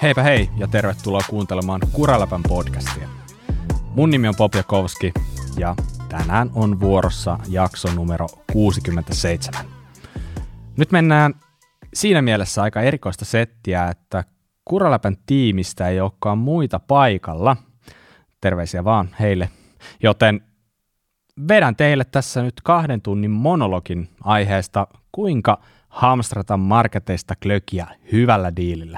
Heipä hei ja tervetuloa kuuntelemaan Kuraläpän podcastia. Mun nimi on Bob Jakowski ja tänään on vuorossa jakso numero 67. Nyt mennään siinä mielessä aika erikoista settiä, että Kuraläpän tiimistä ei olekaan muita paikalla. Terveisiä vaan heille. Joten vedän teille tässä nyt 2 tunnin monologin aiheesta, kuinka hamstrata marketeista klökiä hyvällä diilillä.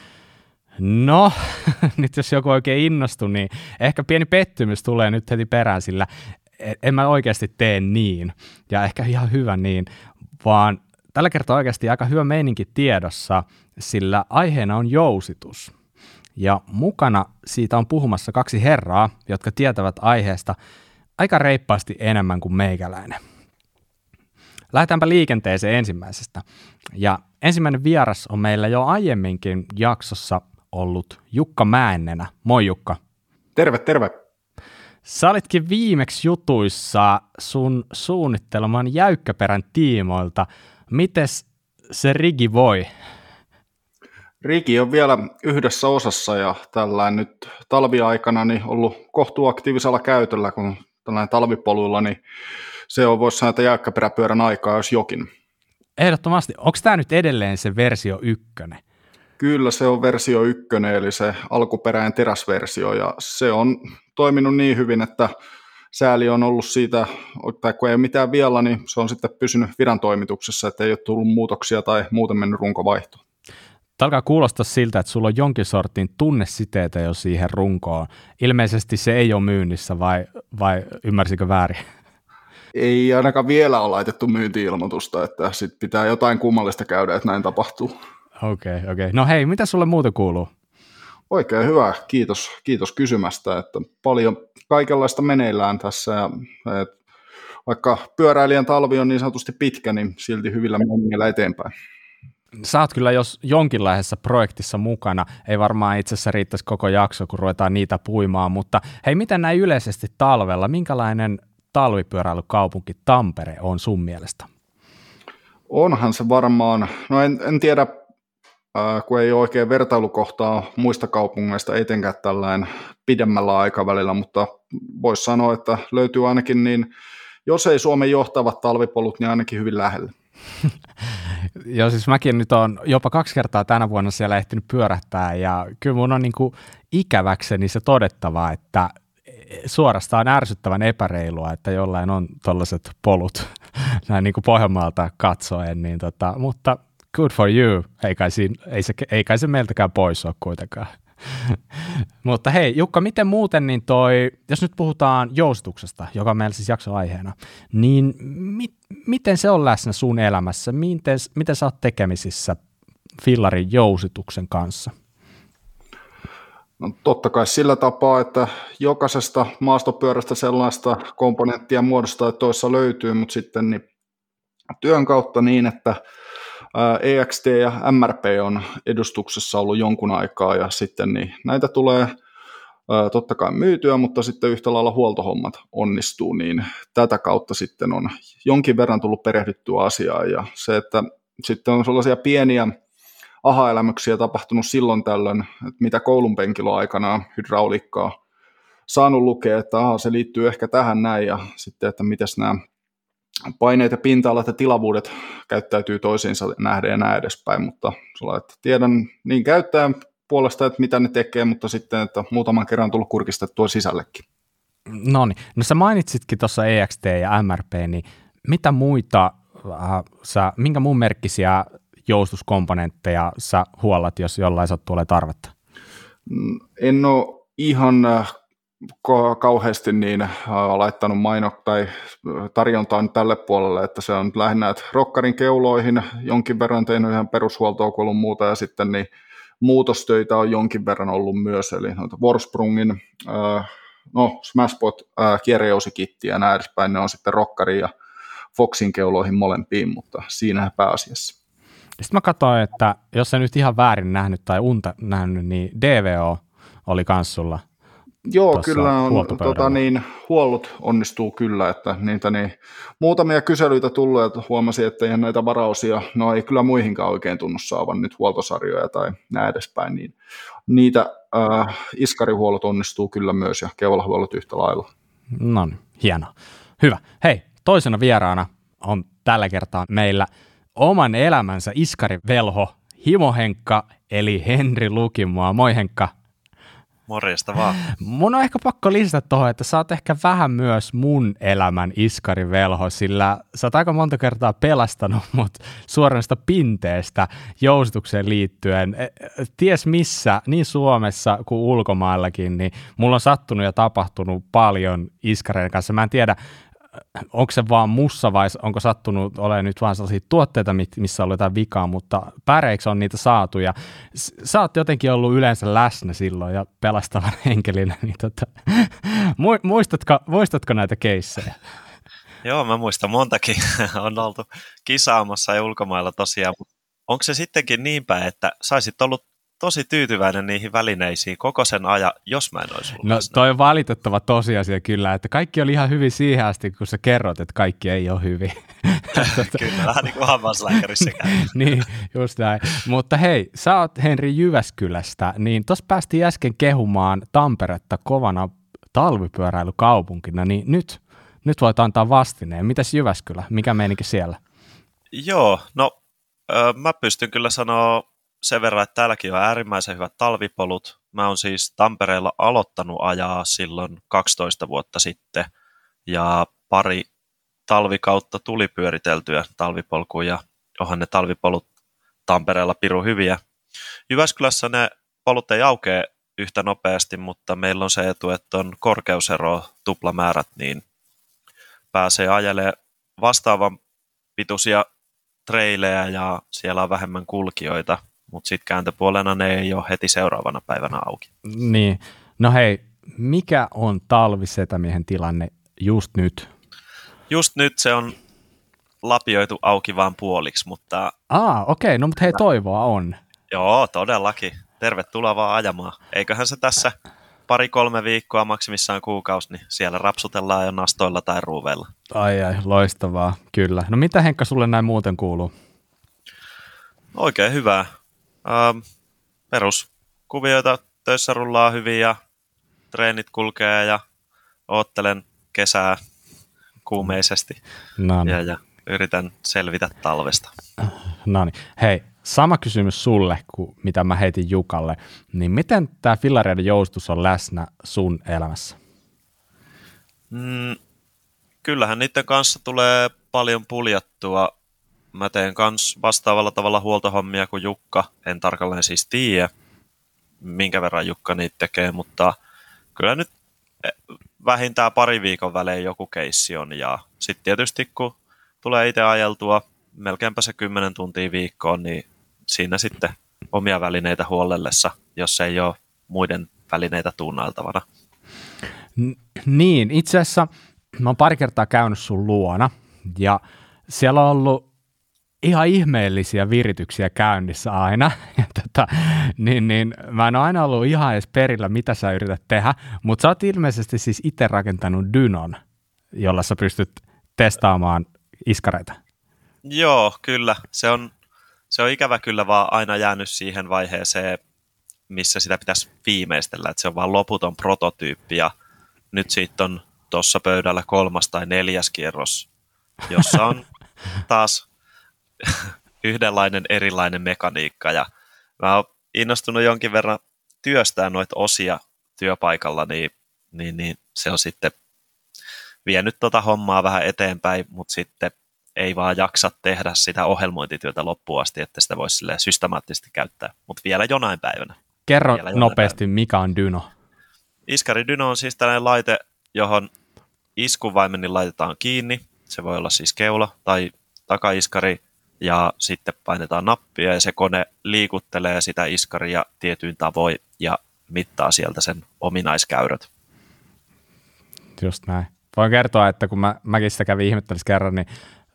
No, nyt jos joku oikein innostui, niin ehkä pieni pettymys tulee nyt heti perään, sillä en mä oikeasti tee niin, ja ehkä ihan hyvä niin, vaan tällä kertaa oikeasti aika hyvä meininki tiedossa, sillä aiheena on jousitus. Ja mukana siitä on puhumassa 2 herraa, jotka tietävät aiheesta aika reippaasti enemmän kuin meikäläinen. Lähdetäänpä liikenteeseen ensimmäisestä. Ja ensimmäinen vieras on meillä jo aiemminkin jaksossa ollut Jukka Mäennenä. Moi Jukka. Terve, terve. Sä olitkin viimeksi jutuissa sun suunnitteleman Jäykkäperän tiimoilta. Mites se Rigi voi? Rigi on vielä yhdessä osassa ja tällainen nyt talviaikana niin ollut kohtuuaktiivisella käytöllä, kun tällainen talvipoluilla, niin se on voisi sanoa, että Jäykkäperäpyörän aikaa, jos jokin. Ehdottomasti. Onko tämä nyt edelleen se versio 1? Kyllä se on versio 1, eli se alkuperäinen teräsversio, ja se on toiminut niin hyvin, että sääli on ollut siitä, tai kun ei ole mitään vielä, niin se on sitten pysynyt viran toimituksessa, että ei ole tullut muutoksia tai muuten mennyt runkovaihto. Tämä alkaa kuulostaa siltä, että sulla on jonkin sortin tunnesiteitä jo siihen runkoon. Ilmeisesti se ei ole myynnissä, vai ymmärsikö väärin? Ei ainakaan vielä ole laitettu myynti-ilmoitusta, että sitten pitää jotain kummallista käydä, että näin tapahtuu. Okei. No hei, mitä sulle muuten kuuluu? Oikein hyvä, kiitos kysymästä, että paljon kaikenlaista meneillään tässä, ja vaikka pyöräilijän talvi on niin sanotusti pitkä, niin silti hyvillä menillä eteenpäin. Sä oot kyllä jos jonkinlaisessa projektissa mukana, ei varmaan itse asiassa riittäisi koko jakso, kun ruvetaan niitä puimaan, mutta hei, miten näin yleisesti talvella, minkälainen talvipyöräilykaupunki Tampere on sun mielestä? Onhan se varmaan, no en tiedä, kun ei ole oikein vertailukohtaa muista kaupungeista, etenkään tällainen pidemmällä aikavälillä, mutta voisi sanoa, että löytyy ainakin niin, jos ei Suomen johtavat talvipolut, niin ainakin hyvin lähellä. Joo, siis mäkin nyt on jopa 2 kertaa tänä vuonna siellä ehtinyt pyörähtää, ja kyllä mun on niin kuin ikäväkseni se todettava, että suorastaan ärsyttävän epäreilua, että jollain on tollaiset polut näin niin kuin Pohjanmaalta katsoen, niin mutta good for you, ei kai se meiltäkään pois ole kuitenkaan. Mutta hei Jukka, miten muuten, niin jos nyt puhutaan joustuksesta, joka on meillä siis jaksoaiheena, niin miten se on läsnä sun elämässä? Miten sä oot tekemisissä fillarin jousituksen kanssa? No, totta kai sillä tapaa, että jokaisesta maastopyörästä sellaista komponenttia muodosta tai toissa löytyy, mutta sitten niin työn kautta niin, että EXT ja MRP on edustuksessa ollut jonkun aikaa, ja sitten niin näitä tulee totta kai myytyä, mutta sitten yhtä lailla huoltohommat onnistuu, niin tätä kautta sitten on jonkin verran tullut perehdyttyä asiaan, ja se, että sitten on sellaisia pieniä aha-elämyksiä tapahtunut silloin tällöin, että mitä koulun penkillä aikanaan hydrauliikkaa saanut lukea, että se liittyy ehkä tähän näin, ja sitten, että mitäs nämä paineet ja pinta-alat ja tilavuudet käyttäytyy toisiinsa nähden ja näin edespäin, mutta että tiedän niin käyttäjän puolesta, että mitä ne tekee, mutta sitten, että muutaman kerran on tullut kurkistettua sisällekin. No sä mainitsitkin tuossa EXT ja MRP, niin mitä muita, minkä muun merkkisiä joustuskomponentteja sä huollat, jos jollain sattuu olemaan tarvetta? En ole ihan kauheasti niin laittanut tai tarjontaa tälle puolelle, että se on lähinnä, että rokkarin keuloihin jonkin verran tehnyt ihan perushuoltoa kuin muuta, ja sitten niin muutostöitä on jonkin verran ollut myös, eli Vorsprungin, Smashbot, kierrejousikitti ja näin edespäin, ne on sitten rokkarin ja Foxin keuloihin molempiin, mutta siinä pääasiassa. Sitten mä katsoin, että jos en nyt ihan väärin nähnyt tai unta nähnyt, niin DVO oli kans sulla Joo, tuossa kyllä on, huoltopöydällä? huollot onnistuu kyllä, että niitä muutamia kyselyitä tullut, että huomasin, että eihän näitä varausia, no ei kyllä muihinkaan oikein tunnu saavan nyt huoltosarjoja tai näin edespäin, niin niitä iskarihuollot onnistuu kyllä myös ja keulahuollot yhtä lailla. No niin, hienoa. Hyvä. Hei, toisena vieraana on tällä kertaa meillä oman elämänsä iskarivelho Himo Henkka, eli Henri Lukimoa. Moi Henkka. Morjesta vaan. Mun on ehkä pakko lisätä tuohon, että sä oot ehkä vähän myös mun elämän iskarivelho, sillä sä oot aika monta kertaa pelastanut mut suorasta pinteestä jousitukseen liittyen. Ties missä, niin Suomessa kuin ulkomaillakin, niin mulla on sattunut ja tapahtunut paljon iskareiden kanssa. Mä en tiedä, onko se vaan mussa vai onko sattunut olemaan nyt vaan sellaisia tuotteita, missä on ollut jotain vikaa, mutta päreiksi on niitä saatu ja sä oot jotenkin ollut yleensä läsnä silloin ja pelastavan henkelinä, niin muistatko näitä keissejä? Joo, mä muistan montakin. On oltu kisaamassa ja ulkomailla tosiaan. Onko se sittenkin niin päin, että saisit ollut tosi tyytyväinen niihin välineisiin koko sen ajan, jos mä en olisi ollut läsnä? Toi on valitettava tosiasia kyllä, että kaikki oli ihan hyvin siihen asti, kun sä kerrot, että kaikki ei ole hyvin. Kyllä, vähän niin kuin hammaslääkärissä käy. Niin, just näin. Mutta hei, sä oot Henri Jyväskylästä, niin tuossa päästiin äsken kehumaan Tamperetta kovana talvipyöräilykaupunkina, niin nyt voit antaa vastineen. Mitäs Jyväskylä? Mikä meininki siellä? Joo, no mä pystyn kyllä sanoa sen verran, että täälläkin on äärimmäisen hyvät talvipolut. Mä oon siis Tampereella aloittanut ajaa silloin 12 vuotta sitten ja pari talvikautta tuli pyöriteltyä talvipolkuun ja onhan ne talvipolut Tampereella pirun hyviä. Jyväskylässä ne polut ei aukea yhtä nopeasti, mutta meillä on se etu, että on korkeusero tuplamäärät, niin pääsee ajelemaan vastaavan pituisia treilejä ja siellä on vähemmän kulkijoita, mutta sitten kääntöpuolena ne ei ole heti seuraavana päivänä auki. Niin, no hei, mikä on talvisetämiehen tilanne just nyt? Just nyt se on lapioitu auki vaan puoliksi, mutta... Okei, no mutta hei, toivoa on. Joo, todellakin. Tervetuloa vaan ajamaan. Eiköhän se tässä 2-3 viikkoa, maksimissaan kuukausi, niin siellä rapsutellaan jo nastoilla tai ruuveilla. Ai, loistavaa, kyllä. No mitä Henkka sulle näin muuten kuuluu? Oikein hyvää. Peruskuvioita töissä rullaa hyvin ja treenit kulkee ja oottelen kesää kuumeisesti ja yritän selvitä talvesta. No niin, hei, sama kysymys sulle kuin mitä mä heitin Jukalle, niin miten tämä fillareiden joustus on läsnä sun elämässä? Kyllähän niiden kanssa tulee paljon puljattua. Mä teen kanssa vastaavalla tavalla huoltohommia kuin Jukka. En tarkalleen siis tiedä, minkä verran Jukka niitä tekee, mutta kyllä nyt vähintään 2 viikon välein joku keissi on. Ja sitten tietysti kun tulee itse ajeltua melkeinpä se 10 tuntia viikkoon, niin siinä sitten omia välineitä huolellessa, jos ei ole muiden välineitä tuunailtavana. Niin, itse asiassa mä oon pari kertaa käynyt sun luona ja siellä on ollut ihan ihmeellisiä virityksiä käynnissä aina. Ja niin, mä en ole aina ollut ihan edes perillä, mitä sä yrität tehdä, mutta sä oot ilmeisesti siis itse rakentanut dynon, jolla sä pystyt testaamaan iskareita. Joo, kyllä. Se on ikävä kyllä vaan aina jäänyt siihen vaiheeseen, missä sitä pitäisi viimeistellä, että se on vaan loputon prototyyppi ja nyt siitä on tuossa pöydällä 3. tai 4. kierros, jossa on taas yhdenlainen erilainen mekaniikka ja mä oon innostunut jonkin verran työstää noita osia työpaikalla, niin se on sitten vienyt hommaa vähän eteenpäin, mutta sitten ei vaan jaksa tehdä sitä ohjelmointityötä loppuun asti, että sitä voisi systemaattisesti käyttää, mutta vielä jonain päivänä. Kerro nopeasti, mikä on dyno? Iskari dyno on siis tällainen laite, johon iskuvaimenin laitetaan kiinni. Se voi olla siis keula tai takaiskari ja sitten painetaan nappia ja se kone liikuttelee sitä iskaria tietyin tavoin ja mittaa sieltä sen ominaiskäyrät. Just näin. Voin kertoa, että kun mäkin sitä kävin ihmettelyssä kerran, niin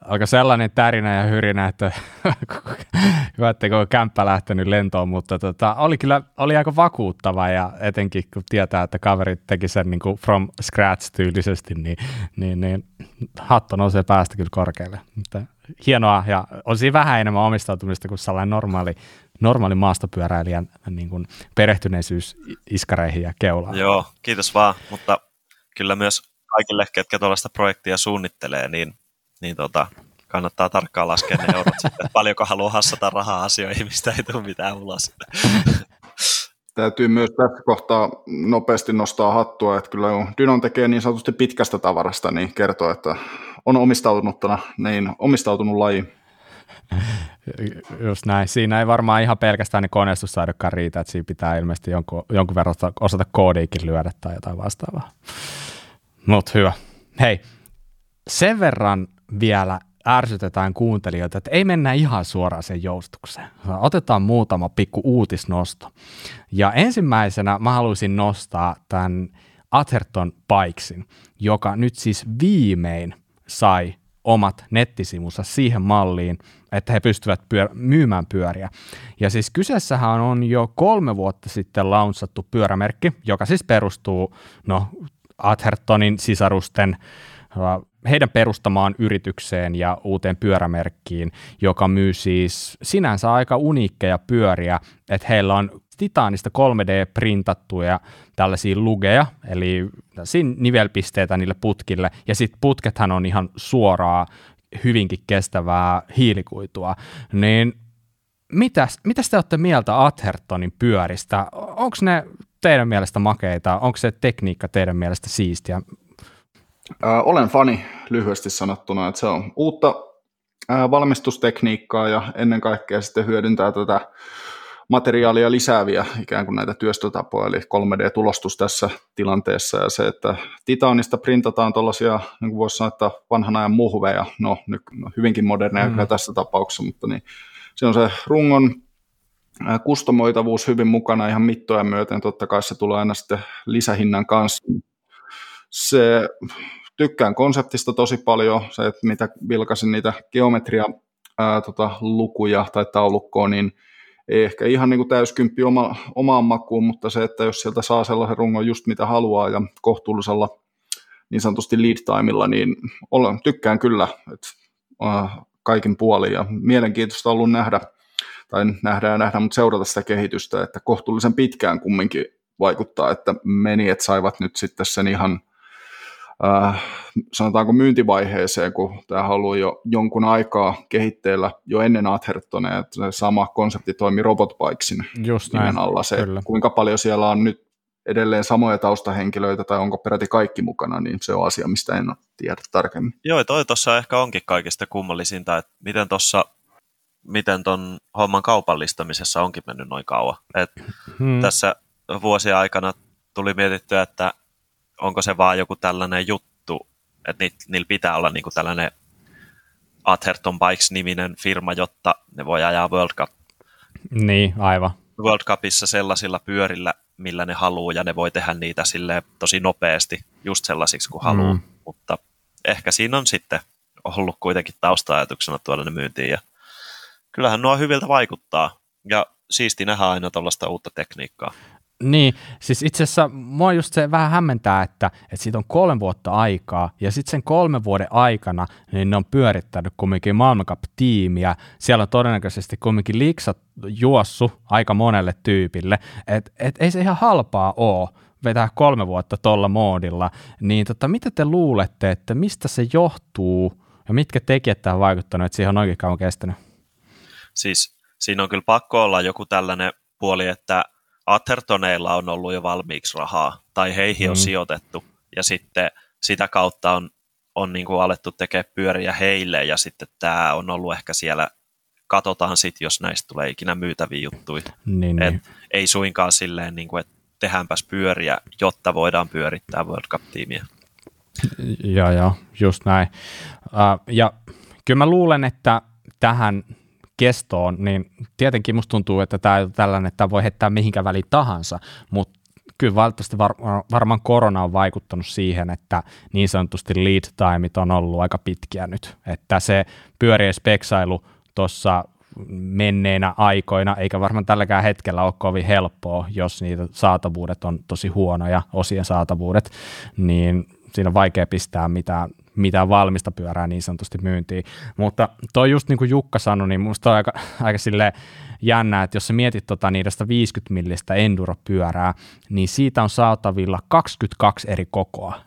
alkoi sellainen tärinä ja hyrinä, että hyvä, etteikö ole kämppä lähtenyt lentoon, mutta oli aika vakuuttava ja etenkin kun tietää, että kaverit teki sen niin kuin from scratch tyylisesti, niin hatto nousee päästä kyllä korkealle. Mutta hienoa ja on siinä vähän enemmän omistautumista kuin sellainen normaali maastopyöräilijän niin kuin perehtyneisyys iskareihin ja keulaan. Joo, kiitos vaan, mutta kyllä myös kaikille, ketkä tuollaista projektia suunnittelee, niin kannattaa tarkkaan laskea ne eurot sitten, että paljonko haluaa hassata rahaa asioihin, mistä ei tule mitään ulos. Täytyy myös tässä kohtaa nopeasti nostaa hattua, että kyllä Dynon tekee niin sanotusti pitkästä tavarasta, niin kertoo, että on omistautunut lajiin. Just näin. Siinä ei varmaan ihan pelkästään ne koneistustaidokkaan riitä, että siinä pitää ilmeisesti jonkun verran osata koodiikin lyödä tai jotain vastaavaa. Mutta hyvä. Hei, sen verran vielä ärsytetään kuuntelijoita, että ei mennä ihan suoraan sen joustukseen. Otetaan muutama pikku uutisnosto. Ja ensimmäisenä mä haluaisin nostaa tämän Atherton Bikesin, joka nyt siis viimein sai omat nettisivunsa siihen malliin, että he pystyvät myymään pyöriä. Ja siis kyseessähän on jo 3 vuotta sitten launchattu pyörämerkki, joka siis perustuu Athertonin sisarusten heidän perustamaan yritykseen ja uuteen pyörämerkkiin, joka myy siis sinänsä aika uniikkeja pyöriä, että heillä on titaanista 3D-printattuja tällaisia lugeja, eli nivelpisteitä niille putkille, ja sitten putkethan on ihan suoraa, hyvinkin kestävää hiilikuitua, niin mitäs te olette mieltä Athertonin pyöristä? Onko ne teidän mielestä makeita? Onko se tekniikka teidän mielestä siistiä? Olen fani lyhyesti sanottuna, että se on uutta valmistustekniikkaa ja ennen kaikkea sitten hyödyntää tätä materiaalia lisääviä ikään kuin näitä työstötapoja, eli 3D-tulostus tässä tilanteessa ja se, että titaanista printataan tuollaisia, niin kuin voisi sanoa, että vanhan ajan muhveja, nyt hyvinkin moderneja tässä tapauksessa, mutta niin, se on se rungon kustomoitavuus hyvin mukana ihan mittoja myöten, totta kai se tulee aina sitten lisähinnan kanssa. Se tykkään konseptista tosi paljon, se, että mitä vilkaisin niitä lukuja tai taulukkoa, niin ei ehkä ihan niin kuin täyskymppi omaan makuun, mutta se, että jos sieltä saa sellaisen rungon just mitä haluaa ja kohtuullisella niin sanotusti lead timella, niin tykkään kyllä että, kaikin puolin ja mielenkiintoista on ollut nähdä, mutta seurata sitä kehitystä, että kohtuullisen pitkään kumminkin vaikuttaa, että menijät saivat nyt sitten sen ihan sanotaanko myyntivaiheeseen, kun tämä on ollut jo jonkun aikaa kehitteillä jo ennen Athertonia, että se sama konsepti toimi Robot Bikesin nimen alla. Se, kuinka paljon siellä on nyt edelleen samoja taustahenkilöitä tai onko peräti kaikki mukana, niin se on asia, mistä en tiedä tarkemmin. Joo, toi tuossa ehkä onkin kaikista kummallisinta, että miten ton homman kaupallistamisessa onkin mennyt noin kauan. Tässä vuosien aikana tuli mietittyä, että onko se vaan joku tällainen juttu, että niillä pitää olla niinku tällainen Atherton Bikes-niminen firma, jotta ne voi ajaa World Cup. Niin, aivan. World Cupissa sellaisilla pyörillä, millä ne haluaa, ja ne voi tehdä niitä silleen tosi nopeasti, just sellaisiksi kuin haluaa. Mutta ehkä siinä on sitten ollut kuitenkin tausta-ajatuksena tuoda ne myyntiin, ja kyllähän nuo hyviltä vaikuttaa, ja siisti nähdä aina tuollaista uutta tekniikkaa. Niin, siis itse asiassa mua just se vähän hämmentää, että siitä on 3 vuotta aikaa, ja sitten sen 3 vuoden aikana niin ne on pyörittänyt kumminkin maailmancup-tiimiä, siellä on todennäköisesti kumminkin liksat juossut aika monelle tyypille, et ei se ihan halpaa ole vetää 3 vuotta tuolla moodilla, niin mitä te luulette, että mistä se johtuu, ja mitkä tekijät tähän vaikuttanut, että siihen on oikein kauan kestänyt? Siis siinä on kyllä pakko olla joku tällainen puoli, että Athertoneilla on ollut jo valmiiksi rahaa, tai heihin on sijoitettu, ja sitten sitä kautta on niin kuin alettu tekemään pyöriä heille, ja sitten tämä on ollut ehkä siellä, katsotaan sitten, jos näistä tulee ikinä myytäviä juttuja. Niin. Ei suinkaan silleen, niin kuin, että tehdäänpäs pyöriä, jotta voidaan pyörittää World Cup-tiimiä. Joo, just näin. Ja kyllä mä luulen, että tähän kestoon, niin tietenkin musta tuntuu, että tämä on tällainen, että voi heittää mihinkä väliin tahansa, mutta kyllä valitettavasti varmaan korona on vaikuttanut siihen, että niin sanotusti lead timeit on ollut aika pitkiä nyt, että se pyörien speksailu tuossa menneinä aikoina, eikä varmaan tälläkään hetkellä ole kovin helppoa, jos niitä saatavuudet on tosi huonoja, osien saatavuudet, niin siinä on vaikea pistää mitään valmista pyörää niin sanotusti myyntiin. Mutta toi just niin kuin Jukka sanoi, niin musta on aika silleen jännä, että jos sä mietit niistä 50 millistä enduro-pyörää, niin siitä on saatavilla 22 eri kokoa.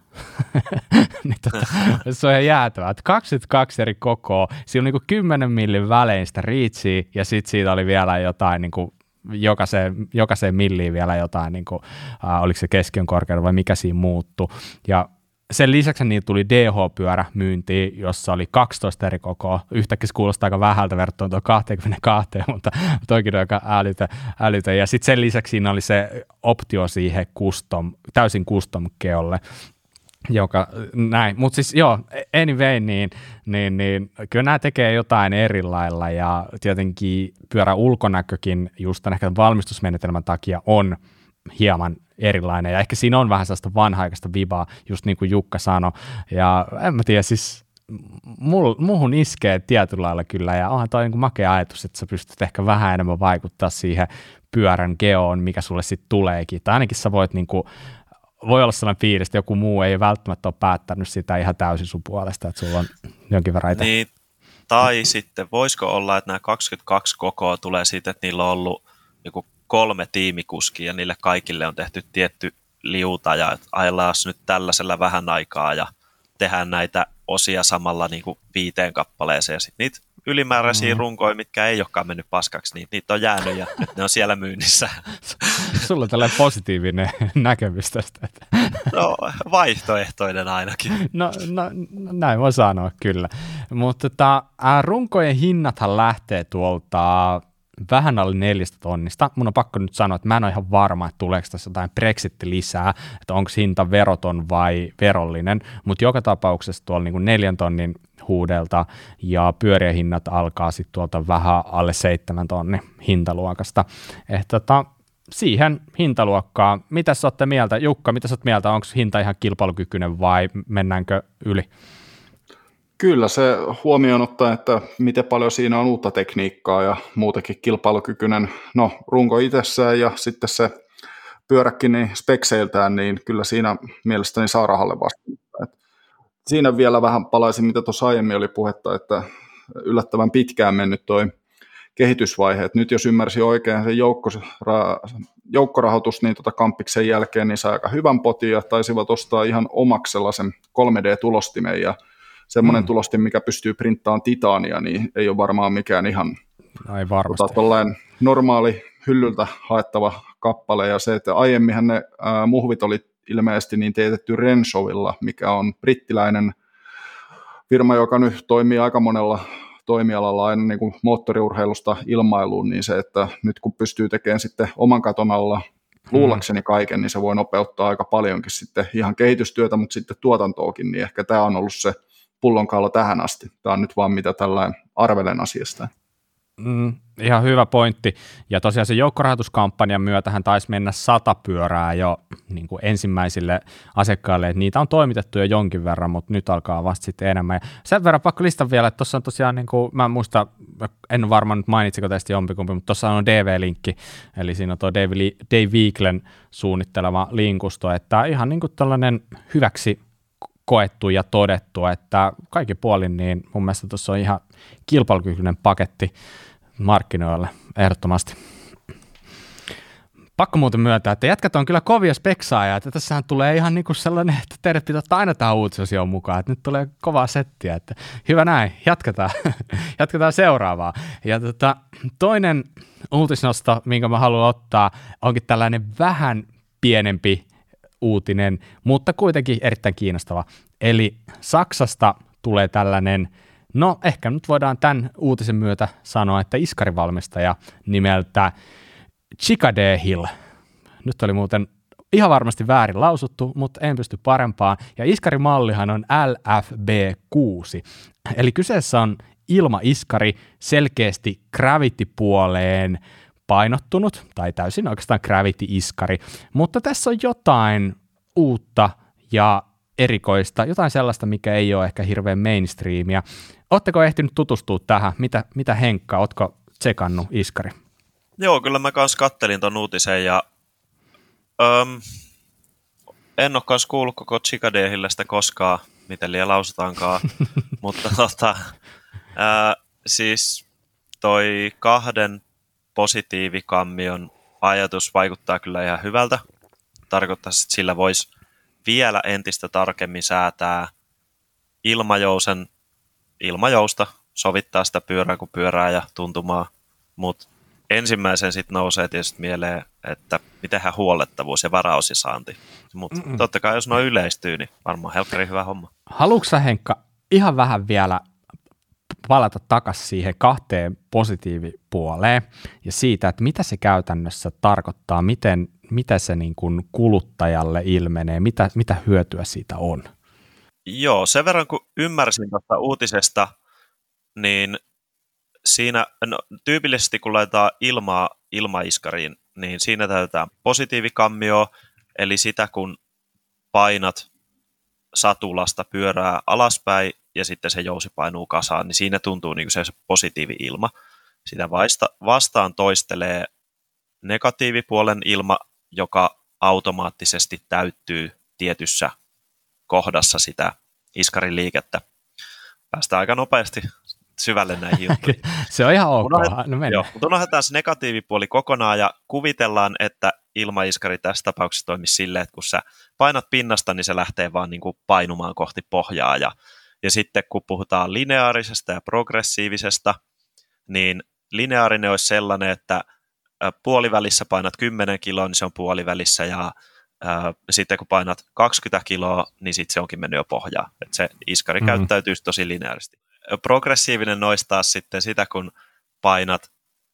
Niin se on ihan jäätävää, että 22 eri kokoa, siinä on niin kuin 10 millin välein sitä reachia, ja sitten siitä oli vielä jotain niin kuin jokaiseen milliin vielä jotain, niin kuin, oliko se keskiön korkeudella vai mikä siinä muuttui, ja sen lisäksi niin tuli DH-pyörä myyntiin, jossa oli 12 eri kokoa. Yhtäkkiä se kuulostaa aika vähältä verrattuna tuo 22, mutta toikin on aika älytä. Ja sitten sen lisäksi siinä oli se optio siihen täysin custom-keolle, joka näin. Mutta siis joo, anyway, niin kyllä nämä tekee jotain eri lailla, ja tietenkin pyörän ulkonäkökin just tämän ehkä valmistusmenetelmän takia on hieman erilainen, ja ehkä siinä on vähän sellaista vanha-aikaista vibaa, just niin kuin Jukka sanoi, ja en mä tiedä, siis muuhun iskee tietyllä lailla kyllä, ja onhan toi niin kuin makea ajatus, että sä pystyt ehkä vähän enemmän vaikuttaa siihen pyörän geoon, mikä sulle sitten tuleekin, tai ainakin sä voit niin kuin, voi olla sellainen fiilis, että joku muu ei välttämättä ole päättänyt sitä ihan täysin sun puolesta, että sulla on jonkin verran itse. Niin, tai sitten voisiko olla, että nämä 22 kokoa tulee siitä, että niillä on ollut joku 3 tiimikuskia ja niille kaikille on tehty tietty liuta ja ajellaan nyt tällaisella vähän aikaa ja tehdään näitä osia samalla niin kuin 5 kappaleeseen ja sitten niitä ylimääräisiä runkoja, mitkä ei olekaan mennyt paskaksi, niin niitä on jäänyt ja nyt ne on siellä myynnissä. Sulla on tällainen positiivinen näkemys tästä. No vaihtoehtoinen ainakin. No näin voi sanoa kyllä, mutta runkojen hinnathan lähtee tuolta vähän alle 4 tonnista. Mun on pakko nyt sanoa, että mä en ole ihan varma, että tuleeko tässä jotain Brexit-lisää, että onko hinta veroton vai verollinen, mutta joka tapauksessa tuolla niin kuin 4 tonnin huudelta, ja pyörien hinnat alkaa sitten tuolta vähän alle 7 tonnin hintaluokasta. Siihen hintaluokkaan, mitä sä ootte mieltä? Jukka, mitä sä oot mieltä? Onko hinta ihan kilpailukykyinen vai mennäänkö yli? Kyllä se huomioon ottaa, että miten paljon siinä on uutta tekniikkaa ja muutenkin kilpailukykyinen runko itsessään ja sitten se pyöräkin niin spekseiltään, niin kyllä siinä mielestäni saa rahalle vastaan. Siinä vielä vähän palaisin, mitä tuossa aiemmin oli puhetta, että yllättävän pitkään mennyt toi kehitysvaihe. Et nyt jos ymmärsin oikein sen joukkorahoitus niin Kampiksen jälkeen, niin sai aika hyvän potin ja taisivat ostaa ihan omaksi sellaisen 3D-tulostimen ja semmoinen tulostin, mikä pystyy printtaamaan titaania, niin ei ole varmaan mikään ihan normaali hyllyltä haettava kappale. Ja se, että aiemminhan ne muhvit oli ilmeisesti niin teetetty Renshawilla, mikä on brittiläinen firma, joka nyt toimii aika monella toimialalla aina niin kuin moottoriurheilusta ilmailuun, niin se, että nyt kun pystyy tekemään sitten oman katon alla luulakseni kaiken, niin se voi nopeuttaa aika paljonkin sitten ihan kehitystyötä, mutta sitten tuotantoakin, niin ehkä tämä on ollut se pullonkaula tähän asti. Tämä on nyt vaan mitä tällainen arvelen asiasta. Ihan hyvä pointti. Ja tosiaan se joukkorahoituskampanjan myötähän taisi mennä 100 pyörää jo niin kuin ensimmäisille asiakkaille, että niitä on toimitettu jo jonkin verran, mutta nyt alkaa vasta sitten enemmän. Ja sen verran pakko listaa vielä, että tuossa on tosiaan, niin kuin, mä en muista, en varmaan nyt mainitsiko tästä jompikumpi, mutta tuossa on DV-linkki, eli siinä on tuo Dave Weeklen suunnittelema linkusto, että ihan niin kuin tällainen hyväksi koettu ja todettu, että kaikki puolin, niin mun mielestä tuossa on ihan kilpailukykyinen paketti markkinoille ehdottomasti. Pakko muuten myöntää, että jätkät on kyllä kovia speksaajia, että tässähän tulee ihan niin kuin sellainen, että teidät pitää ottaa aina tähän uutisosioon mukaan, että nyt tulee kovaa settiä, että hyvä näin, jatketaan seuraavaa. Ja toinen uutisnosto, minkä mä haluan ottaa, onkin tällainen vähän pienempi uutinen, mutta kuitenkin erittäin kiinnostava. Eli Saksasta tulee tällainen, no ehkä nyt voidaan tämän uutisen myötä sanoa, että iskarivalmistaja nimeltä Chikadehill. Nyt oli muuten ihan varmasti väärin lausuttu, mutta en pysty parempaan. Ja iskarimallihan on LFB6. Eli kyseessä on ilmaiskari selkeästi gravity-puoleen painottunut, tai täysin oikeastaan Gravity-iskari, mutta tässä on jotain uutta ja erikoista, jotain sellaista, mikä ei ole ehkä hirveän mainstreamia. Oletteko ehtinyt tutustua tähän? Mitä Henkka, ootko tsekannut iskari? Joo, kyllä mä kans kattelin ton uutisen ja en ole kans kuullut koko Chickadehillestä koskaan, miten liian lausutaankaan, mutta siis toi 2 positiivikammion ajatus vaikuttaa kyllä ihan hyvältä. Tarkoittaa, että sillä voisi vielä entistä tarkemmin säätää ilmajousta, sovittaa sitä pyörää kuin pyörää ja tuntumaa, mutta ensimmäisen sitten nousee tietysti mieleen, että mitenhän huollettavuus ja varaosisaanti. Mutta totta kai jos noin yleistyy, niin varmaan helkkari hyvä homma. Haluatko sä, Henkka, ihan vähän vielä palata takaisin siihen 2 positiivipuoleen ja siitä, että mitä se käytännössä tarkoittaa, mitä se niin kuin kuluttajalle ilmenee, mitä hyötyä siitä on? Joo, sen verran kun ymmärsin tuosta uutisesta, niin siinä tyypillisesti kun laitetaan ilmaa ilmaiskariin, niin siinä täytetään positiivikammio, eli sitä kun painat satulasta pyörää alaspäin ja sitten se jousi painuu kasaan, niin siinä tuntuu niin kuin se positiivi-ilma. Sitä vastaan toistelee negatiivipuolen ilma, joka automaattisesti täyttyy tietyssä kohdassa sitä iskarin liikettä. Päästään aika nopeasti syvälle näihin juttuihin. Se on ihan ok. Mutta unohdetaan se negatiivipuoli kokonaan ja kuvitellaan, että ilmaiskari tässä tapauksessa toimisi silleen, että kun sä painat pinnasta, niin se lähtee vaan niin kuin painumaan kohti pohjaa. Ja sitten kun puhutaan lineaarisesta ja progressiivisesta, niin lineaarinen olisi sellainen, että puolivälissä painat 10 kiloa, niin se on puolivälissä ja sitten kun painat 20 kiloa, niin sitten se onkin mennyt jo pohjaan. Et se iskari käyttäytyy tosi lineaarisesti. Progressiivinen noistaa sitten sitä, kun painat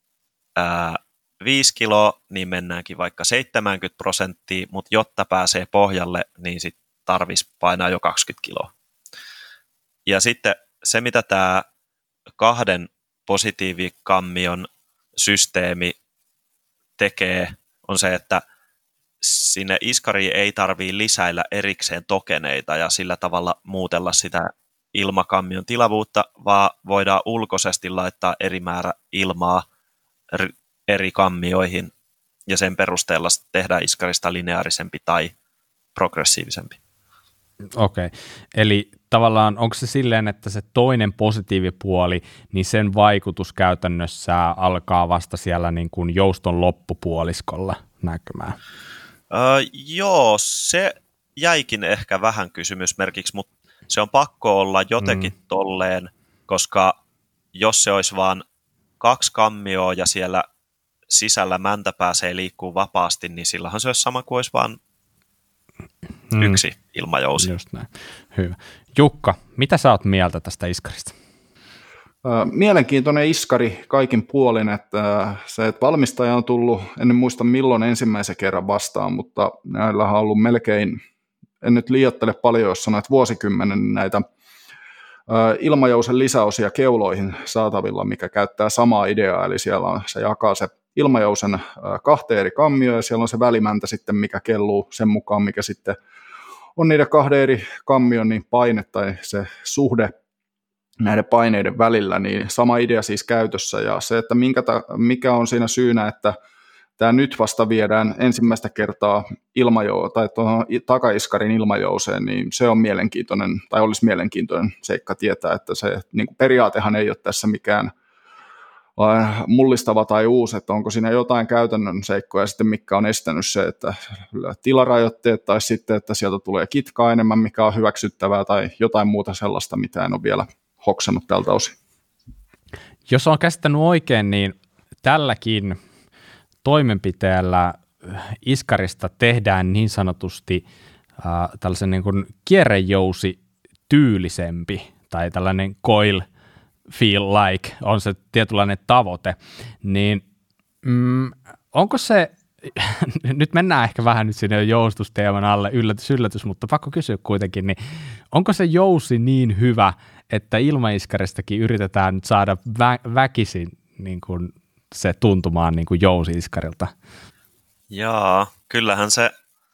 5 kiloa, niin mennäänkin vaikka 70%, mutta jotta pääsee pohjalle, niin sitten tarvitsisi painaa jo 20 kiloa. Ja sitten se, mitä tämä 2 positiivikammion systeemi tekee, on se, että sinne iskariin ei tarvitse lisäillä erikseen tokeneita ja sillä tavalla muutella sitä ilmakammion tilavuutta, vaan voidaan ulkoisesti laittaa eri määrä ilmaa eri kammioihin ja sen perusteella tehdään iskarista lineaarisempi tai progressiivisempi. Okei, eli tavallaan onko se silleen, että se toinen positiivipuoli, niin sen vaikutus käytännössä alkaa vasta siellä niin kuin jouston loppupuoliskolla näkymään? Joo, se jäikin ehkä vähän kysymysmerkiksi, mutta se on pakko olla jotenkin tolleen, koska jos se olisi vaan 2 kammioa ja siellä sisällä mäntä pääsee liikkuu vapaasti, niin silloinhan se olisi sama kuin olisi vaan 1 ilmajousi. Just näin. Hyvä. Jukka, mitä sä oot mieltä tästä iskarista? Mielenkiintoinen iskari kaikin puolin, että se että valmistaja on tullut, en muista milloin ensimmäisen kerran vastaan, mutta näillä on ollut melkein, en nyt liioittele paljon, jos sanoit vuosikymmenen näitä ilmajousen lisäosia keuloihin saatavilla, mikä käyttää samaa ideaa, eli siellä on, se jakaa se ilmajousen 2 eri kammioa, ja siellä on se välimäntä sitten, mikä kelluu sen mukaan, mikä sitten on niiden 2 eri kammion niin paine tai se suhde näiden paineiden välillä, niin sama idea siis käytössä, ja se, että mikä on siinä syynä, että tämä nyt vasta viedään ensimmäistä kertaa tai takaiskarin ilmajouseen, niin se on mielenkiintoinen, tai olisi mielenkiintoinen seikka tietää, että se niin kuin periaatehan ei ole tässä mikään mullistava tai uusi, että onko siinä jotain käytännön seikkoja sitten, mikä on estänyt se, että tilarajoitteet tai sitten, että sieltä tulee kitkaa enemmän, mikä on hyväksyttävää tai jotain muuta sellaista, mitä en ole vielä hoksannut tältä osin. Jos on käsittänyt oikein, niin tälläkin toimenpiteellä iskarista tehdään niin sanotusti tällaisen niin kuin kierrejousi tyylisempi tai tällainen coil feel like on se tietynlainen tavoite, niin onko se, nyt mennään ehkä vähän nyt sinne joustusteeman alle, yllätys, mutta pakko kysyä kuitenkin, niin onko se jousi niin hyvä, että ilmaiskaristakin yritetään nyt saada väkisin niin kuin se tuntumaan niin kuin jousi-iskarilta. Jaa, kyllähän se,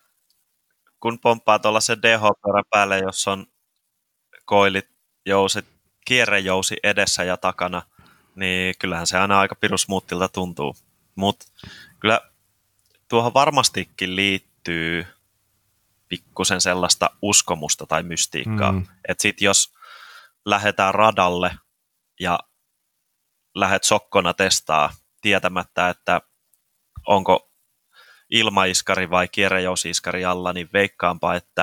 kun pomppaa tuollaisen DH-pyörän päälle, jos on koilit, jousit, kierrejousi edessä ja takana, niin kyllähän se aina aika pirusmuuttilta tuntuu. Mutta kyllä tuohon varmastikin liittyy pikkusen sellaista uskomusta tai mystiikkaa. Että sitten jos lähdetään radalle ja lähdet sokkona testaa tietämättä, että onko ilmaiskari vai kierrejousiskari alla, niin veikkaanpa, että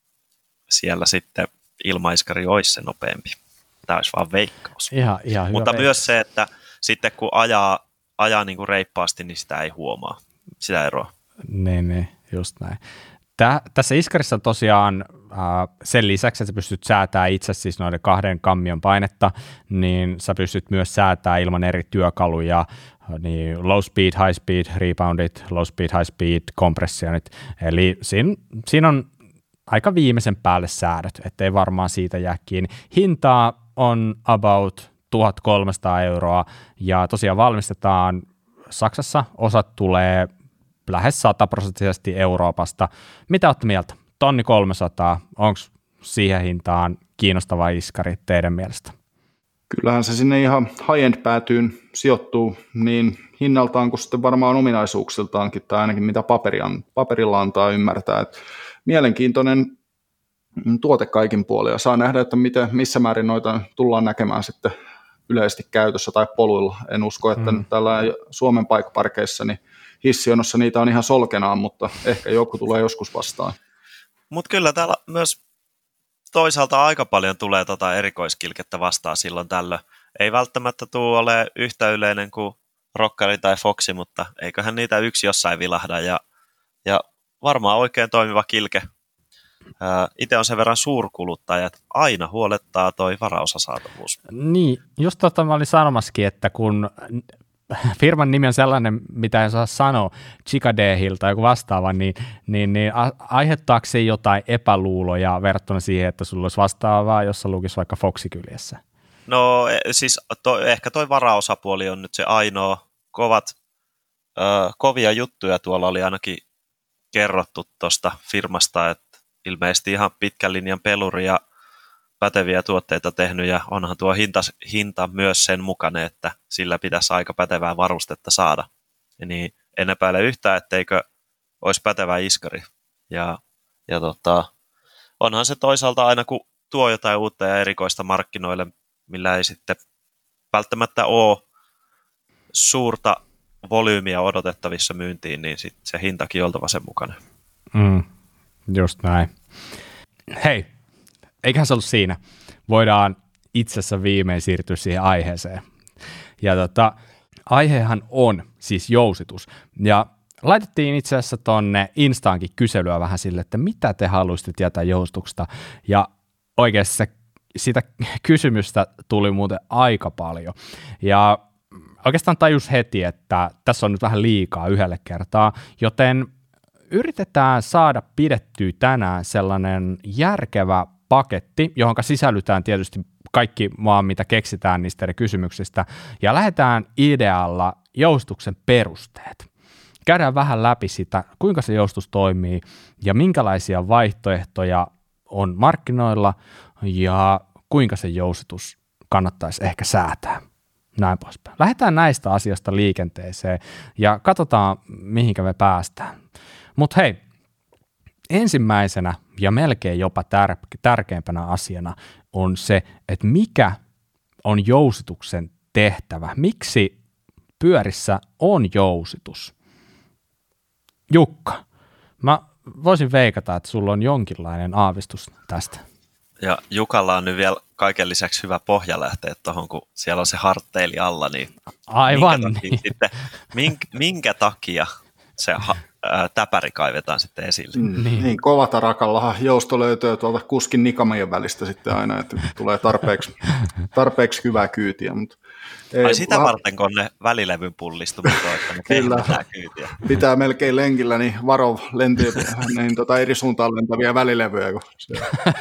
siellä sitten ilmaiskari olisi se nopeampi. Tämä olisi vaan veikkaus. Ihan hyvä. Mutta myös se, että sitten kun ajaa niin kuin reippaasti, niin sitä ei huomaa. Sitä eroa. Niin, just näin. Tässä iskarissa tosiaan sen lisäksi, että sä pystyt säätämään itse siis noiden 2 kammion painetta, niin sä pystyt myös säätämään ilman eri työkaluja, niin low speed, high speed, reboundit, low speed, high speed, kompressionit. Eli siinä on aika viimeisen päälle säädöt, ettei varmaan siitä jää kiinni. Hintaa on about 1300 €, ja tosiaan valmistetaan Saksassa, osat tulee lähes 100% Euroopasta. Mitä olette mieltä? 1300, onko siihen hintaan kiinnostava iskari teidän mielestä? Kyllähän se sinne ihan high-end päätyyn sijoittuu niin hinnaltaan kuin sitten varmaan ominaisuuksiltaankin, tai ainakin mitä paperilla antaa ymmärtää. Et mielenkiintoinen tuote kaikin puolin, ja saa nähdä, että missä määrin noita tullaan näkemään sitten yleisesti käytössä tai poluilla. En usko, että nyt tällä Suomen paikkaparkeissa niin hissijonossa niitä on ihan solkenaan, mutta ehkä joku tulee joskus vastaan. Mutta kyllä täällä myös toisaalta aika paljon tulee erikoiskilkettä vastaan silloin tällöin. Ei välttämättä tule ole yhtä yleinen kuin rokkari tai foksi, mutta eiköhän niitä yksi jossain vilahda. Ja varmaan oikein toimiva kilke. Itse on sen verran suurkuluttaja, että aina huolettaa toi varaosasaatavuus. Niin, just mä olin sanomassakin, että kun firman nimi on sellainen, mitä en saa sanoa, Chickadee tai joku vastaava, niin aiheuttaako se jotain epäluuloja verrattuna siihen, että sulla olisi vastaavaa, jos se lukisi vaikka Foxi kyljessä? No siis ehkä toi varaosapuoli on nyt se ainoa. Kovia juttuja tuolla oli ainakin kerrottu tuosta firmasta, että ilmeisesti ihan pitkän linjan peluri ja päteviä tuotteita tehnyt, ja onhan tuo hinta myös sen mukainen, että sillä pitäisi aika pätevää varustetta saada. Niin en epäile yhtään, etteikö olisi pätevä iskari. Ja onhan se toisaalta aina, kun tuo jotain uutta ja erikoista markkinoille, millä ei sitten välttämättä ole suurta volyymiä odotettavissa myyntiin, niin sitten se hintakin oltava sen mukainen. Just näin. Hei, eiköhän se ollut siinä. Voidaan itse asiassa viimein siirtyä siihen aiheeseen. Ja aihehan on siis jousitus. Ja laitettiin itse asiassa tonne Instaankin kyselyä vähän sille, että mitä te haluaisitte tietää joustuksesta. Ja oikeasti sitä kysymystä tuli muuten aika paljon. Ja oikeastaan tajus heti, että tässä on nyt vähän liikaa yhdelle kertaa, joten yritetään saada pidettyä tänään sellainen järkevä paketti, johon sisällytään tietysti kaikki vaan, mitä keksitään niistä eri kysymyksistä, ja lähdetään idealla joustuksen perusteet. Käydään vähän läpi sitä, kuinka se joustus toimii, ja minkälaisia vaihtoehtoja on markkinoilla, ja kuinka se joustus kannattaisi ehkä säätää. Näin poispäin. Lähdetään näistä asioista liikenteeseen, ja katsotaan, mihinkä me päästään. Mutta hei, ensimmäisenä ja melkein jopa tärkeimpänä asiana on se, että mikä on jousituksen tehtävä. Miksi pyörissä on jousitus? Jukka, mä voisin veikata, että sulla on jonkinlainen aavistus tästä. Ja Jukalla on nyt vielä kaiken lisäksi hyvä pohja lähteä tuohon, kun siellä on se hartteili alla. Niin aivan. Minkä takia se täpäri kaivetaan sitten esille? Niin kovata rakalla jousto löytyy tuolta kuskin nikamojen välistä sitten aina, että tulee tarpeeksi hyvää kyytiä. Mutta sitä varten, kun on ne välilevyn pullistumat, että ne tehdään kyytiä. Pitää melkein lenkillä niin varo lentyy niin eri suuntaan lentäviä välilevyjä, kun se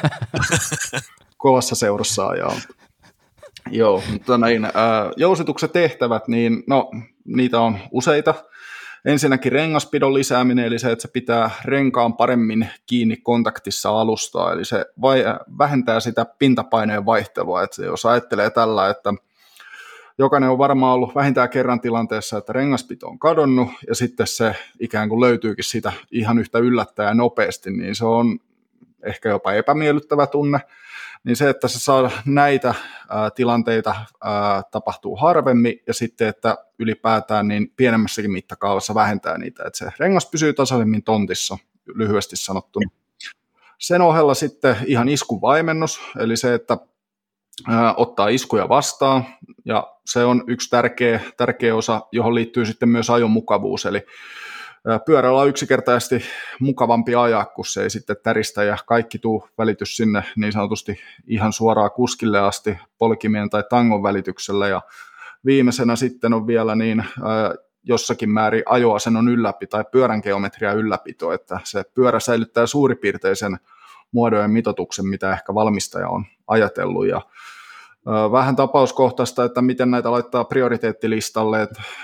kovassa seurassa ajaa. Joo, mutta jousituksen tehtävät, niin no niitä on useita. Ensinnäkin rengaspidon lisääminen, eli se, että se pitää renkaan paremmin kiinni kontaktissa alustaa, eli se vähentää sitä pintapaineen vaihtelua. Että jos ajattelee tällä, että jokainen on varmaan ollut vähintään kerran tilanteessa, että rengaspito on kadonnut, ja sitten se ikään kuin löytyykin sitä ihan yhtä yllättäen nopeasti, niin se on ehkä jopa epämiellyttävä tunne. Niin se, että se saa näitä tilanteita tapahtuu harvemmin, ja sitten, että ylipäätään niin pienemmässäkin mittakaavassa vähentää niitä, että se rengas pysyy tasaisemmin tontissa, lyhyesti sanottuna. Sen ohella sitten ihan iskuvaimennus, eli se, että ottaa iskuja vastaan, ja se on yksi tärkeä osa, johon liittyy sitten myös ajomukavuus, eli pyörällä on yksinkertaisesti mukavampi ajaa, kun se ei sitten täristä ja kaikki tuu välitys sinne niin sanotusti ihan suoraan kuskille asti polkimien tai tangon välityksellä, ja viimeisenä sitten on vielä niin jossakin määrin ajoasennon ylläpito tai pyörän geometria ylläpito, että se pyörä säilyttää suurpiirteisen muodon ja mitoituksen, mitä ehkä valmistaja on ajatellut, ja vähän tapauskohtaista, että miten näitä laittaa prioriteettilistalle,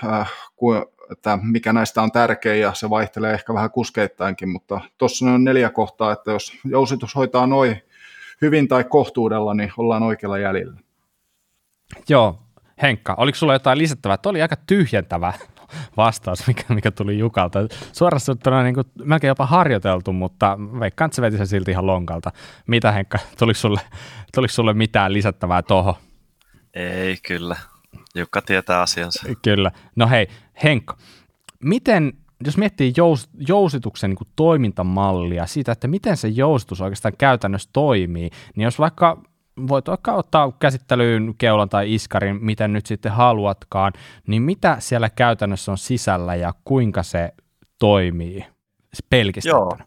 että mikä näistä on tärkeä, ja se vaihtelee ehkä vähän kuskeittainkin, mutta tuossa on 4 kohtaa, että jos jousitus hoitaa noin hyvin tai kohtuudella, niin ollaan oikealla jäljellä. Joo, Henkka, oliko sulla jotain lisättävää? Tuo oli aika tyhjentävä vastaus, mikä tuli Jukalta. Suorastaan niin kuin melkein jopa harjoiteltu, mutta veikkaan, että se veti sen silti ihan lonkalta. Mitä, Henkka, tuliko sulle mitään lisättävää tuohon? Ei, kyllä. Jukka tietää asiansa. Kyllä. No hei, Henkka, miten, jos miettii jousituksen niin kuin toimintamallia, siitä, että miten se jousitus oikeastaan käytännössä toimii, niin jos vaikka voit ottaa käsittelyyn keulan tai iskarin, miten nyt sitten haluatkaan, niin mitä siellä käytännössä on sisällä ja kuinka se toimii pelkistettynä?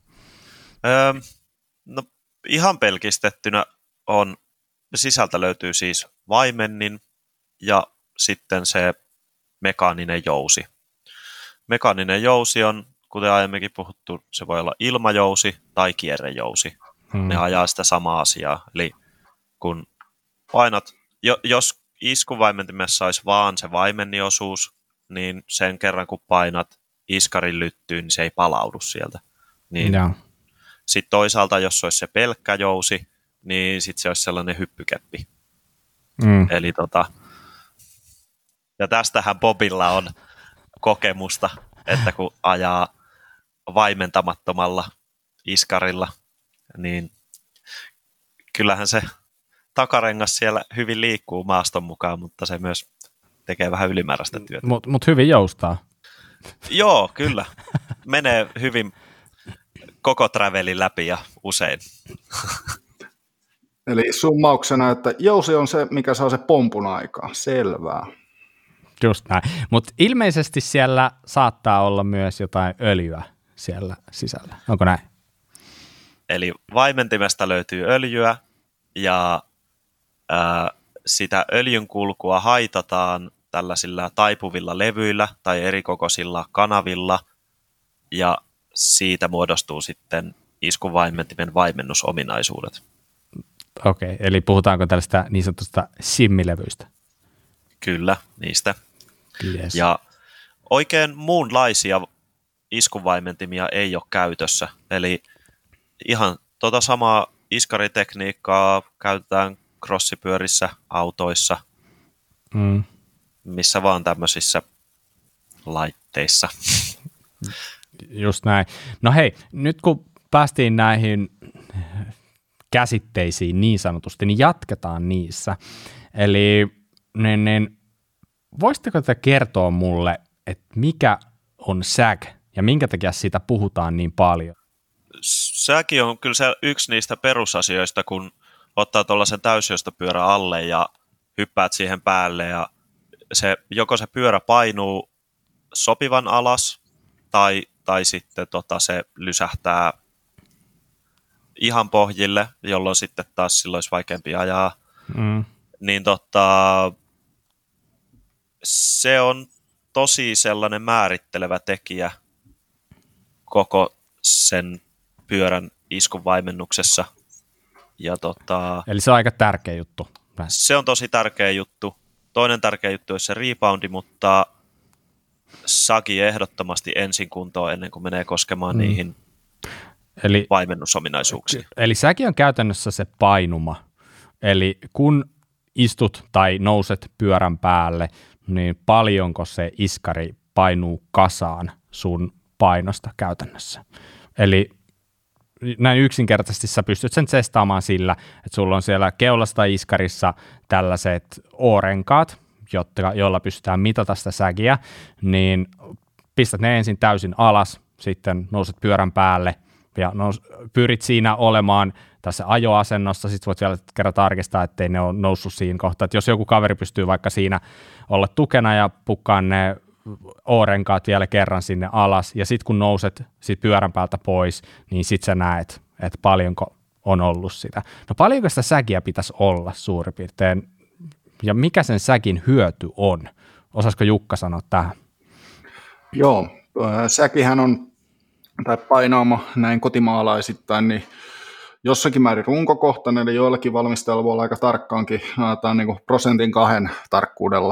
No ihan pelkistettynä sisältä löytyy siis vaimennin ja sitten se mekaaninen jousi. Mekaaninen jousi on, kuten aiemminkin puhuttu, se voi olla ilmajousi tai kierrejousi. Ne ajaa sitä samaa asiaa, eli kun painat, jos iskuvaimentimessa olisi vaan se vaimenniosuus, niin sen kerran kun painat iskarin lyttyyn, niin se ei palaudu sieltä. Niin sitten toisaalta, jos olisi se pelkkä jousi, niin sitten se olisi sellainen hyppykeppi. Eli ja tästähän Bobilla on kokemusta, että kun ajaa vaimentamattomalla iskarilla, niin kyllähän se takarengas siellä hyvin liikkuu maaston mukaan, mutta se myös tekee vähän ylimääräistä työtä. Mut hyvin joustaa. Joo, kyllä. Menee hyvin koko travelin läpi ja usein. Eli summauksena, että jousi on se, mikä saa se pompun aikaa. Selvää. Just näin. Mutta ilmeisesti siellä saattaa olla myös jotain öljyä siellä sisällä. Onko näin? Eli vaimentimesta löytyy öljyä ja sitä öljyn kulkua haitataan tällaisilla taipuvilla levyillä tai erikokoisilla kanavilla ja siitä muodostuu sitten iskuvaimentimen vaimennusominaisuudet. Okei, eli puhutaanko tällaista niin sanotusta simmilevyistä? Kyllä, niistä. Yes. Ja oikein muunlaisia iskuvaimentimia ei ole käytössä, eli ihan samaa iskaritekniikkaa käytetään crossipyörissä, autoissa, missä vaan tämmöisissä laitteissa. Just näin. No hei, nyt kun päästiin näihin käsitteisiin niin sanotusti, niin jatketaan niissä. Eli niin, voisitteko te kertoa mulle, että mikä on SAG ja minkä takia siitä puhutaan niin paljon? SAG on kyllä se yksi niistä perusasioista, kun ottaa tuollaisen täysjostopyörän alle ja hyppäät siihen päälle ja joko se pyörä painuu sopivan alas tai sitten se lysähtää ihan pohjille, jolloin sitten taas silloin olisi vaikeampi ajaa. Niin se on tosi sellainen määrittelevä tekijä koko sen pyörän iskuvaimennuksessa. Ja eli se on aika tärkeä juttu. Se on tosi tärkeä juttu. Toinen tärkeä juttu on se reboundi, mutta sagi ehdottomasti ensin kuntoon ennen kuin menee koskemaan niihin vaimennusominaisuuksiin. Eli säki on käytännössä se painuma. Eli kun istut tai nouset pyörän päälle, niin paljonko se iskari painuu kasaan sun painosta käytännössä. Eli näin yksinkertaisesti sä pystyt sen testaamaan sillä, että sulla on siellä keulasta iskarissa tällaiset O-renkaat, joilla pystytään mitata sitä säkiä, niin pistät ne ensin täysin alas, sitten nouset pyörän päälle ja pyrit siinä olemaan tässä ajoasennossa, sitten voit vielä kerran tarkistaa, ettei ne ole noussut siinä kohtaa, että jos joku kaveri pystyy vaikka siinä olla tukena ja pukkaan ne O-renkaat vielä kerran sinne alas, ja sitten kun nouset sit pyörän päältä pois, niin sitten sä näet, että paljonko on ollut sitä. No paljonko sitä säkiä pitäisi olla suurin piirtein, ja mikä sen säkin hyöty on? Osaisiko Jukka sanoa tähän? Joo, säkihän on, tai painaama näin kotimaalaisittain, niin jossakin määrin runkokohtainen, eli joillakin valmistajilla voi olla aika tarkkaankin, tämä on niin kuin 1% tarkkuudella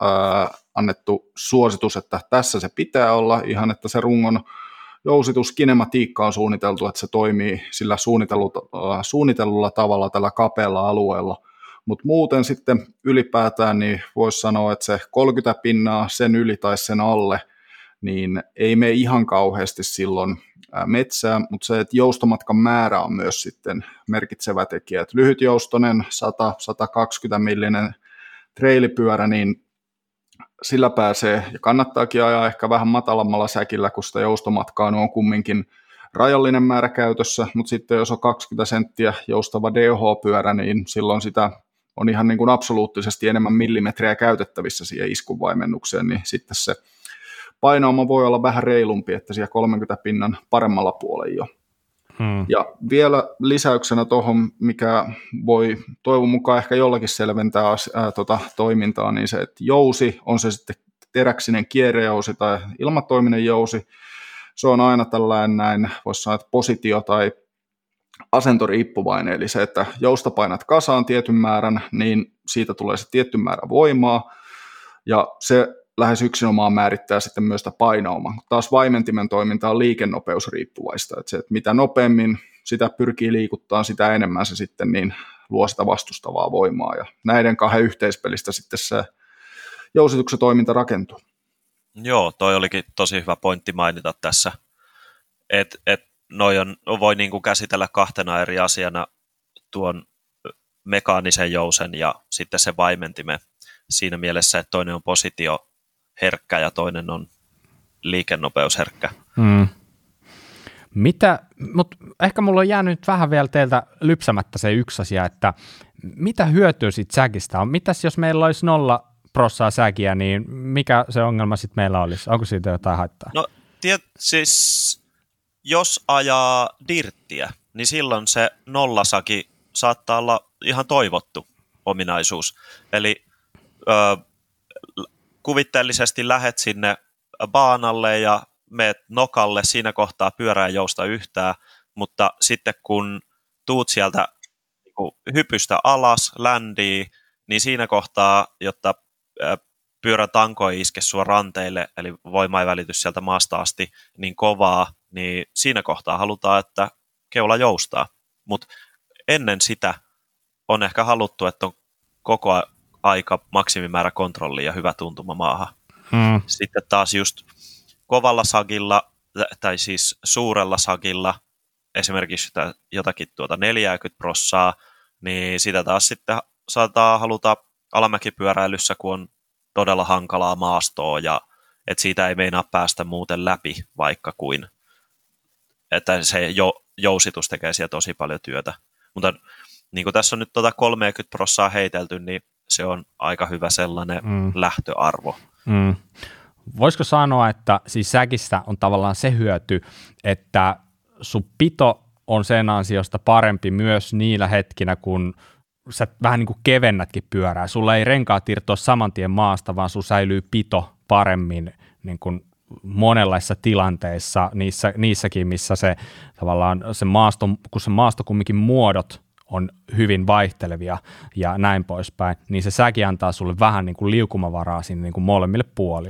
annettu suositus, että tässä se pitää olla, ihan että se rungon jousituskinematiikka on suunniteltu, että se toimii sillä suunnitellulla tavalla tällä kapealla alueella, mutta muuten sitten ylipäätään niin voisi sanoa, että se 30 pinnaa sen yli tai sen alle, niin ei mene ihan kauheasti silloin metsää, mutta se, että joustomatkan määrä on myös sitten merkitsevä tekijä. Että lyhytjoustoinen 100-120 millinen treilipyörä, niin sillä pääsee ja kannattaakin ajaa ehkä vähän matalammalla säkillä, kun sitä joustomatkaa on kumminkin rajallinen määrä käytössä, mutta sitten jos on 20 senttiä joustava DH-pyörä, niin silloin sitä on ihan niin kuin absoluuttisesti enemmän millimetriä käytettävissä siihen iskuvaimennukseen, niin sitten se painoama voi olla vähän reilumpi, että siellä 30 pinnan paremmalla puolella jo. Ja vielä lisäyksenä tuohon, mikä voi toivon mukaan ehkä jollakin selventää toimintaa, niin se, että jousi, on se sitten teräksinen kierrejousi tai ilmatoiminen jousi, se on aina tällainen näin, voisi sanoa, että positio- tai asentoriippuvainen, eli se, että jousta painat kasaan tietyn määrän, niin siitä tulee se tietty määrä voimaa, ja se lähes yksinomaan määrittää sitten myös sitä painaumaa. Taas vaimentimen toiminta on liikennopeusriippuvaista, että se, että mitä nopeammin sitä pyrkii liikuttaa, sitä enemmän se sitten niin luo sitä vastustavaa voimaa, ja näiden kahden yhteispelistä sitten se jousituksen toiminta rakentuu. Joo, toi olikin tosi hyvä pointti mainita tässä, että voi niin kuin käsitellä kahtena eri asiana tuon mekaanisen jousen ja sitten se vaimentimen siinä mielessä, että toinen on positioherkkä ja toinen on liikennopeusherkkä. Mutta ehkä mulla on jäänyt vähän vielä teiltä lypsämättä se yksi asia, että mitä hyötyä siitä säkistä on? Mitäs jos meillä olisi 0% säkiä, niin mikä se ongelma sitten meillä olisi? Onko siitä jotain haittaa? No siis jos ajaa dirttiä, niin silloin se nollasaki saattaa olla ihan toivottu ominaisuus. Eli kuvitteellisesti lähet sinne baanalle ja meet nokalle, siinä kohtaa pyörää jousta yhtään, mutta sitten kun tuut sieltä hypystä alas, ländii, niin siinä kohtaa, jotta pyörän tanko ei iske sua ranteille, eli voima ei välity sieltä maasta asti niin kovaa, niin siinä kohtaa halutaan, että keula joustaa. Mutta ennen sitä on ehkä haluttu, että on koko aika maksimimäärä kontrollia ja hyvä tuntuma maahan. Sitten taas just kovalla sagilla, tai siis suurella sagilla, esimerkiksi jotakin 40%, niin sitä taas sitten saattaa haluta alamäkipyöräilyssä, kun on todella hankalaa maastoa, ja että siitä ei meinaa päästä muuten läpi, vaikka kuin, että se jousitus tekee siellä tosi paljon työtä. Mutta niin kuin tässä on nyt 30% heitelty, niin se on aika hyvä sellainen lähtöarvo. Voisiko sanoa, että siis säkistä on tavallaan se hyöty, että sun pito on sen ansiosta parempi myös niillä hetkinä, kun sä vähän niin kuin kevennätkin pyörää. Sulla ei renkaat irtoa saman tien maasta, vaan sun säilyy pito paremmin niin kuin monenlaisissa tilanteissa, niissäkin, missä se tavallaan se maasto, kun se maasto kumminkin muodot on hyvin vaihtelevia ja näin poispäin, niin se säki antaa sulle vähän niin kuin liukumavaraa sinne niin kuin molemmille puolille.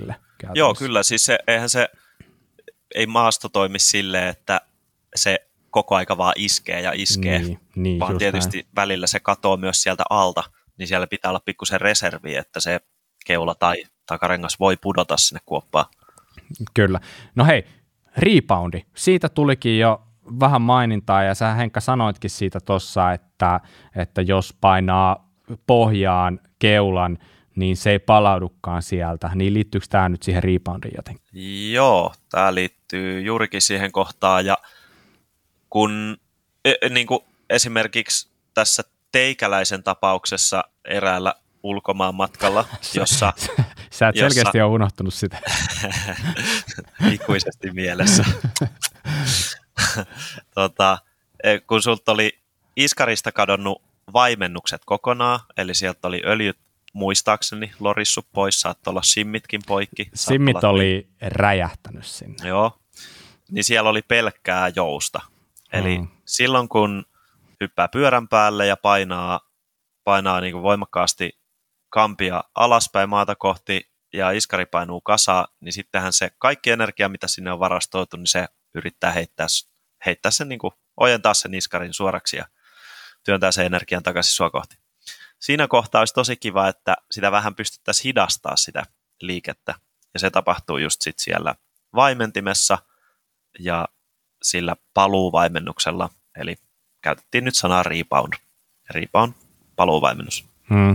Joo, kyllä. Siis ei maasto toimi silleen, että se koko aika vaan iskee ja iskee, vaan tietysti näin. Välillä se katoo myös sieltä alta, niin siellä pitää olla pikkusen reserviä, että se keula tai takarengas voi pudota sinne kuoppaan. Kyllä. No hei, reboundi. Siitä tulikin jo vähän mainintaa, ja sä Henkka sanoitkin siitä tuossa, että jos painaa pohjaan keulan, niin se ei palaudukaan sieltä. Niin liittyykö tämä nyt siihen reboundiin jotenkin? Joo, tämä liittyy juurikin siihen kohtaan, ja kun niin kuin esimerkiksi tässä teikäläisen tapauksessa eräällä ulkomaan matkalla, jossa... Sä et selkeästi ole unohtanut sitä. Ikuisesti mielessä. Kun sulta oli iskarista kadonnut vaimennukset kokonaan, eli sieltä oli öljyt muistaakseni lorissut pois, saattoi olla simmitkin poikki. Simmit oli räjähtänyt sinne. Joo, niin siellä oli pelkkää jousta. Eli silloin kun hyppää pyörän päälle ja painaa niin kuin voimakkaasti kampia alaspäin maata kohti ja iskari painuu kasaan, niin sittenhän se kaikki energia, mitä sinne on varastoitu, niin se yrittää heittää sen, niin kuin ojentaa sen iskarin suoraksi ja työntää sen energian takaisin sua kohti. Siinä kohtaa olisi tosi kiva, että sitä vähän pystyttäisiin hidastaa sitä liikettä, ja se tapahtuu just sit siellä vaimentimessa ja sillä paluuvaimennuksella, eli käytettiin nyt sanaa rebound, paluuvaimennus.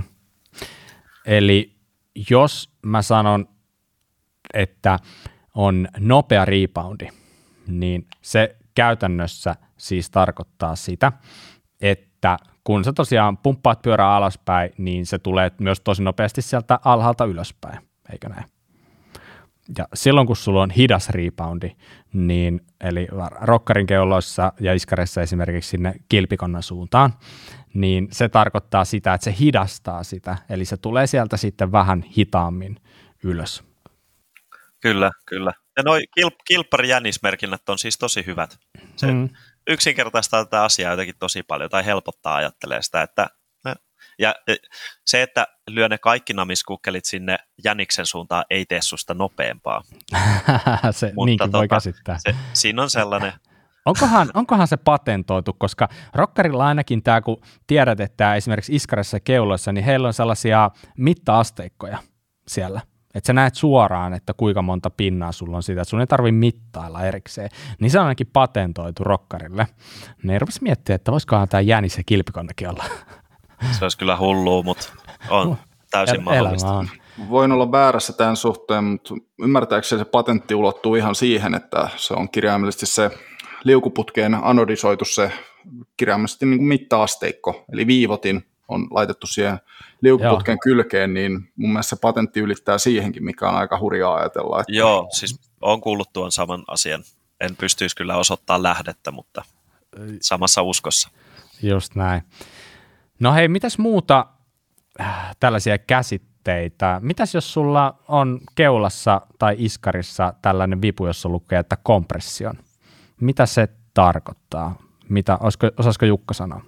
Eli jos mä sanon, että on nopea reboundi, niin se käytännössä siis tarkoittaa sitä, että kun sä tosiaan pumppaat pyörää alaspäin, niin se tulee myös tosi nopeasti sieltä alhaalta ylöspäin, eikö näin? Ja silloin, kun sulla on hidas reboundi, niin, eli rokkarin keuloissa ja iskareissa esimerkiksi sinne kilpikonnan suuntaan, niin se tarkoittaa sitä, että se hidastaa sitä, eli se tulee sieltä sitten vähän hitaammin ylös. Kyllä. Ja noi kilpparijännismerkinnät on siis tosi hyvät. Se yksinkertaistaa tätä asiaa jotenkin tosi paljon, tai helpottaa ajattelee sitä, että ja se, että lyö ne kaikki namiskukkelit sinne jäniksen suuntaan, ei tee susta nopeampaa. Se niinkin voi käsittää. Siinä on sellainen. Onkohan se patentoitu, koska rokkarilla ainakin tämä, kun tiedät, että esimerkiksi iskarissa ja keuloissa, niin heillä on sellaisia mitta-asteikkoja siellä. Että sä näet suoraan, että kuinka monta pinnaa sulla on siitä, että sun ei tarvitse mittailla erikseen. Niin se on ainakin patentoitu rokkarille. Ne rupesi miettimään, että voisikohan tämä jänis ja kilpikonnakin olla. Se olisi kyllä hullua, mutta on täysin mahdollista. On. Voin olla väärässä tämän suhteen, mutta ymmärtääkseni se patentti ulottuu ihan siihen, että se on kirjaimellisesti se liukuputkeen anodisoitu se kirjaimellisesti niin kuin mitta-asteikko, eli viivotin on laitettu siihen liukuputken kylkeen, niin mun mielestä se patentti ylittää siihenkin, mikä on aika hurjaa ajatella. Että... Joo, siis olen kuullut tuon saman asian. En pystyisi kyllä osoittamaan lähdettä, mutta samassa uskossa. Just näin. No hei, mitäs muuta tällaisia käsitteitä? Mitäs jos sulla on keulassa tai iskarissa tällainen vipu, jossa lukee, että kompression? Mitä se tarkoittaa? Osaisiko Jukka sanoa?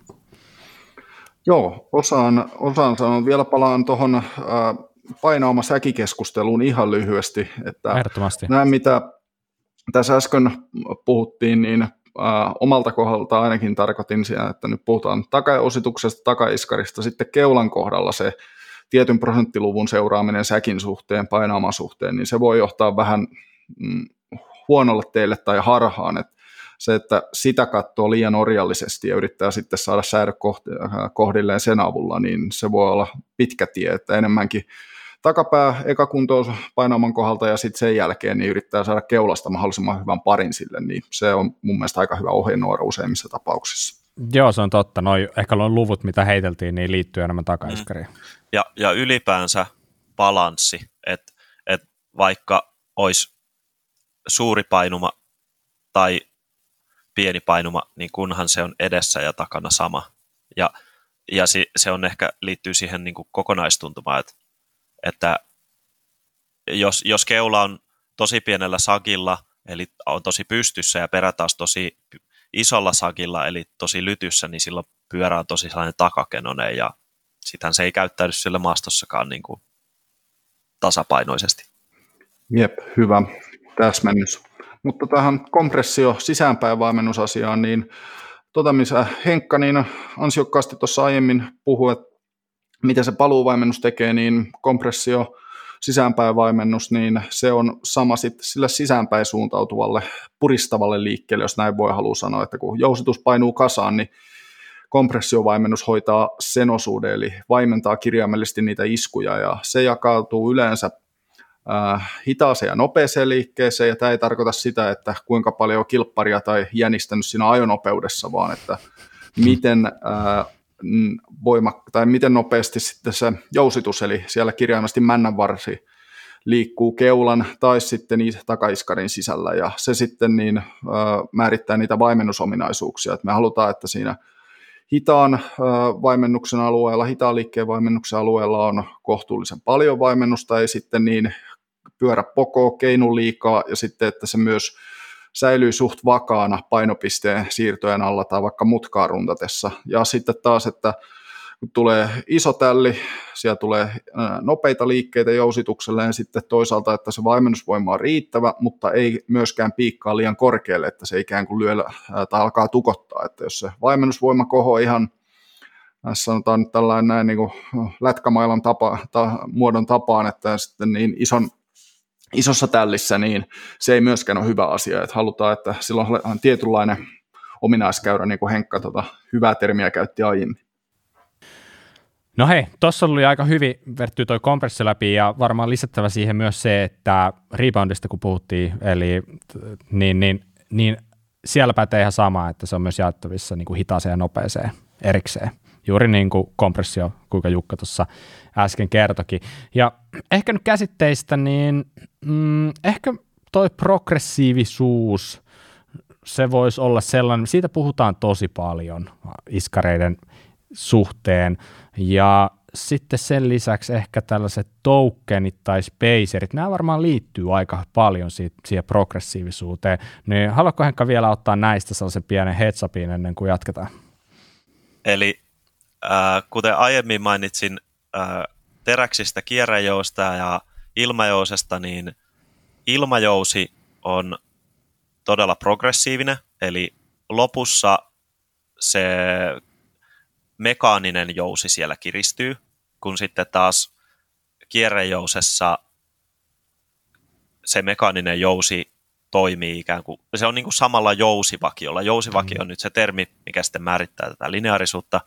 Joo, osaan sanoa. Vielä palaan tuohon painauma-säkikeskusteluun ihan lyhyesti. Että ehdottomasti. Nämä, mitä tässä äsken puhuttiin, niin omalta kohdalta ainakin tarkoitin siellä, että nyt puhutaan takaosituksesta, takaiskarista, sitten keulan kohdalla se tietyn prosenttiluvun seuraaminen säkin suhteen, painaaman suhteen, niin se voi johtaa vähän huonolle teille tai harhaan, että se, että sitä katsoo liian orjallisesti ja yrittää sitten saada säädöt kohdilleen sen avulla, niin se voi olla pitkä tie, että enemmänkin takapää ekakuntoon painaaman kohdalta ja sitten sen jälkeen niin yrittää saada keulasta mahdollisimman hyvän parin sille, niin se on mun mielestä aika hyvä ohjenuora useimmissa tapauksissa. Joo, se on totta. Ehkä nuo luvut, mitä heiteltiin, niin liittyy enemmän takaiskariin. Ja ylipäänsä balanssi, että vaikka olisi suuri painuma tai pieni painuma, niin kunhan se on edessä ja takana sama. Ja se on ehkä liittyy siihen niin kuin kokonaistuntumaan, että jos keula on tosi pienellä sagilla, eli on tosi pystyssä ja perä taas tosi isolla sagilla, eli tosi lytyssä, niin silloin pyörä on tosi sellainen takakenoinen ja sittenhän se ei käyttäydy sillä maastossakaan niin kuin tasapainoisesti. Jep, hyvä täsmennys. Mutta tähän kompressio sisäänpäin vaimennusasiaan, niin missä Henkka niin ansiokkaasti tuossa aiemmin puhui, että miten se paluuvaimennus tekee, niin kompressio sisäänpäin vaimennus, niin se on sama sitten sille sisäänpäin suuntautuvalle puristavalle liikkeelle, jos näin voi halua sanoa, että kun jousitus painuu kasaan, niin kompressiovaimennus hoitaa sen osuuden, eli vaimentaa kirjaimellisesti niitä iskuja, ja se jakautuu yleensä hitaaseen ja nopeeseen liikkeeseen, ja tämä ei tarkoita sitä, että kuinka paljon kilpparia tai jänistänyt siinä ajonopeudessa, vaan että miten nopeasti sitten se jousitus, eli siellä kirjaimellisesti männänvarsi liikkuu keulan tai sitten takaiskarin sisällä, ja se sitten määrittää niitä vaimennusominaisuuksia. Et me halutaan, että siinä hitaan liikkeen vaimennuksen alueella on kohtuullisen paljon vaimennusta, ei sitten niin pyörä poko, keinu liikaa, ja sitten, että se myös säilyy suht vakaana painopisteen siirtojen alla tai vaikka mutkaa runtatessa. Ja sitten taas, että kun tulee iso tälli, siellä tulee nopeita liikkeitä jousitukselle, ja sitten toisaalta, että se vaimennusvoima on riittävä, mutta ei myöskään piikkaa liian korkealle, että se ikään kuin lyö tai alkaa tukottaa. Että jos se vaimennusvoima koho ihan, sanotaan nyt tällainen näin niin kuin lätkämailan muodon tapaan, että sitten niin isossa tällissä, niin se ei myöskään ole hyvä asia. Että halutaan, että silloin on tietynlainen ominaiskäyrä, niin kuin Henkka hyvää termiä käytti aiemmin. No hei, tuossa oli aika hyvin verttyy toi kompressio läpi, ja varmaan lisättävä siihen myös se, että reboundista kun puhuttiin, eli niin siellä pätee ihan sama, että se on myös jaettavissa niin kuin hitaaseen ja nopeeseen erikseen. Juuri niin kuin kompressio, kuinka Jukka tuossa äsken kertokin. Ja ehkä nyt käsitteistä, niin ehkä toi progressiivisuus, se voisi olla sellainen, siitä puhutaan tosi paljon iskareiden suhteen, ja sitten sen lisäksi ehkä tällaiset tokenit tai spacerit, nämä varmaan liittyy aika paljon siihen progressiivisuuteen, niin haluatko Henkka vielä ottaa näistä sellaisen pienen heads upin ennen kuin jatketaan? Eli kuten aiemmin mainitsin teräksistä, kierrejousta ja ilmajousesta, niin ilmajousi on todella progressiivinen, eli lopussa se mekaaninen jousi siellä kiristyy, kun sitten taas kierrejousessa se mekaaninen jousi toimii ikään kuin, se on niin kuin samalla jousivakiolla. Jousivakio on nyt se termi, mikä sitten määrittää tätä lineaarisuutta,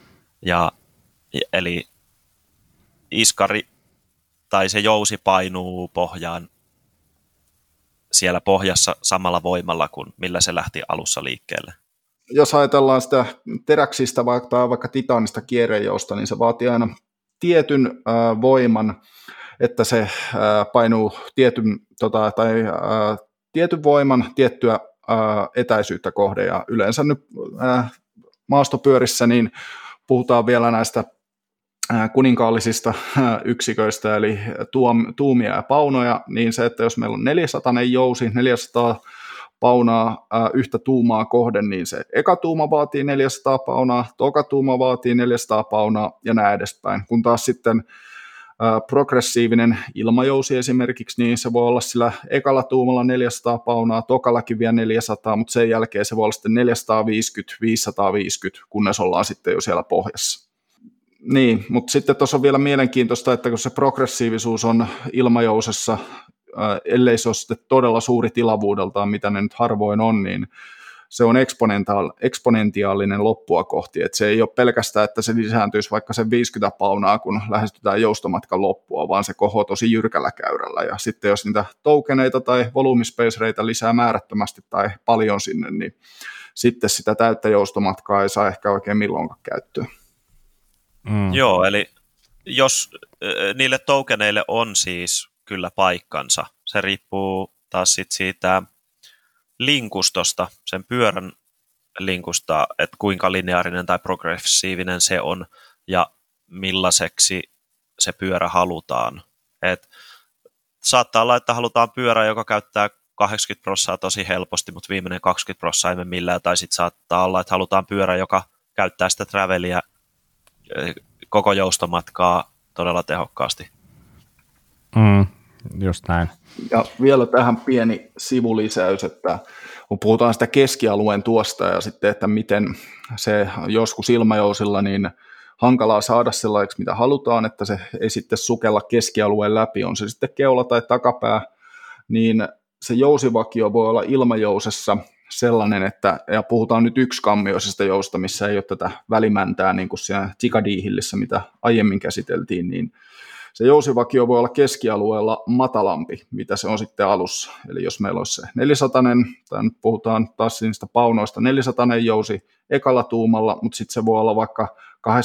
eli iskari tai se jousi painuu pohjaan siellä pohjassa samalla voimalla kuin millä se lähti alussa liikkeelle. Jos ajatellaan sitä teräksistä tai vaikka titaanista kierrejousta, niin se vaatii aina tietyn voiman, että se painuu tietyn voiman tiettyä etäisyyttä kohden. Ja yleensä nyt maastopyörissä niin puhutaan vielä näistä kuninkaallisista yksiköistä, eli tuumia ja paunoja, niin se, että jos meillä on 400 jousi, 400 paunaa yhtä tuumaa kohden, niin se eka tuuma vaatii 400 paunaa, toka tuuma vaatii 400 paunaa ja näin edespäin. Kun taas sitten progressiivinen ilmajousi esimerkiksi, niin se voi olla sillä ekalla tuumalla 400 paunaa, tokallakin vielä 400, mutta sen jälkeen se voi olla sitten 450, 550, kunnes ollaan sitten jo siellä pohjassa. Niin, mutta sitten tuossa on vielä mielenkiintoista, että kun se progressiivisuus on ilmajousessa, ellei se ole sitten todella suuri tilavuudeltaan, mitä ne nyt harvoin on, niin se on eksponentiaalinen loppua kohti, että se ei ole pelkästään, että se lisääntyisi vaikka sen 50 paunaa, kun lähestytään joustomatkan loppua, vaan se kohoo tosi jyrkällä käyrällä, ja sitten jos niitä tokeneita tai volyymispacereita lisää määrättömästi tai paljon sinne, niin sitten sitä täyttä joustomatkaa ei saa ehkä oikein milloinkaan käyttöön. Joo, eli jos niille tokeneille on siis kyllä paikkansa, se riippuu taas siitä linkustosta, sen pyörän linkusta, että kuinka lineaarinen tai progressiivinen se on ja millaiseksi se pyörä halutaan. Et saattaa olla, että halutaan pyörä, joka käyttää 80% tosi helposti, mutta viimeinen 20% ei mene millään, tai sitten saattaa olla, että halutaan pyörä, joka käyttää sitä travelia koko joustomatkaa todella tehokkaasti. Just näin. Ja vielä tähän pieni sivulisäys, että kun puhutaan sitä keskialueen tuosta ja sitten, että miten se joskus ilmajousilla niin hankalaa saada sellaiseksi, mitä halutaan, että se ei sitten sukella keskialueen läpi, on se sitten keula tai takapää, niin se jousivakio voi olla ilmajousessa sellainen, että, ja puhutaan nyt yksikammioisesta jousta, missä ei ole tätä välimäntää, niin kuin siinä Chicadee-hillissä, mitä aiemmin käsiteltiin, niin se jousivakio voi olla keskialueella matalampi, mitä se on sitten alussa. Eli jos meillä olisi se 400, tai nyt puhutaan taas niistä paunoista, 400 jousi ekalla tuumalla, mutta sitten se voi olla vaikka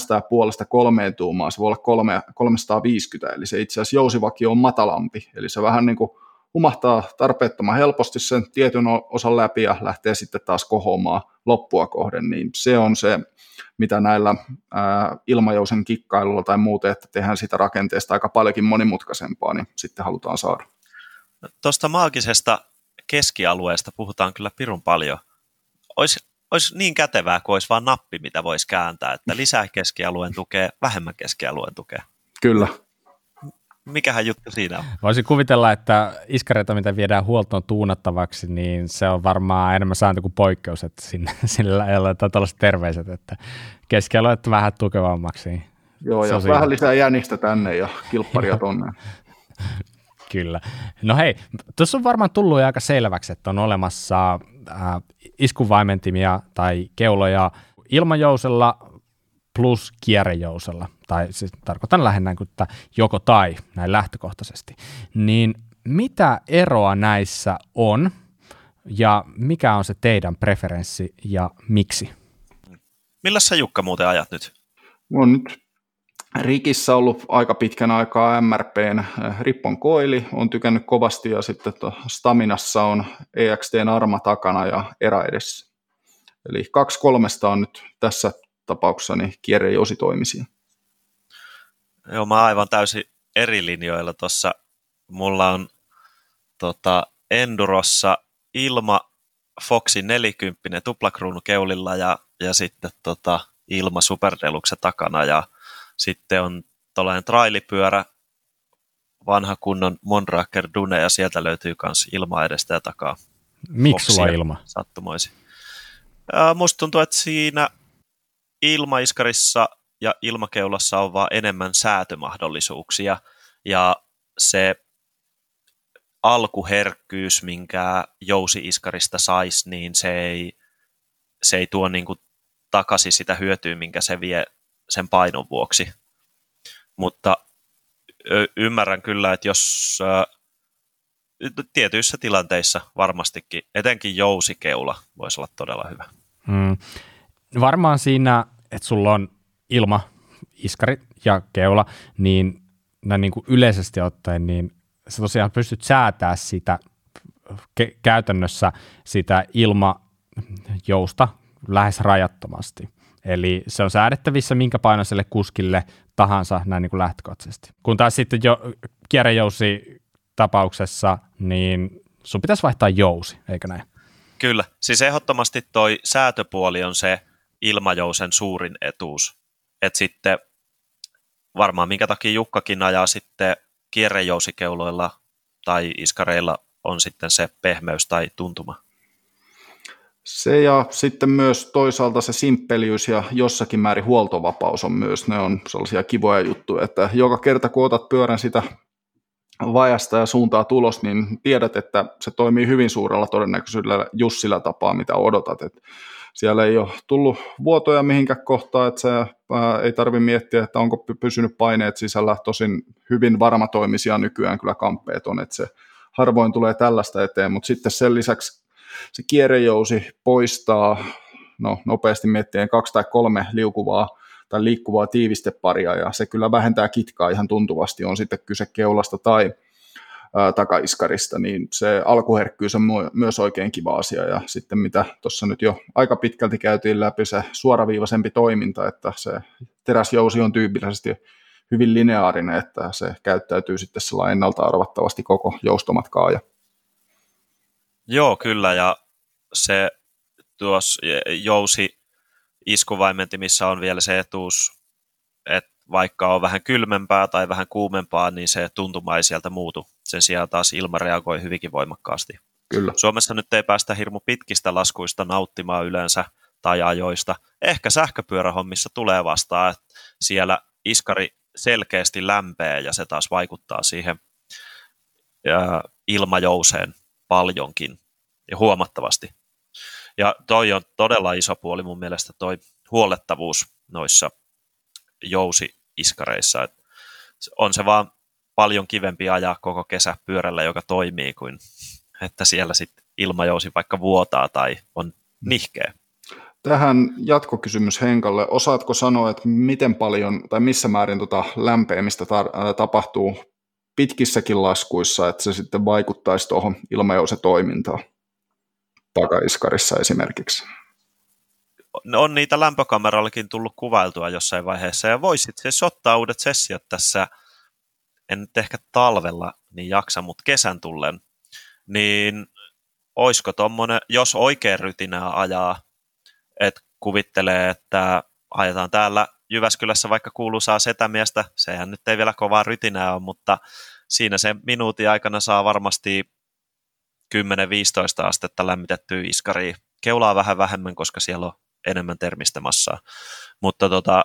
2,5–3 tuumaa, se voi olla 350, eli se itse asiassa jousivakio on matalampi, eli se vähän niin kuin humahtaa tarpeettoman helposti sen tietyn osan läpi ja lähtee sitten taas kohoamaan loppua kohden, niin se on se, mitä näillä ilmajousen kikkailulla tai muuten, että tehdään sitä rakenteesta aika paljonkin monimutkaisempaa, niin sitten halutaan saada. Tuosta maagisesta keskialueesta puhutaan kyllä pirun paljon. Olisi niin kätevää, kun olisi vain nappi, mitä voisi kääntää, että lisää keskialueen tukea, vähemmän keskialueen tukea. Kyllä. Mikähän juttu siinä on? Voisin kuvitella, että iskareita, mitä viedään huoltoon tuunattavaksi, niin se on varmaan enemmän sääntö kuin poikkeus, että sillä ei ole tällaiset terveiset, että keskialueet vähän tukevammaksi. Joo, ja vähän lisää jänistä tänne ja kilpparia tonne. Kyllä. No hei, tuossa on varmaan tullut jo aika selväksi, että on olemassa iskuvaimentimia tai keuloja ilmajousella plus kierrejousella, tai siis tarkoitan lähinnä että joko tai näin lähtökohtaisesti. Niin mitä eroa näissä on ja mikä on se teidän preferenssi ja miksi? Milläs sä Jukka muuten ajat nyt? On nyt Rikissä ollut aika pitkän aikaa MRPn Rippon koili, on tykännyt kovasti ja sitten Staminassa on EXTn Arma takana ja Era edessä. Eli 2-3 on nyt tässä tapauksessa niin kierrejousitoimisia. Joo, mä oon aivan täysin eri linjoilla tuossa. Mulla on Endurossa Ilma Foxin 40 tuplakruunu keulilla ja sitten Ilma Super Deluxe takana ja sitten on tuollainen trailipyörä, vanha kunnon Mondraker Dune ja sieltä löytyy myös Ilma edestä ja takaa. Miksi sulla on Ilma? Sattumoisin. Musta tuntuu, että siinä ilmaiskarissa ja ilmakeulassa on vaan enemmän säätömahdollisuuksia ja se alkuherkkyys, minkä jousi-iskarista saisi, niin se ei tuo niin kuin takaisin sitä hyötyä, minkä se vie sen painon vuoksi. Mutta ymmärrän kyllä, että jos tietyissä tilanteissa varmastikin, etenkin jousikeula voisi olla todella hyvä. Varmaan siinä, että sulla on ilma, iskari ja keula, niin näin niin kuin yleisesti ottaen, niin sä tosiaan pystyt säätämään sitä käytännössä sitä ilmajousta lähes rajattomasti. Eli se on säädettävissä minkä painoiselle kuskille tahansa näin niin kuin lähtökohtaisesti. Kun taas sitten jo kierrejousi tapauksessa, niin sun pitäisi vaihtaa jousi, eikö näin? Kyllä, siis ehdottomasti toi säätöpuoli on se ilmajousen suurin etuus. Että sitten varmaan minkä takia Jukkakin ajaa sitten kierrejousikeuloilla tai iskareilla on sitten se pehmeys tai tuntuma. Se ja sitten myös toisaalta se simppeliys ja jossakin määrin huoltovapaus on myös, ne on sellaisia kivoja juttuja, että joka kerta kun otat pyörän sitä vajasta ja suuntaa tulos, niin tiedät, että se toimii hyvin suurella todennäköisyydellä just sillä tapaa, mitä odotat. Et siellä ei ole tullut vuotoja mihinkään kohtaan, että se ei tarvitse miettiä, että onko pysynyt paineet sisällä. Tosin hyvin varmatoimisia nykyään kyllä kamppeet on, että se harvoin tulee tällaista eteen, mutta sitten sen lisäksi se kierrejousi poistaa, nopeasti miettien 2 tai 3 liukuvaa tai liikkuvaa tiivisteparia, ja se kyllä vähentää kitkaa ihan tuntuvasti, on sitten kyse keulasta tai takaiskarista, niin se alkuherkkyys on myös oikein kiva asia, ja sitten mitä tuossa nyt jo aika pitkälti käytiin läpi, se suoraviivaisempi toiminta, että se teräsjousi on tyypillisesti hyvin lineaarinen, että se käyttäytyy sitten sellainen ennalta arvattavasti koko joustomatkaa. Joo, kyllä, ja se tuossa jousi iskuvaimentimissa on vielä se etuus, että vaikka on vähän kylmempää tai vähän kuumempaa, niin se tuntuma ei sieltä muutu. Sen sijaan taas ilma reagoi hyvinkin voimakkaasti. Kyllä. Suomessa nyt ei päästä hirmu pitkistä laskuista nauttimaan yleensä tai ajoista. Ehkä sähköpyörähommissa tulee vastaan, että siellä iskari selkeästi lämpee ja se taas vaikuttaa siihen ilmajouseen paljonkin ja huomattavasti. Ja toi on todella iso puoli mun mielestä toi huollettavuus noissa jousi-iskareissa. Et on se vaan paljon kivempi ajaa koko kesä pyörällä, joka toimii, kuin että siellä sitten ilmajousi vaikka vuotaa tai on nihkeä. Tähän jatkokysymys Henkalle. Osaatko sanoa, että miten paljon tai missä määrin lämpeämistä tapahtuu pitkissäkin laskuissa, että se sitten vaikuttaisi tuohon ilmajousetoimintaan takaiskarissa esimerkiksi? On niitä lämpökamerallakin tullut kuvailtua jossain vaiheessa, ja voisit siis ottaa uudet sessiot tässä, en nyt ehkä talvella niin jaksa, mutta kesän tullen, niin olisiko tommonen, jos oikein rytinää ajaa, että kuvittelee, että ajetaan täällä Jyväskylässä vaikka kuuluisaa setämiestä, sehän nyt ei vielä kovaa rytinää ole, mutta siinä se minuutin aikana saa varmasti 10-15 astetta lämmitettyä iskaria. Keulaa vähän vähemmän, koska siellä on enemmän termistä massaa, mutta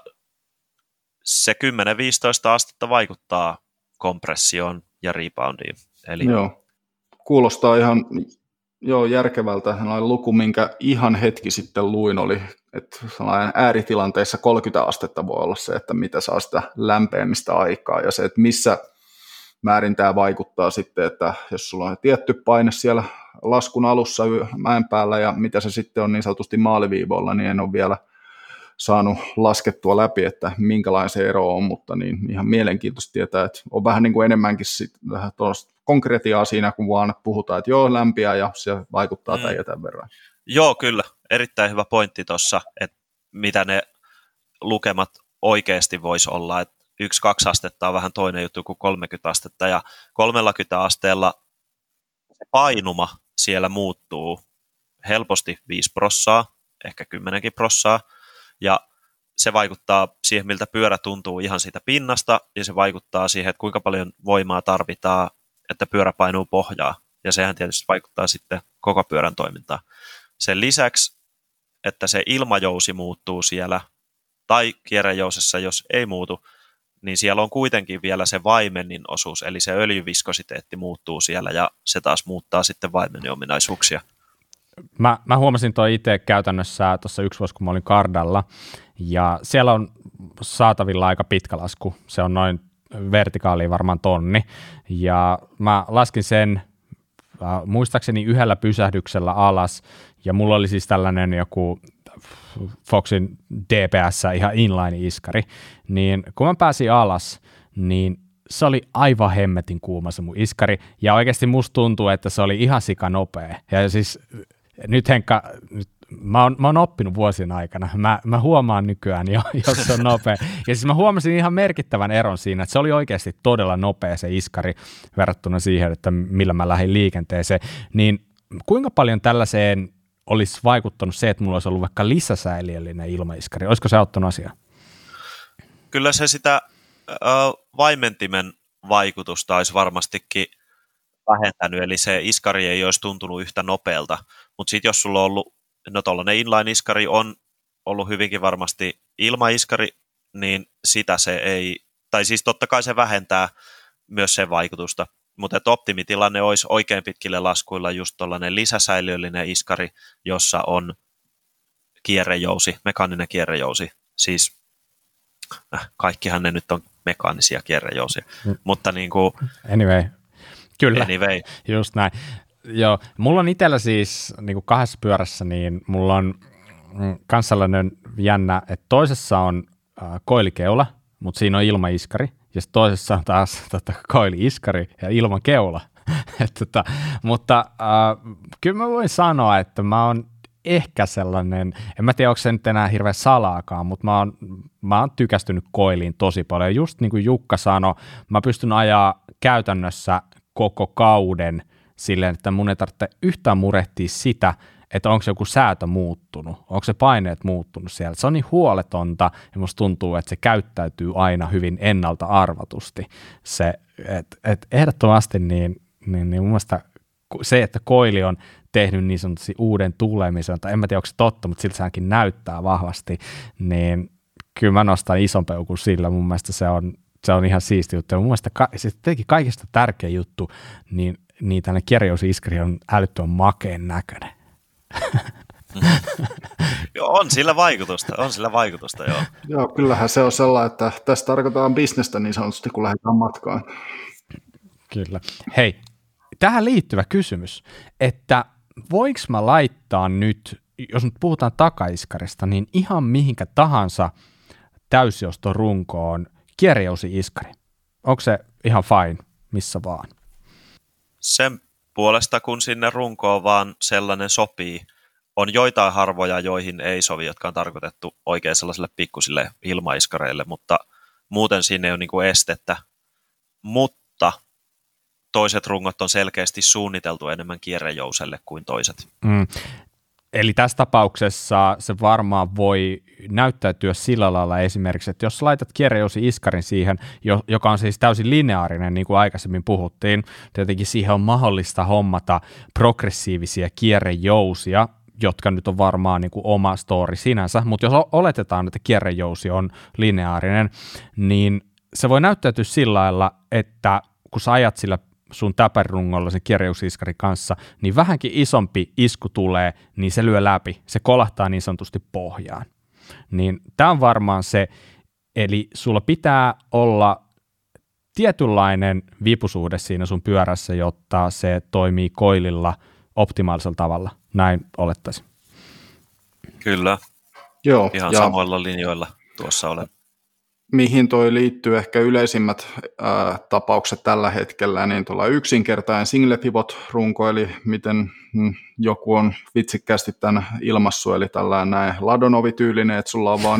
se 10-15 astetta vaikuttaa kompressioon ja reboundiin. Eli Joo, kuulostaa ihan järkevältä. Luku, minkä ihan hetki sitten luin, oli, että ääritilanteessa 30 astetta voi olla se, että mitä saa sitä lämpeämistä aikaa, ja se, että missä määrin tämä vaikuttaa sitten, että jos sulla on tietty paine siellä laskun alussa mäen päällä, ja mitä se sitten on niin sanotusti maaliviivoilla, niin en ole vielä saanut laskettua läpi, että minkälainen se ero on, mutta niin ihan mielenkiintoista tietää, että on vähän niin kuin enemmänkin konkretiaa siinä, kun vaan puhutaan, että joo, lämpiää ja se vaikuttaa tämän verran. Joo, kyllä. Erittäin hyvä pointti tuossa, että mitä ne lukemat oikeasti voisi olla, että 1-2 astetta on vähän toinen juttu kuin 30 astetta, ja 30 asteella painuma siellä muuttuu helposti 5%, ehkä 10%, ja se vaikuttaa siihen, miltä pyörä tuntuu ihan siitä pinnasta, ja se vaikuttaa siihen, että kuinka paljon voimaa tarvitaan, että pyörä painuu pohjaa, ja sehän tietysti vaikuttaa sitten koko pyörän toimintaan. Sen lisäksi, että se ilmajousi muuttuu siellä, tai kierrejousessa, jos ei muutu, niin siellä on kuitenkin vielä se vaimennin osuus, eli se öljyviskositeetti muuttuu siellä, ja se taas muuttaa sitten vaimennin ominaisuuksia. Mä huomasin toi itse käytännössä tuossa yksi vuosi, kun mä olin Kardalla, ja siellä on saatavilla aika pitkä lasku, se on noin vertikaaliin varmaan 1 000, ja mä laskin sen muistaakseni yhdellä pysähdyksellä alas, ja mulla oli siis tällainen joku Foxin DPS, ihan inline-iskari, niin kun mä pääsin alas, niin se oli aivan hemmetin kuuma se mun iskari, ja oikeasti musta tuntuu, että se oli ihan sikanopea, ja siis nyt Henkka, mä oon oppinut vuosien aikana, mä huomaan nykyään jo, jos se on nopea, ja siis mä huomasin ihan merkittävän eron siinä, että se oli oikeasti todella nopea se iskari verrattuna siihen, että millä mä lähdin liikenteeseen, niin kuinka paljon tällaiseen olisi vaikuttanut se, että mulla olisi ollut vaikka lisäsäiliöllinen ilmaiskari, olisiko se auttanut asiaa? Kyllä se sitä vaimentimen vaikutusta olisi varmastikin vähentänyt, eli se iskari ei olisi tuntunut yhtä nopealta, mutta sitten jos sulla on ollut, no tollainen inline-iskari on ollut hyvinkin varmasti ilmaiskari, niin sitä se ei, tai siis totta kai se vähentää myös sen vaikutusta, mutta optimitilanne olisi oikein pitkille laskuilla just tollainen lisäsäiliöllinen iskari, jossa on kierrejousi, mekaaninen kierrejousi, siis kaikkihan ne nyt on mekaanisia kierrejousia, mutta niin kuin Kyllä, just näin. Joo, mulla on itsellä siis niin kuin 2 pyörässä, niin mulla on kans sellainen jännä, että toisessa on koilikeula, mutta siinä on ilmaiskari, ja toisessa on taas koili-iskari ja ilmakeula. Mutta kyllä mä voin sanoa, että mä oon ehkä sellainen, en mä tiedä, onko se nyt enää hirveän salaakaan, mutta mä oon tykästynyt koiliin tosi paljon. Just niin kuin Jukka sanoi, mä pystyn ajaa käytännössä koko kauden silleen, että mun ei tarvitse yhtään murehtia sitä, että onko se joku säätö muuttunut, onko se paineet muuttunut siellä. Se on niin huoletonta ja musta tuntuu, että se käyttäytyy aina hyvin ennalta arvatusti. Se, et ehdottomasti niin mun mielestä se, että Coyle on tehnyt niin sanotusti uuden tulemisen, tai en mä tiedä, onko se totta, mutta siltä se ainakin näyttää vahvasti, niin kyllä mä nostan ison peukun sillä. Mun mielestä se on ihan siisti juttu. Ja mun mielestä se tietenkin kaikista tärkeä juttu, niin tällainen kierrejousi-iskari on älyttömän makeen näköinen. Joo, on sillä vaikutusta, joo. Joo, kyllähän se on sellainen, että tässä tarkoitetaan bisnestä niin sanotusti, kun lähdetään matkaan. Kyllä. Hei, tähän liittyvä kysymys, että voiko mä laittaa nyt, jos nyt puhutaan takaiskarista, niin ihan mihinkä tahansa täysjouston runkoon kierrejousi-iskari? Onko se ihan fine missä vaan? Sen puolesta, kun sinne runkoon vaan sellainen sopii, on joitain harvoja, joihin ei sovi, jotka on tarkoitettu oikein sellaisille pikkusille ilmaiskareille, mutta muuten sinne ei ole niin kuin estettä. Mutta toiset rungot on selkeästi suunniteltu enemmän kierrejouselle kuin toiset. Eli tässä tapauksessa se varmaan voi näyttäytyä sillä lailla esimerkiksi, että jos laitat kierrejousi-iskarin siihen, joka on siis täysin lineaarinen, niin kuin aikaisemmin puhuttiin, tietenkin siihen on mahdollista hommata progressiivisia kierrejousia, jotka nyt on varmaan niin kuin oma story sinänsä, mutta jos oletetaan, että kierrejousi on lineaarinen, niin se voi näyttäytyä sillä lailla, että kun sä ajat sillä sun täpärirungolla sen kierrejousi-iskarin kanssa, niin vähänkin isompi isku tulee, niin se lyö läpi, se kolahtaa niin sanotusti pohjaan. Niin tämä on varmaan se, eli sulla pitää olla tietynlainen vipusuhde siinä sun pyörässä, jotta se toimii Coilella optimaalisella tavalla, näin olettaisin. Kyllä, Joo, ihan samoilla linjoilla tuossa olen. Mihin toi liittyy ehkä yleisimmät tapaukset tällä hetkellä, niin tuolla yksinkertainen single pivot runko, eli miten joku on vitsikkäästi tämän ilmassu, eli tällainen näin Ladonovi-tyylinen, että sulla on vaan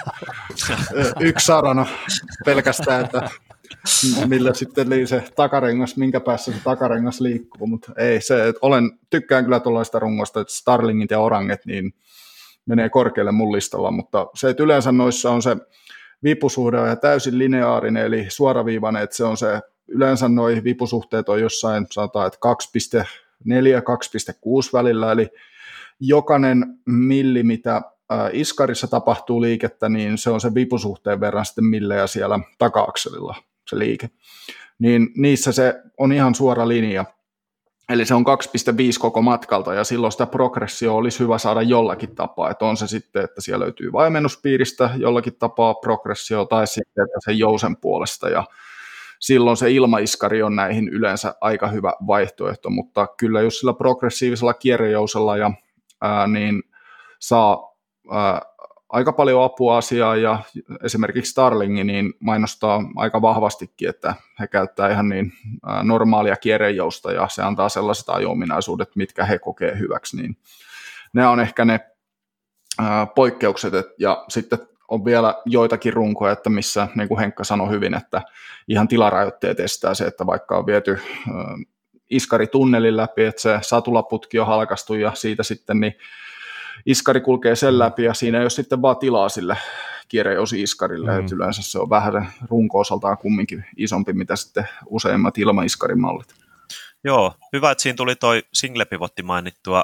yksi sarana pelkästään, että millä sitten se takarengas, minkä päässä se takarengas liikkuu, mutta ei se, että tykkään kyllä tuollaista rungosta, että Starlingit ja Oranget niin menee korkealle mun listalla, mutta se, että yleensä noissa on se vipusuhde on täysin lineaarinen, eli suoraviivainen, että se on se, yleensä noi vipusuhteet on jossain, sanotaan, että 2,4 ja 2,6 välillä, eli jokainen milli, mitä iskarissa tapahtuu liikettä, niin se on se vipusuhteen verran sitten millejä siellä taka-akselilla se liike. Niin niissä se on ihan suora linja, eli se on 2,5 koko matkalta, ja silloin sitä progressio olisi hyvä saada jollakin tapaa, että on se sitten, että siellä löytyy vaimennuspiiristä jollakin tapaa progressio, tai sitten, että sen jousen puolesta, ja silloin se ilmaiskari on näihin yleensä aika hyvä vaihtoehto, mutta kyllä jos sillä progressiivisella kierrejousella niin saa aika paljon apua asiaan, ja esimerkiksi Starlingi niin mainostaa aika vahvastikin, että he käyttää ihan niin normaalia kierrejousta, ja se antaa sellaiset ajo-ominaisuudet, mitkä he kokee hyväksi, niin ne on ehkä ne poikkeukset, ja sitten on vielä joitakin runkoja, että missä, niin kuin Henkka sanoi hyvin, että ihan tilarajoitteet estää se, että vaikka on viety iskari tunnelin läpi, että se satulaputki on halkaistu, ja siitä sitten niin iskari kulkee sen läpi, ja siinä ei ole sitten vaan tilaa sille kierrejousi-iskarille, että yleensä se on vähän runko-osaltaan kumminkin isompi, mitä sitten useimmat ilmaiskarimallit. Joo, hyvä, että siinä tuli toi single-pivotti mainittua.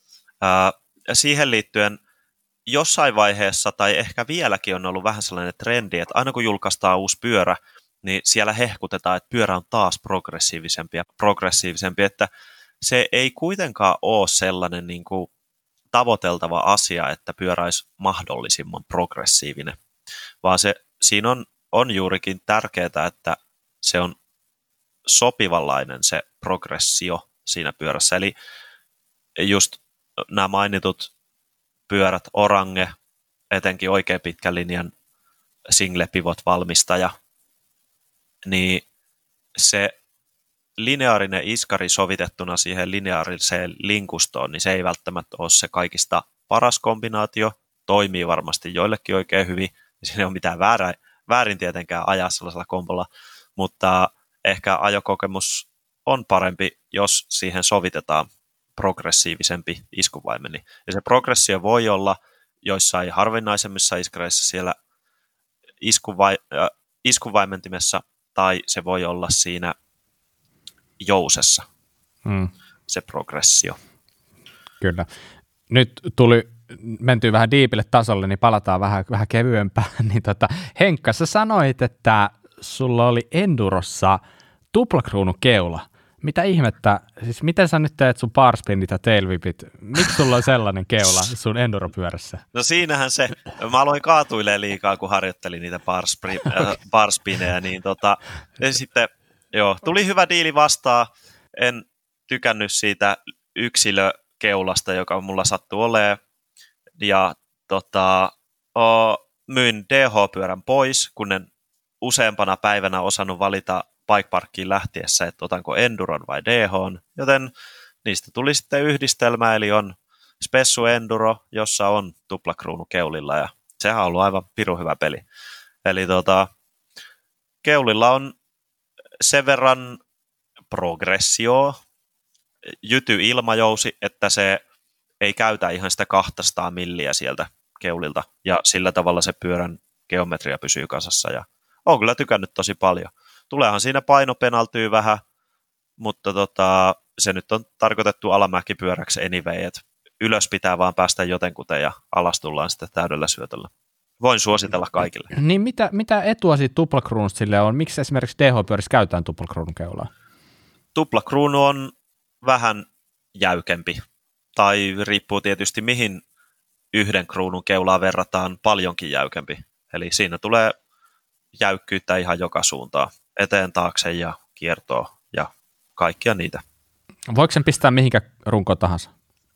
Siihen liittyen jossain vaiheessa, tai ehkä vieläkin on ollut vähän sellainen trendi, että aina kun julkaistaan uusi pyörä, niin siellä hehkutetaan, että pyörä on taas progressiivisempi, että se ei kuitenkaan ole sellainen niin kuin tavoiteltava asia, että pyörä olisi mahdollisimman progressiivinen, vaan siinä on juurikin tärkeää, että se on sopivanlainen se progressio siinä pyörässä. Eli just nämä mainitut pyörät, Orange, etenkin oikein pitkän linjan single pivot valmistaja, niin se lineaarinen iskari sovitettuna siihen lineaariseen linkustoon, niin se ei välttämättä ole se kaikista paras kombinaatio, toimii varmasti joillekin oikein hyvin, ja siinä ei ole mitään väärin tietenkään ajaa sellaisella kombolla, mutta ehkä ajokokemus on parempi, jos siihen sovitetaan progressiivisempi iskuvaimeni. Ja se progressio voi olla joissain harvinaisemmissa iskareissa siellä iskuvaimentimessa, tai se voi olla siinä jousessa, se progressio. Kyllä. Nyt mentyy vähän diipille tasolle, niin palataan vähän kevyempään. Niin Henkka, sä sanoit, että sulla oli Endurossa tuplakruunukeula. Mitä ihmettä, siis miten sä nyt teet sun barspinit ja tailwhipit? Miksi sulla on sellainen keula sun enduropyörässä? No siinähän se, mä aloin kaatuilemaan liikaa, kun harjoittelin niitä barspinejä, niin ja sitten tuli hyvä diili vastaan. En tykännyt siitä yksilökeulasta, joka mulla sattui olemaan, ja myin DH-pyörän pois, kun en useampana päivänä osannut valita bikeparkkiin lähtiessä, että otanko enduron vai DH:n, joten niistä tuli sitten yhdistelmä, eli on Spessu Enduro, jossa on tuplakruunu keulilla, ja sehän on ollut aivan pirun hyvä peli. Eli keulilla on sen verran progressio, jyty-ilmajousi, että se ei käytä ihan sitä 200 milliä sieltä keulilta, ja sillä tavalla se pyörän geometria pysyy kasassa, ja olen kyllä tykännyt tosi paljon. Tuleehan siinä painopenaltyy vähän, mutta se nyt on tarkoitettu alamäkipyöräksi anyway, että ylös pitää vaan päästä jotenkuten ja alas tullaan sitten täydellä syötöllä. Voin suositella kaikille. Niin mitä etua siitä tuplakruunusta sille on? Miksi esimerkiksi DH-pyörissä käytetään tuplakruunukeulaa? Tuplakruunu on vähän jäykempi, tai riippuu tietysti mihin yhden kruunun keulaa verrataan, paljonkin jäykempi. Eli siinä tulee jäykkyyttä ihan joka suuntaan, eteen, taakse ja kiertoa ja kaikkia niitä. Voiko sen pistää mihinkä runkoon tahansa?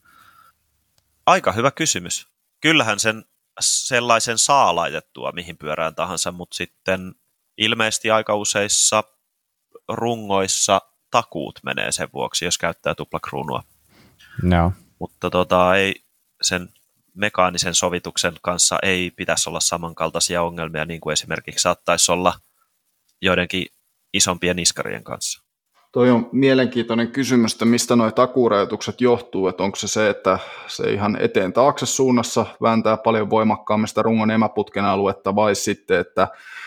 Aika hyvä kysymys. Kyllähän sen sellaisen saa laitettua mihin pyörään tahansa, mutta sitten ilmeisesti aika useissa rungoissa takuut menee sen vuoksi, jos käyttää tuplakruunua. No. Mutta ei sen mekaanisen sovituksen kanssa ei pitäisi olla samankaltaisia ongelmia, niin kuin esimerkiksi saattaisi olla joidenkin isompien niskarien kanssa. Toi on mielenkiintoinen kysymys, että mistä nuo takuurajoitukset johtuu, että onko se, että se ihan eteen taakse suunnassa vääntää paljon voimakkaammin sitä rungon emäputken aluetta, vai sitten, että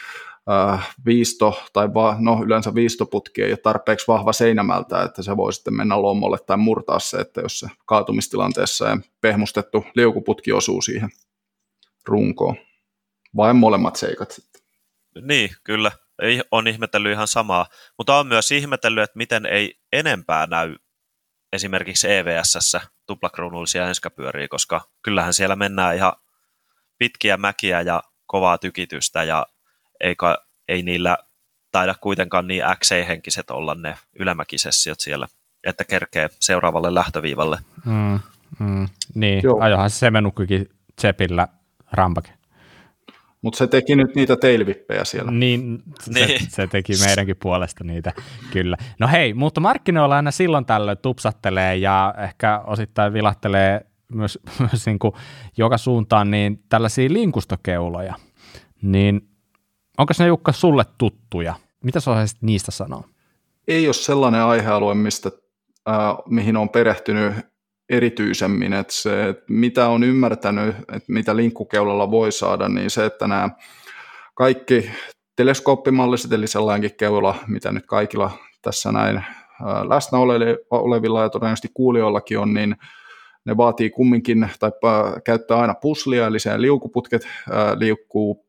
viisto, tai yleensä viistoputki ei ole tarpeeksi vahva seinämältä, että se voi sitten mennä lommolle tai murtaa se, että jos se kaatumistilanteessa ei pehmustettu liukuputki osuu siihen runkoon. Vai molemmat seikat sitten? Niin, kyllä. On ihmetellyt ihan samaa, mutta on myös ihmetellyt, että miten ei enempää näy esimerkiksi EVS:ssä tuplakruunullisia enskapyöriä, koska kyllähän siellä mennään ihan pitkiä mäkiä ja kovaa tykitystä, ja ei niillä taida kuitenkaan niin XC-henkiset olla ne ylämäkisessiot siellä, että kerkee seuraavalle lähtöviivalle. Niin, ajohan se semenukkikin tsepillä rampake. Mutta se teki nyt niitä tailwhippejä siellä. Niin, se teki meidänkin puolesta niitä, kyllä. No hei, mutta markkinoilla aina silloin tällöin tupsattelee ja ehkä osittain vilahtelee myös niin kuin joka suuntaan niin tällaisia linkustokeuloja. Niin onko ne, Jukka, sulle tuttuja? Mitä sä osaisit niistä sanoa? Ei ole sellainen aihealue, mihin on perehtynyt erityisemmin, että se, että mitä on ymmärtänyt, että mitä linkkukeulalla voi saada, niin se, että nämä kaikki teleskooppimalliset, eli sellainenkin keula, mitä nyt kaikilla tässä näin läsnä olevilla ja todennäköisesti kuulijoillakin on, niin ne vaatii kumminkin, tai käyttää aina puslia, eli se liukuputket liukkuu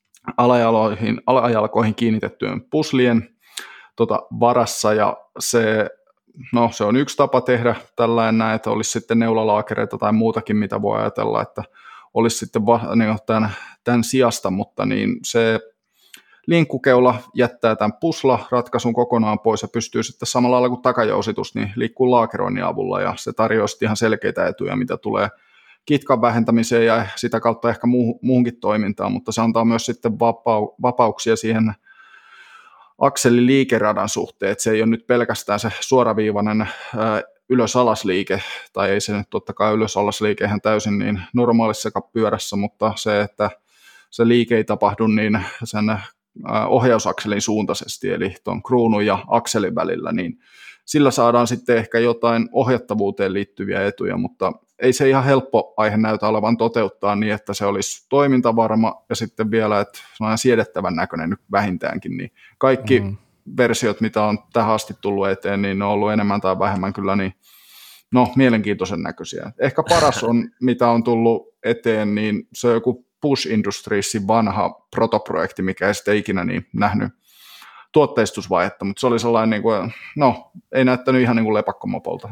alajalkoihin kiinnitettyjen puslien varassa, ja se on yksi tapa tehdä tällainen näin, että olisi sitten neulalaakereita tai muutakin, mitä voi ajatella, että olisi sitten tämän sijasta, mutta niin se linkkukeula jättää tämän pusla-ratkaisun kokonaan pois ja pystyy sitten samalla lailla kuin takajousitus, niin liikkuu laakeroinnin avulla, ja se tarjoaa sitten ihan selkeitä etuja, mitä tulee kitkan vähentämiseen ja sitä kautta ehkä muuhunkin toimintaan, mutta se antaa myös sitten vapauksia siihen akselin liikeradan suhteen, että se ei ole nyt pelkästään se suoraviivainen ylös-alas liike, tai ei se nyt totta kai ylös-alas liike ihan täysin niin normaalissa pyörässä, mutta se, että se liike ei tapahdu niin sen ohjausakselin suuntaisesti, eli tuon kruunun ja akselin välillä, niin sillä saadaan sitten ehkä jotain ohjattavuuteen liittyviä etuja, mutta ei se ihan helppo aihe näytä olevan toteuttaa niin, että se olisi toimintavarma ja sitten vielä, että sellainen siedettävän näköinen nyt vähintäänkin, niin kaikki versiot, mitä on tähän asti tullut eteen, niin ne on ollut enemmän tai vähemmän kyllä niin, mielenkiintoisen näköisiä. Ehkä paras on, mitä on tullut eteen, niin se on joku Push Industriesin vanha protoprojekti, mikä ei sitten ikinä niin nähnyt tuotteistusvaihetta, mutta se oli sellainen, niin kuin, ei näyttänyt ihan niin kuin lepakkomopolta.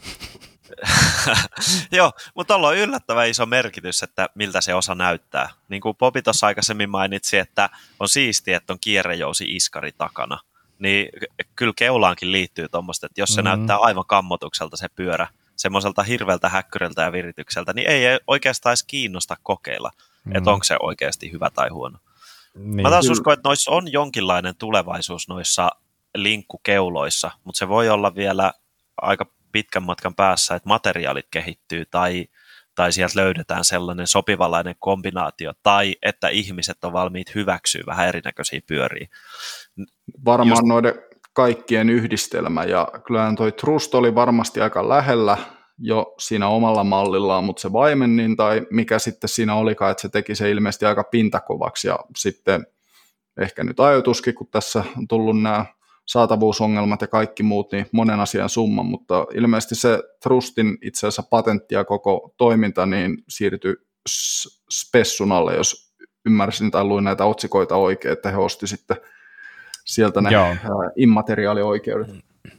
Joo, mutta tuolla on yllättävän iso merkitys, että miltä se osa näyttää. Niin kuin Bobi tuossa aikaisemmin mainitsi, että on siistiä, että on kierrejousi iskari takana, niin kyllä keulaankin liittyy tuommoista, että jos se näyttää aivan kammotukselta se pyörä, semmoiselta hirveältä häkkyriltä ja viritykseltä, niin ei oikeastaan edes kiinnosta kokeilla, että onko se oikeasti hyvä tai huono. Niin, mä taas uskon, että noissa on jonkinlainen tulevaisuus noissa linkkukeuloissa, mutta se voi olla vielä aika pitkän matkan päässä, että materiaalit kehittyy tai sieltä löydetään sellainen sopivanlainen kombinaatio, tai että ihmiset on valmiit hyväksyä vähän erinäköisiä pyöriä. Varmaan noiden kaikkien yhdistelmä, ja kyllähän toi Trust oli varmasti aika lähellä jo siinä omalla mallillaan, mutta se vaimennin tai mikä sitten siinä olikaan, että se teki se ilmeisesti aika pintakovaksi, ja sitten ehkä nyt ajoituskin, kun tässä on tullut nämä saatavuusongelmat ja kaikki muut, niin monen asian summa, mutta ilmeisesti se Trustin itse asiassa patentti ja koko toiminta niin siirtyi Spessun alle, jos ymmärsin tai luin näitä otsikoita oikein, että he osti sitten sieltä ne immateriaalioikeudet.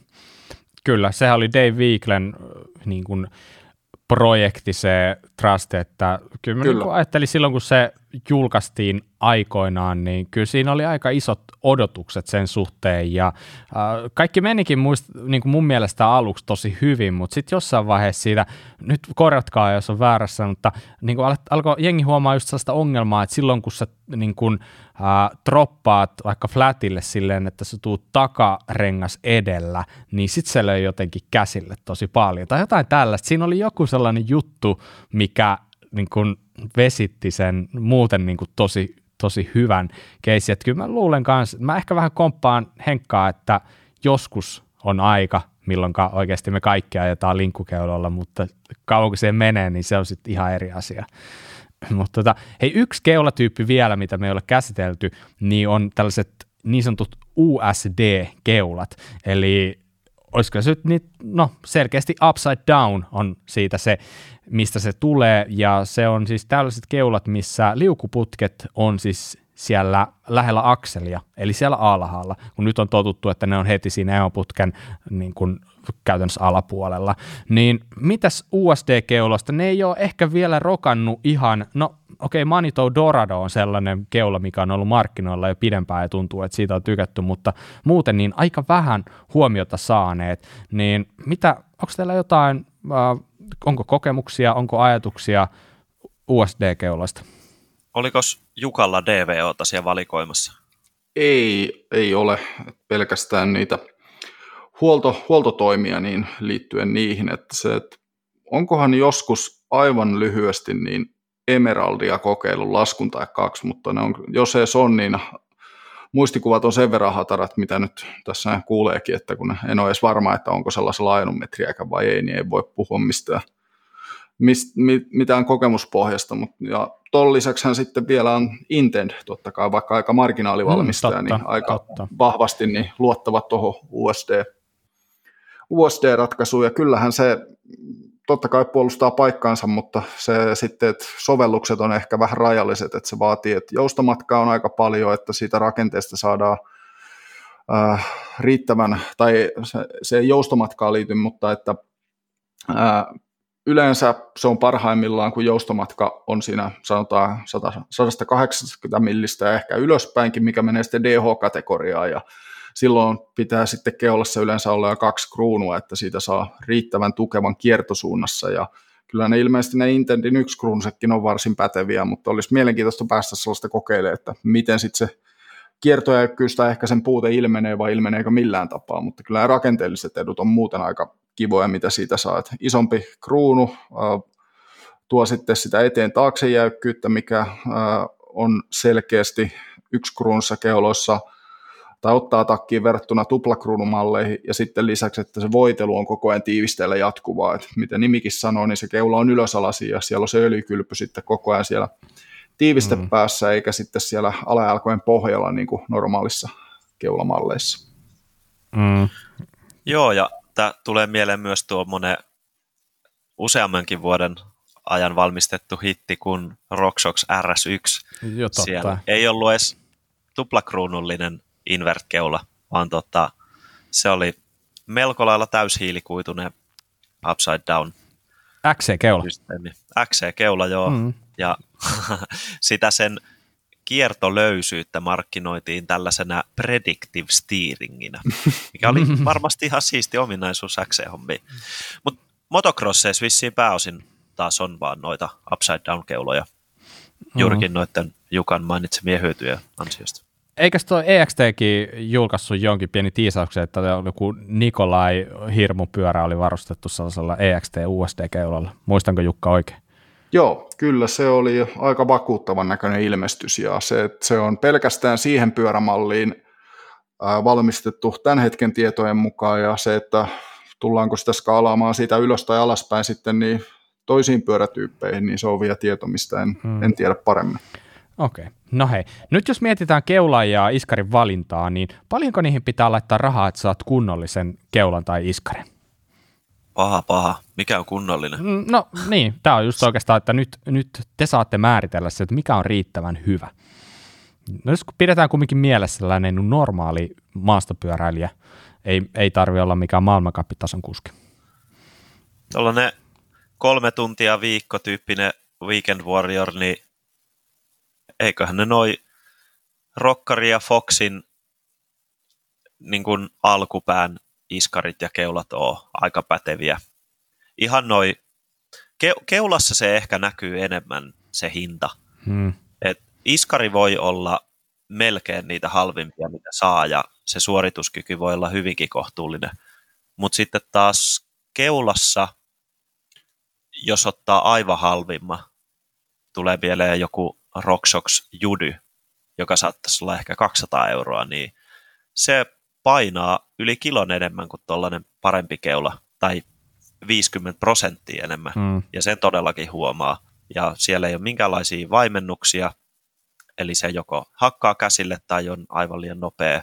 Kyllä, sehän oli Dave Weeklen niin kuin projekti se Trust, että kyllä. Niin ajattelin silloin, kun se julkaistiin aikoinaan, niin kyllä siinä oli aika isot odotukset sen suhteen, ja kaikki menikin niin kuin mun mielestä aluksi tosi hyvin, mutta sitten jossain vaiheessa siitä, nyt korjatkaa jos on väärässä, mutta niin kuin alkoi jengi huomaa just sellaista ongelmaa, että silloin kun sä niin kuin, droppaat vaikka flatille silleen, että sä tuut takarengas edellä, niin sitten se löi jotenkin käsille tosi paljon, tai jotain tällaista. Siinä oli joku sellainen juttu, mikä niin kuin vesitti sen muuten niin kuin tosi hyvän keissin. Että kyllä mä luulen kanssa, mä ehkä vähän komppaan Henkkaa, että joskus on aika, milloin oikeasti me kaikki ajetaan linkkukeulolla, mutta kauan kun se menee, niin se on sitten ihan eri asia. Mutta hei, yksi keulatyyppi vielä, mitä me ei ole käsitelty, niin on tällaiset niin sanotut USD-keulat, eli olisiko se nyt, selkeästi upside down on siitä se, mistä se tulee, ja se on siis tällaiset keulat, missä liukuputket on siis siellä lähellä akselia, eli siellä alhaalla, kun nyt on totuttu, että ne on heti siinä EO-putken niin kuin käytännössä alapuolella. Niin mitäs USD-keulasta? Ne ei ole ehkä vielä rokannut ihan, Manito Dorado on sellainen keula, mikä on ollut markkinoilla jo pidempään ja tuntuu, että siitä on tykätty, mutta muuten niin aika vähän huomiota saaneet. Niin onko teillä jotain, onko kokemuksia, onko ajatuksia USD-keulasta? Olikos Jukalla DVOta siellä valikoimassa? Ei ole, pelkästään niitä huoltotoimia niin liittyen niihin, että onkohan joskus aivan lyhyesti niin Emeraldia kokeillut laskun tai kaksi, mutta jos edes on, niin muistikuvat on sen verran hatarat, mitä nyt tässä kuuleekin, että kun en ole edes varma, että onko sellaisella ajanut metriäkään vai ei, niin ei voi puhua mitään kokemuspohjasta, ja tuon lisäksi sitten vielä on Intent, totta kai, vaikka aika marginaalivalmistaja, niin aika vahvasti niin luottavat tuohon USD-ratkaisuun, ja kyllähän se totta kai puolustaa paikkaansa, mutta se sitten, että sovellukset on ehkä vähän rajalliset, että se vaatii, että joustomatkaa on aika paljon, että siitä rakenteesta saadaan riittävän, tai se ei joustomatkaa liity, mutta että yleensä se on parhaimmillaan, kun joustomatka on siinä sanotaan 180 millistä ja ehkä ylöspäinkin, mikä menee sitten DH-kategoriaan, ja silloin pitää sitten keulassa yleensä olla jo 2 kruunua, että siitä saa riittävän tukevan kiertosuunnassa, ja kyllä ne ilmeisesti ne Intentin 1 kruunusetkin on varsin päteviä, mutta olisi mielenkiintoista päästä sellaista kokeilemaan, että miten sitten se kiertojäykkyys tai ehkä sen puute ilmenee vai ilmeneekö millään tapaa, mutta kyllä rakenteelliset edut on muuten aika kivoja, mitä siitä saa. Et isompi kruunu tuo sitten sitä eteen taakse jäykkyyttä, mikä on selkeästi 1 kruunussa keuloissa tai ottaa takkiin verrattuna tuplakruunumalleihin, ja sitten lisäksi, että se voitelu on koko ajan tiivisteellä jatkuvaa, että miten nimikin sanoo, niin se keula on ylösalasi, ja siellä on se öljykylpy sitten koko ajan siellä tiivistepäässä, eikä sitten siellä alajalkojen pohjalla niin kuin normaalissa keulamalleissa. Joo, ja tämä tulee mieleen myös tuommoinen useammankin vuoden ajan valmistettu hitti kuin RockShox RS1. Jo, totta. Siellä ei ollut edes tuplakruunullinen invert-keula, vaan se oli melko lailla täyshiilikuituinen upside down XC-keula. systeemi. XC-keula, joo. Ja sitä sen kiertolöysyyttä markkinoitiin tällaisena predictive steeringinä, mikä oli varmasti ihan siisti ominaisuus XC-hommiin. Mutta motocrosseissa vissiin pääosin taas on vaan noita upside down keuloja, juurikin noiden Jukan mainitsemien hyötyjä ansiosta. Eikös tuo EXTkin julkaissut jonkin pieni tiisauksen, että joku Nikolai hirmupyörä oli varustettu sellaisella EXT USD-keulalla. Muistanko Jukka oikein? Joo, kyllä se oli aika vakuuttavan näköinen ilmestys, ja se on pelkästään siihen pyörämalliin valmistettu tämän hetken tietojen mukaan, ja se, että tullaanko sitä skaalaamaan siitä ylös tai alaspäin sitten niin toisiin pyörätyyppeihin, niin se on vielä tieto, mistä en tiedä paremmin. Okei. No hei, nyt jos mietitään keulan ja iskarin valintaa, niin paljonko niihin pitää laittaa rahaa, että saat kunnollisen keulan tai iskarin? Paha. Mikä on kunnollinen? No niin, tämä on just oikeastaan, että nyt te saatte määritellä se, että mikä on riittävän hyvä. No jos pidetään kumminkin mielessä sellainen normaali maastopyöräilijä, ei tarvitse olla mikään maailmankappitason kuski. Tuollainen 3 tuntia viikko tyyppinen Weekend Warrior, niin eiköhän ne noi Rockari ja Foxin niin kuin alkupään iskarit ja keulat ole aika päteviä. Ihan noi, keulassa se ehkä näkyy enemmän se hinta. Et iskari voi olla melkein niitä halvimpia, mitä saa, ja se suorituskyky voi olla hyvinkin kohtuullinen. Mutta sitten taas keulassa, jos ottaa aivan halvimman, tulee vielä joku RockShox Judy, joka saattaisi olla ehkä 200 €, niin se painaa yli kilon enemmän kuin tuollainen parempi keula, tai 50% enemmän, ja sen todellakin huomaa. Ja siellä ei ole minkäänlaisia vaimennuksia, eli se joko hakkaa käsille tai on aivan liian nopea.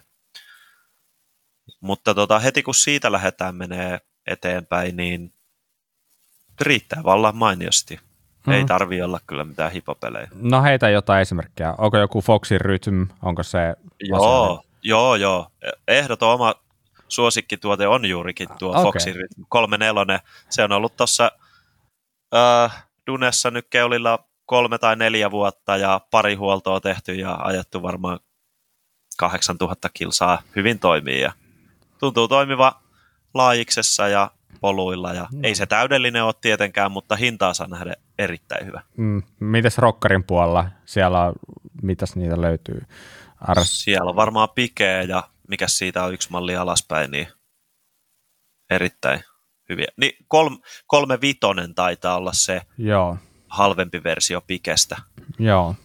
Mutta heti kun siitä lähdetään menee eteenpäin, niin riittää vallan mainiosti. Ei tarvitse olla kyllä mitään hipopelejä. No heitä jotain esimerkkiä. Onko joku Foxin Rhythm? Onko se... Joo. Ehdoton oma suosikkituote on juurikin tuo Foxin Rhythm 3.4. Se on ollut tuossa Dunessa nyt keulilla 3 tai 4 vuotta ja pari huoltoa tehty ja ajettu varmaan 8000 kilsaa. Hyvin toimii ja tuntuu toimiva laajiksessa ja poluilla. Ja ei se täydellinen ole tietenkään, mutta hintaa saa nähdä erittäin hyvä. Mites Rockarin puolella? Siellä, mitäs niitä löytyy? Siellä on varmaan Pikeä ja mikä siitä on 1 malli alaspäin, niin erittäin hyviä. Niin 3.5 taitaa olla se halvempi versio Pikestä. Joo.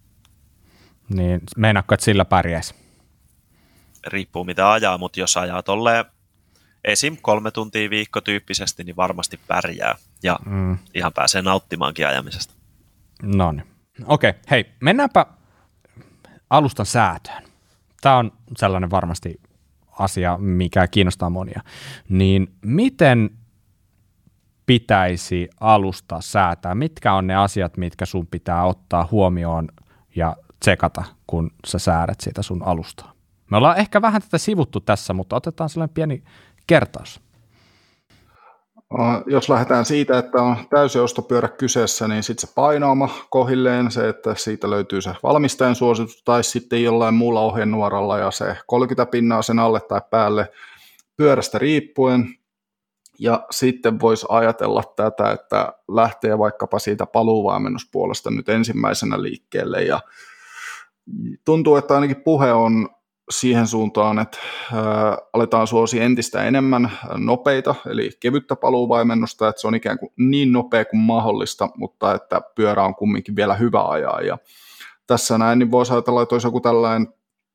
Niin meinaatko, että sillä pärjäisi? Riippuu mitä ajaa, mutta jos ajaa tolleen esim. 3 tuntia viikko tyyppisesti, niin varmasti pärjää ja ihan pääsee nauttimaankin ajamisesta. No niin. Okei, hei, mennäänpä alustan säätöön. Tämä on sellainen varmasti asia, mikä kiinnostaa monia. Niin miten pitäisi alusta säätää? Mitkä on ne asiat, mitkä sun pitää ottaa huomioon ja tsekata, kun sä säädät siitä sun alustaa? Me ollaan ehkä vähän tätä sivuttu tässä, mutta otetaan sellainen pieni kertaus. Jos lähdetään siitä, että on täysiostopyörä kyseessä, niin sitten se painoama kohilleen, se, että siitä löytyy se valmistajan suositus tai sitten jollain muulla ohjenuoralla ja se 30 pinnaa sen alle tai päälle pyörästä riippuen. Ja sitten voisi ajatella tätä, että lähtee vaikkapa siitä paluuvaimennuspuolesta nyt ensimmäisenä liikkeelle ja tuntuu, että ainakin puhe on siihen suuntaan, että aletaan suosia entistä enemmän nopeita, eli kevyttä paluuvaimennusta, että se on ikään kuin niin nopea kuin mahdollista, mutta että pyörä on kumminkin vielä hyvä ajaa. Ja tässä näin, niin voisi ajatella, että olisi joku tällainen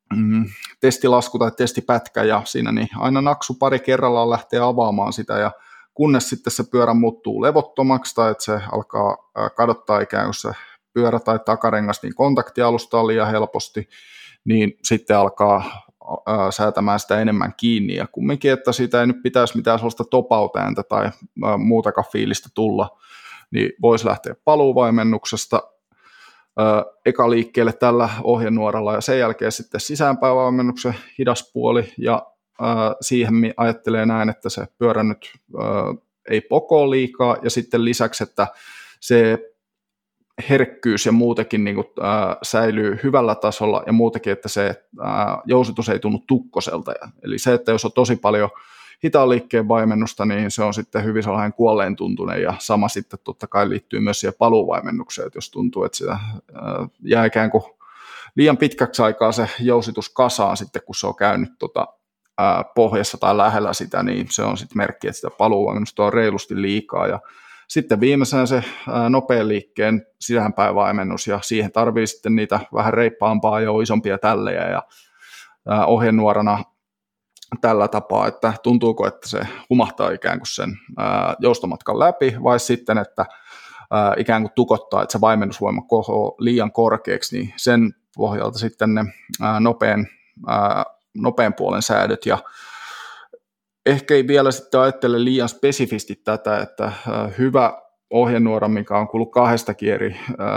testilasku tai testipätkä, ja siinä niin aina naksu pari kerrallaan lähtee avaamaan sitä, ja kunnes sitten se pyörä muuttuu levottomaksi, tai että se alkaa kadottaa ikään kuin se pyörä tai takarengas, niin kontaktialusta liian helposti, niin sitten alkaa säätämään sitä enemmän kiinni, ja kumminkin, että siitä ei nyt pitäisi mitään sellaista top-out-ääntä tai muutakaan fiilistä tulla, niin voisi lähteä paluuvaimennuksesta eka liikkeelle tällä ohjenuoralla, ja sen jälkeen sitten sisäänpäinvaimennuksen hidas puoli, ja siihen ajattelee näin, että se pyörä nyt ei pokoo liikaa, ja sitten lisäksi, että se herkkyys ja muutenkin niin kuin, säilyy hyvällä tasolla, ja muutenkin, että se jousitus ei tunnu tukkoselta. Eli se, että jos on tosi paljon hitaan liikkeen vaimennusta, niin se on sitten hyvin sellainen kuolleen tuntunen, ja sama sitten totta kai liittyy myös siihen paluuvaimennukseen, että jos tuntuu, että sitä jää ikään kuin liian pitkäksi aikaa se jousitus kasaan sitten, kun se on käynyt pohjassa tai lähellä sitä, niin se on sitten merkki, että sitä paluuvaimennusta on reilusti liikaa, ja sitten viimeisenä se nopean liikkeen sisäänpäinvaimennus, ja siihen tarvii sitten niitä vähän reippaampaa ja isompia tällejä, ja ohjenuorana tällä tapaa, että tuntuuko, että se humahtaa ikään kuin sen joustomatkan läpi, vai sitten, että ikään kuin tukottaa, että se vaimennusvoima kohoo liian korkeaksi, niin sen pohjalta sitten ne nopean puolen säädöt, ja ehkä ei vielä sitten ajattele liian spesifisti tätä, että hyvä ohjenuora, mikä on kuullut kahdestakin eri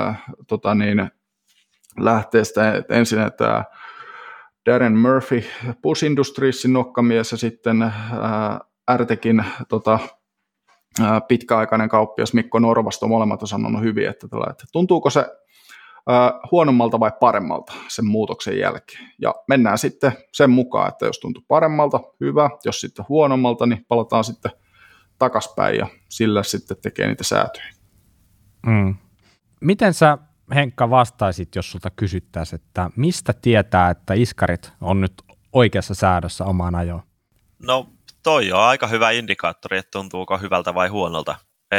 lähteestä, että ensin tämä Darren Murphy Push Industriesin nokkamies, ja sitten RTECin pitkäaikainen kauppias Mikko Norvasto, molemmat on sanonut hyvin, että tuntuuko se huonommalta vai paremmalta sen muutoksen jälkeen. Ja mennään sitten sen mukaan, että jos tuntuu paremmalta, hyvä, jos sitten huonommalta, niin palataan sitten takaspäin ja sillä sitten tekee niitä säätöjä. Miten sä, Henkka, vastaisit, jos sulta kysyttäisiin, että mistä tietää, että iskarit on nyt oikeassa säädössä omaan ajoon? No toi on aika hyvä indikaattori, että tuntuuko hyvältä vai huonolta.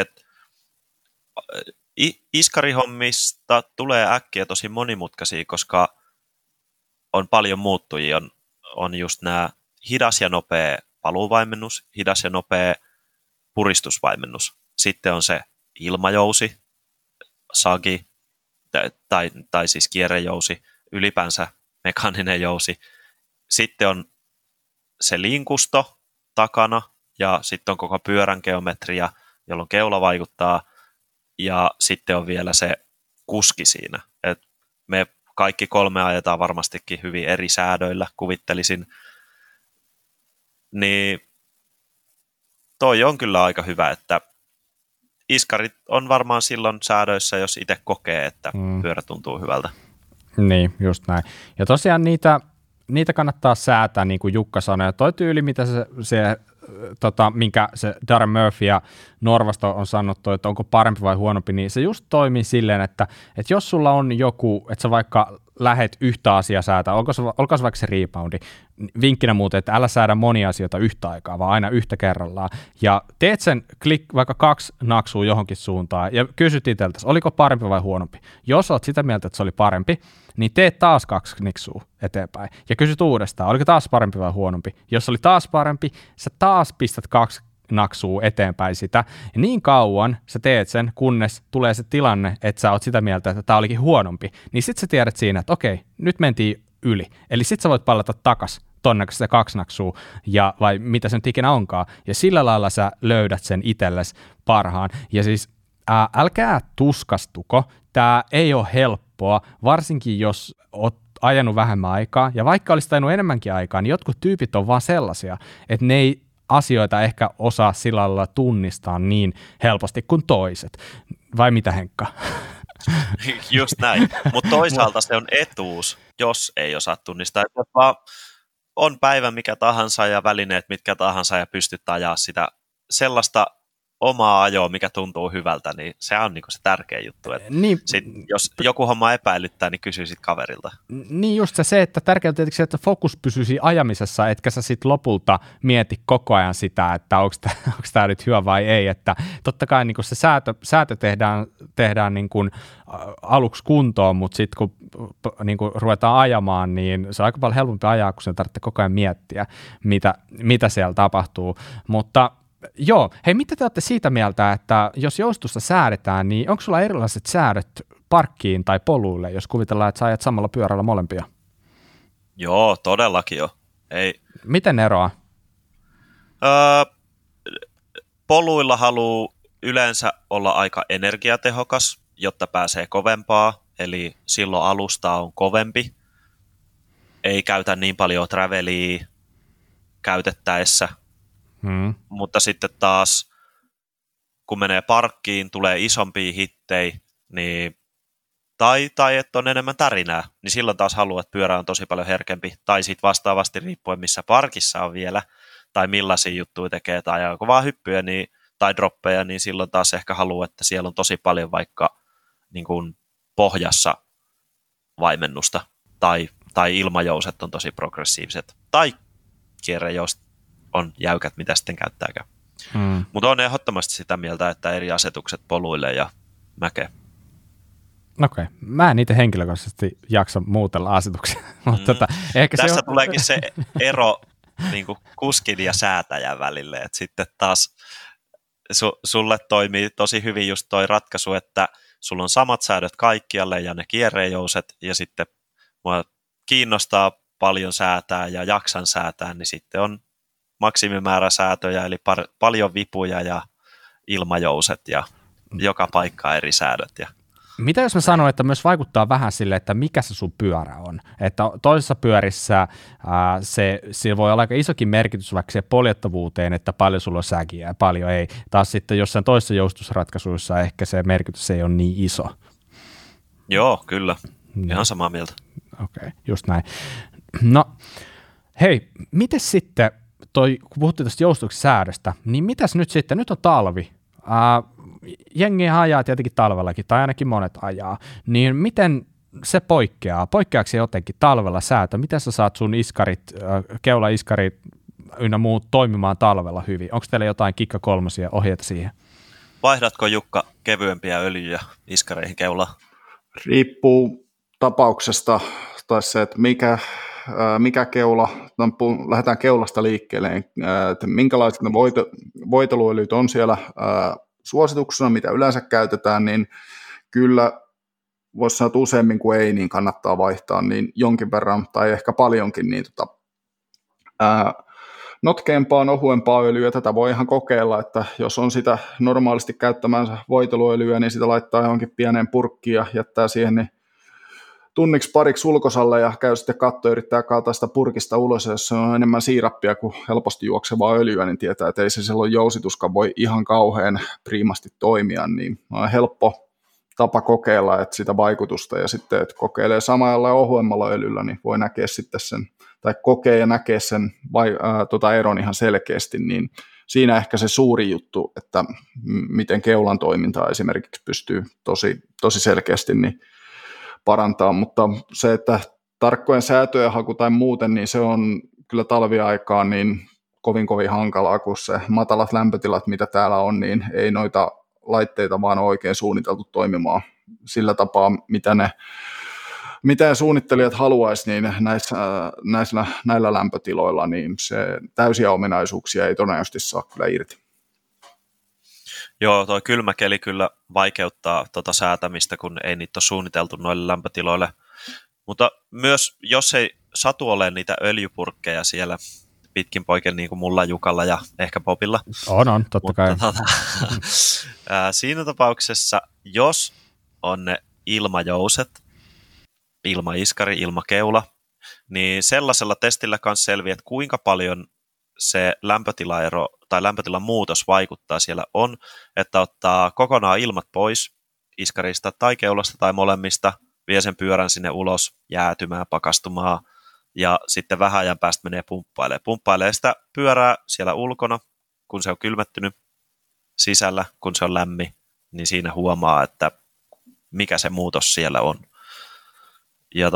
Iskarihommista tulee äkkiä tosi monimutkaisia, koska on paljon muuttujia. On just nämä hidas ja nopea paluuvaimennus, hidas ja nopea puristusvaimennus. Sitten on se ilmajousi, sagi tai siis kierrejousi, ylipäänsä mekaaninen jousi. Sitten on se linkusto takana ja sitten on koko pyörän geometria, jolloin keula vaikuttaa. Ja sitten on vielä se kuski siinä. Et me kaikki kolme ajetaan varmastikin hyvin eri säädöillä, kuvittelisin. Niin toi on kyllä aika hyvä, että iskarit on varmaan silloin säädöissä, jos itse kokee, että pyörä tuntuu hyvältä. Niin, just näin. Ja tosiaan niitä kannattaa säätää, niin kuin Jukka sanoi. Ja toi tyyli, mitä minkä se Darren Murphy ja Norvasto on sanottu, että onko parempi vai huonompi, niin se just toimii silleen, että jos sulla on joku, että sä vaikka lähet yhtä asiaa säätää, olko se vaikka se reboundi, vinkkinä muuten, että älä säädä monia asioita yhtä aikaa, vaan aina yhtä kerrallaan, ja teet sen vaikka 2 naksua johonkin suuntaan, ja kysyt itseltäsi, oliko parempi vai huonompi. Jos olet sitä mieltä, että se oli parempi, niin teet taas 2 niksua eteenpäin, ja kysyt uudestaan, oliko taas parempi vai huonompi. Jos oli taas parempi, sä taas pistät 2 naksuu eteenpäin sitä, ja niin kauan sä teet sen, kunnes tulee se tilanne, että sä oot sitä mieltä, että tää olikin huonompi, niin sit sä tiedät siinä, että okei, nyt mentiin yli, eli sit sä voit palata takas tonnäköistä 2 naksua, ja vai mitä se nyt ikinä onkaan, ja sillä lailla sä löydät sen itsellesi parhaan, ja siis älkää tuskastuko, tää ei ole helppoa, varsinkin jos oot ajanut vähemmän aikaa, ja vaikka olisi tainnut enemmänkin aikaa, niin jotkut tyypit on vaan sellaisia, että ne ei asioita ehkä osaa sillä lailla tunnistaa niin helposti kuin toiset. Vai mitä, Henkka? Just näin, mutta toisaalta se on etuus, jos ei osaa tunnistaa. Jos vaan on päivä mikä tahansa ja välineet mitkä tahansa ja pystyt ajaa sitä sellaista omaa ajoa, mikä tuntuu hyvältä, niin se on niinku se tärkeä juttu. Niin, jos joku homma epäilyttää, niin kysy sit kaverilta. Niin just se, että tärkeää on tietenkin se, että fokus pysyisi ajamisessa, etkä sä sit lopulta mieti koko ajan sitä, että onko tämä nyt hyvä vai ei. Että totta kai niin se säätö tehdään niin kuin aluksi kuntoon, mutta sitten kun niin kuin ruvetaan ajamaan, niin se on aika paljon helpompi ajaa, kun sen tarvitsee koko ajan miettiä, mitä siellä tapahtuu. Mutta joo, hei, mitä te olette siitä mieltä, että jos joustusta säädetään, niin onko sulla erilaiset säädöt parkkiin tai poluille, jos kuvitellaan, että sä ajat samalla pyörällä molempia? Joo, todellakin jo. Ei. Miten eroaa? Poluilla haluaa yleensä olla aika energiatehokas, jotta pääsee kovempaa, eli silloin alusta on kovempi. Ei käytä niin paljon travelia käytettäessä, mutta sitten taas kun menee parkkiin, tulee isompia hittejä, niin tai että on enemmän tärinää, niin silloin taas haluaa, että pyörä on tosi paljon herkempi, tai sitten vastaavasti riippuen missä parkissa on vielä, tai millaisia juttuja tekee, tai ajaako vaan hyppyjä tai droppeja, niin silloin taas ehkä haluaa, että siellä on tosi paljon vaikka niin kuin pohjassa vaimennusta, tai ilmajouset on tosi progressiiviset, tai kierrejouset on jäykät, mitä sitten käyttääkään. Mutta on ehdottomasti sitä mieltä, että eri asetukset poluille ja mäkeen. Okei. Mä en itse henkilökohtaisesti jaksa muutella asetuksia. Mutta ehkä tässä tuleekin se ero niin kuin kuskin ja säätäjän välille, että sitten taas sulle toimii tosi hyvin just toi ratkaisu, että sulla on samat säädöt kaikkialle ja ne kierrejouset, ja sitten mua kiinnostaa paljon säätää ja jaksan säätää, niin sitten on maksimimäärä säätöjä, eli paljon vipuja ja ilmajouset ja joka paikka eri säädöt. Mitä jos mä sanon, että myös vaikuttaa vähän sille, että mikä se sun pyörä on? Että toisessa pyörissä se voi olla aika isokin merkitys vaikka se poljettavuuteen, että paljon sulla on säkiä ja paljon ei. Taas sitten jossain toisessa joustusratkaisuissa ehkä se merkitys ei ole niin iso. Joo, kyllä. Ihan samaa mieltä. Okei, just näin. No, hei, miten sitten, kun puhuttiin tästä joustuksesta, niin mitäs nyt sitten? Nyt on talvi. Jengi ajaa tietenkin talvellakin, tai ainakin monet ajaa, niin miten se poikkeaa? Poikkeaako se jotenkin talvella säätö? Miten sä saat sun keulaiskarit ynnä muut toimimaan talvella hyvin? Onko teillä jotain Kikka kolmosia ohjeita siihen? Vaihdatko, Jukka, kevyempiä öljyjä iskareihin keulaan? Riippuu tapauksesta, tai se, että mikä keula, lähdetään keulasta liikkeelle, että minkälaiset ne voiteluöljyt on siellä suosituksena, mitä yleensä käytetään, niin kyllä voisi sanoa, että useammin kuin ei, niin kannattaa vaihtaa niin jonkin verran tai ehkä paljonkin niin notkeampaa, ohuempaa öljyä. Tätä voi ihan kokeilla, että jos on sitä normaalisti käyttämänsä voiteluöljyä, niin sitä laittaa johonkin pieneen purkkiin ja jättää siihen niin tunniksi pariksi ulkosalle ja käy sitten katto ja yrittää kaataa sitä purkista ulos, ja jos se on enemmän siirappia kuin helposti juoksevaa öljyä, niin tietää, että ei se silloin jousituskaan voi ihan kauhean priimasti toimia, niin on helppo tapa kokeilla että sitä vaikutusta, ja sitten, että kokeilee samalla ja ohuemmalla öljyllä, niin voi näkeä sitten sen, tai kokee ja näkee sen eron ihan selkeästi, niin siinä ehkä se suuri juttu, että miten keulan toimintaa esimerkiksi pystyy tosi selkeästi niin parantaa, mutta se, että tarkkojen säätöjen haku tai muuten, niin se on kyllä talviaikaan niin kovin hankalaa, kun se matalat lämpötilat, mitä täällä on, niin ei noita laitteita vaan ole oikein suunniteltu toimimaan sillä tapaa, mitä suunnittelijat haluaisi, niin näillä lämpötiloilla, niin se täysiä ominaisuuksia ei todennäköisesti saa kyllä irti. Joo, tuo kylmä keli kyllä vaikeuttaa tuota säätämistä, kun ei niitä ole suunniteltu noille lämpötiloille. Mutta myös, jos ei satu ole niitä öljypurkkeja siellä pitkin poiken, niin kuin mulla, Jukalla ja ehkä Popilla. On, totta kai. Siinä tapauksessa, jos on ne ilmajouset, ilmaiskari, ilmakeula, niin sellaisella testillä kanssa selviää, että kuinka paljon se lämpötilaero tai lämpötilan muutos vaikuttaa siellä on, että ottaa kokonaan ilmat pois iskarista tai keulasta tai molemmista, vie sen pyörän sinne ulos jäätymään, pakastumaan ja sitten vähän ajan päästä menee pumppailee sitä pyörää siellä ulkona, kun se on kylmettynyt, sisällä, kun se on lämmin, niin siinä huomaa, että mikä se muutos siellä on. Ja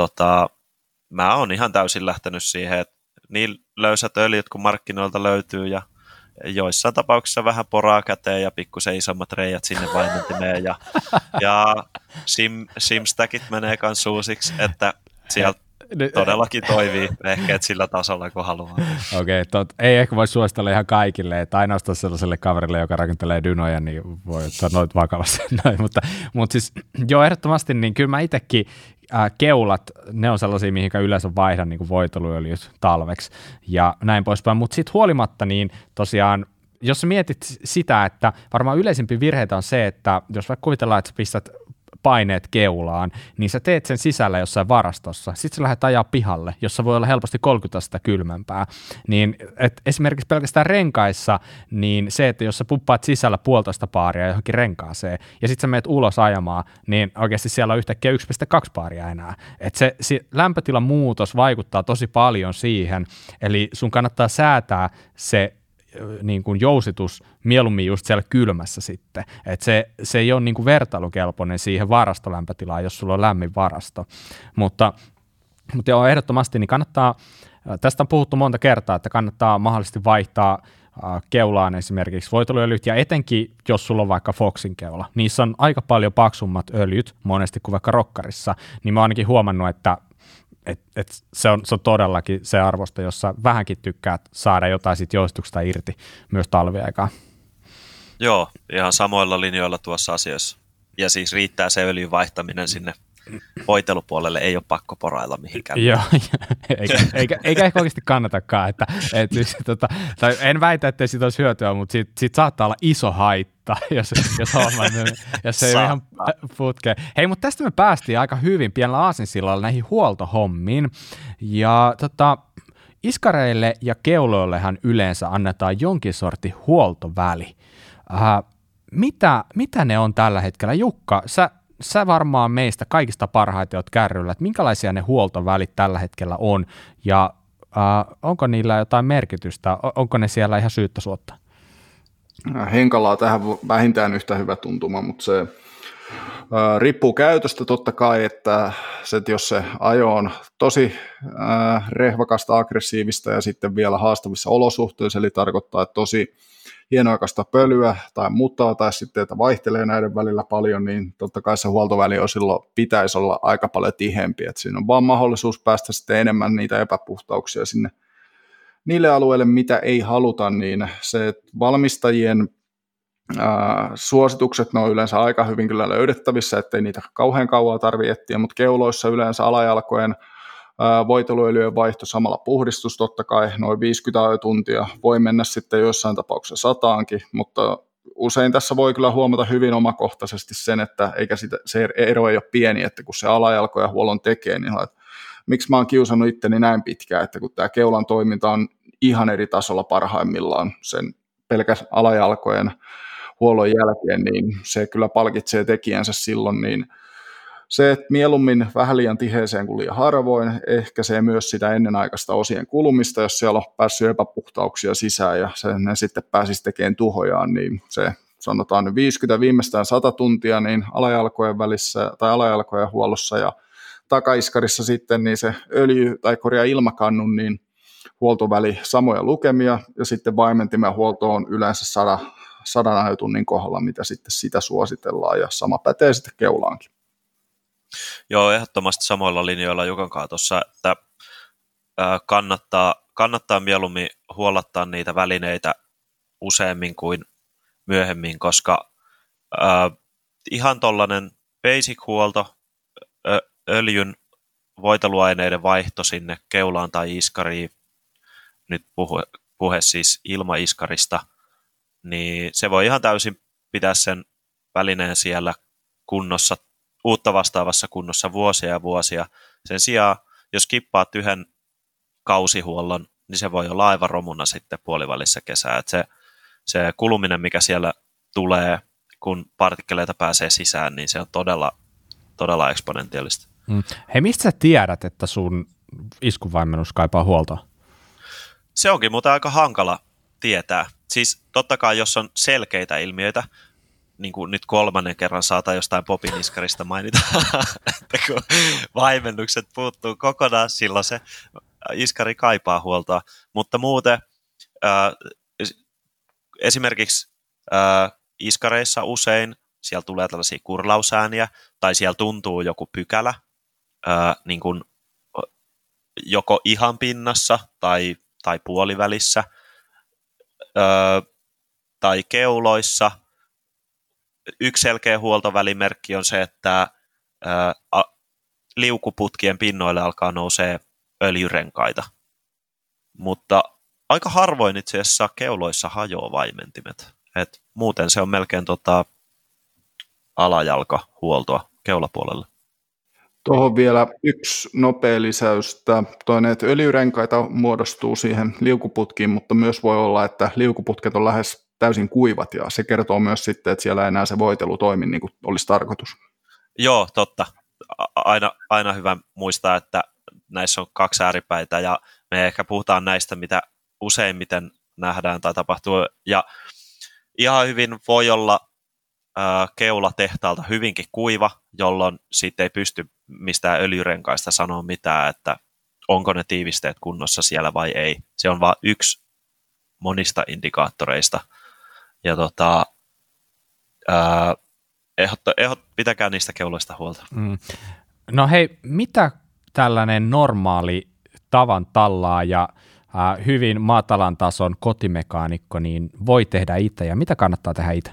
mä oon ihan täysin lähtenyt siihen, että niin löysät öljyt kun markkinoilta löytyy ja joissain tapauksissa vähän poraa käteen ja pikkusen isommat reijät sinne vaimentimeen ja simstäkit menee kans uusiksi, että sieltä todellakin toimii vehkeet sillä tasolla, kun haluaa. Okei, ei ehkä voi suositella ihan kaikille, että ainoastaan sellaiselle kaverille, joka rakentelee dynoja, niin voi ottaa noit vakavasti. Mutta siis joo, ehdottomasti, niin kyllä mä itsekin keulat, ne on sellaisia, mihinkä yleensä vaihdan niin kuin voiteluöljyt talveksi ja näin poispäin, mutta sitten huolimatta, niin tosiaan, jos sä mietit sitä, että varmaan yleisimpi virheitä on se, että jos vaikka kuvitellaan, että sä pistät paineet keulaan, niin sä teet sen sisällä jossain varastossa. Sitten sä lähdet ajaa pihalle, jossa voi olla helposti 30 astetta kylmempää. Niin, esimerkiksi pelkästään renkaissa, niin se, että jos sä puppaat sisällä 1,5 paaria johonkin renkaaseen, ja sitten sä menet ulos ajamaan, niin oikeasti siellä on yhtäkkiä 1,2 paaria enää. Että se lämpötilan muutos vaikuttaa tosi paljon siihen, eli sun kannattaa säätää se niin kuin jousitus mieluummin just siellä kylmässä sitten, että se ei ole niin kuin vertailukelpoinen siihen varastolämpötilaan, jos sulla on lämmin varasto, mutta joo, ehdottomasti niin kannattaa, tästä on puhuttu monta kertaa, että kannattaa mahdollisesti vaihtaa keulaan esimerkiksi voiteluöljyt, ja etenkin jos sulla on vaikka Foxin keula, niissä on aika paljon paksummat öljyt monesti kuin vaikka rokkarissa, niin mä oon ainakin huomannut, että se on todellakin se arvosta, jossa vähänkin tykkäät saada jotain siitä joustuksesta irti myös talviaikaan. Joo, ihan samoilla linjoilla tuossa asiassa. Ja siis riittää se öljyn vaihtaminen sinne voitelupuolelle, ei ole pakko porailla mihinkään. Joo, eikä ehkä oikeasti kannatakaan. Tai en väitä, että siitä olisi hyötyä, mutta siitä saattaa olla iso haitta, jos ei ole ihan putkeen. Hei, mutta tästä me päästiin aika hyvin pienellä aasinsillalla näihin huoltohommiin. Ja iskareille ja keuloillehan yleensä annetaan jonkin sortin huoltoväli. Mitä ne on tällä hetkellä? Jukka, sä varmaan meistä kaikista parhaiten oot kärryllä, että minkälaisia ne huoltovälit tällä hetkellä on, ja onko niillä jotain merkitystä, onko ne siellä ihan syyttä suotta? Henkalaa tähän vähintään yhtä hyvä tuntuma, mutta se riippuu käytöstä totta kai, että jos se ajo on tosi rehvakasta, aggressiivista ja sitten vielä haastavissa olosuhteissa, eli tarkoittaa, että tosi hienoaikaista pölyä tai mutaa tai sitten, että vaihtelee näiden välillä paljon, niin totta kai se huoltoväli on silloin pitäisi olla aika paljon tiheämpi, että siinä on vaan mahdollisuus päästä sitten enemmän niitä epäpuhtauksia sinne niille alueille, mitä ei haluta, niin se valmistajien suositukset, ne on yleensä aika hyvin kyllä löydettävissä, ettei niitä kauhean kauan tarvitse etsiä, mutta keuloissa yleensä alajalkojen voiteluöljyjen vaihto samalla puhdistus totta kai, noin 50 tuntia, voi mennä sitten joissain tapauksessa 100:aankin, mutta usein tässä voi kyllä huomata hyvin omakohtaisesti sen, että eikä se ero ei ole pieni, että kun se alajalkoja huollon tekee, niin miksi mä oon kiusannut itteni näin pitkään, että kun tämä keulan toiminta on ihan eri tasolla parhaimmillaan sen pelkäs alajalkojen huollon jälkeen, niin se kyllä palkitsee tekijänsä silloin, niin se, että mieluummin vähän liian tiheeseen kuin liian harvoin, ehkäisee myös sitä ennenaikaista osien kulumista, jos siellä on päässyt epäpuhtauksia sisään ja ne sitten pääsisi tekemään tuhojaan, niin se sanotaan nyt 50 viimeistään 100 tuntia niin alajalkojen välissä tai alajalkojen huollossa ja takaiskarissa sitten niin se öljy tai ilmakannun niin huoltoväli samoja lukemia ja sitten vaimentimen huolto on yleensä 100 ajotunnin kohdalla, mitä sitten sitä suositellaan ja sama pätee sitten keulaankin. Joo, ehdottomasti samoilla linjoilla Jukan kanssa tuossa, että kannattaa mieluummin huollattaa niitä välineitä useammin kuin myöhemmin, koska ihan tollainen basic-huolto, öljyn voiteluaineiden vaihto sinne keulaan tai iskariin, nyt puhe siis ilmaiskarista, niin se voi ihan täysin pitää sen välineen siellä kunnossa, uutta vastaavassa kunnossa vuosia ja vuosia. Sen sijaan, jos kippaat yhden kausihuollon, niin se voi olla aivan romuna sitten puolivälissä kesää. Että se kuluminen, mikä siellä tulee, kun partikkeleita pääsee sisään, niin se on todella, todella eksponentiaalista. Hei, mistä sä tiedät, että sun iskunvaimennus kaipaa huoltoa? Se onkin muuten aika hankala tietää. Siis totta kai, jos on selkeitä ilmiöitä, niin kuin nyt 3. kerran saatan jostain popin iskarista mainita, että kun vaimennukset puuttuu kokonaan, silloin se iskari kaipaa huoltoa. Mutta muuten esimerkiksi iskareissa usein siellä tulee tällaisia kurlausääniä, tai siellä tuntuu joku pykälä niin kuin joko ihan pinnassa tai puolivälissä, tai keuloissa. Yksi selkeä huoltovälimerkki on se, että liukuputkien pinnoille alkaa nousee öljyrenkaita. Mutta aika harvoin itse asiassa keuloissa hajoaa vaimentimet. Et muuten se on melkein alajalkahuoltoa keulapuolelle. Tuohon vielä yksi nopea lisäys. Toinen, että öljyrenkaita muodostuu siihen liukuputkiin, mutta myös voi olla, että liukuputket on lähes täysin kuivat, ja se kertoo myös sitten, että siellä ei enää se voitelu toimi niin kuin olisi tarkoitus. Joo, totta. Aina hyvä muistaa, että näissä on kaksi ääripäitä, ja me ehkä puhutaan näistä, mitä useimmiten nähdään tai tapahtuu, ja ihan hyvin voi olla keula tehtaalta hyvinkin kuiva, jolloin siitä ei pysty mistään öljyrenkaista sanoa mitään, että onko ne tiivisteet kunnossa siellä vai ei. Se on vain yksi monista indikaattoreista. Ja pitäkää niistä keuloista huolta. No hei, mitä tällainen normaali tavan tallaaja, hyvin matalan tason kotimekaanikko, niin voi tehdä itse, ja mitä kannattaa tehdä itse?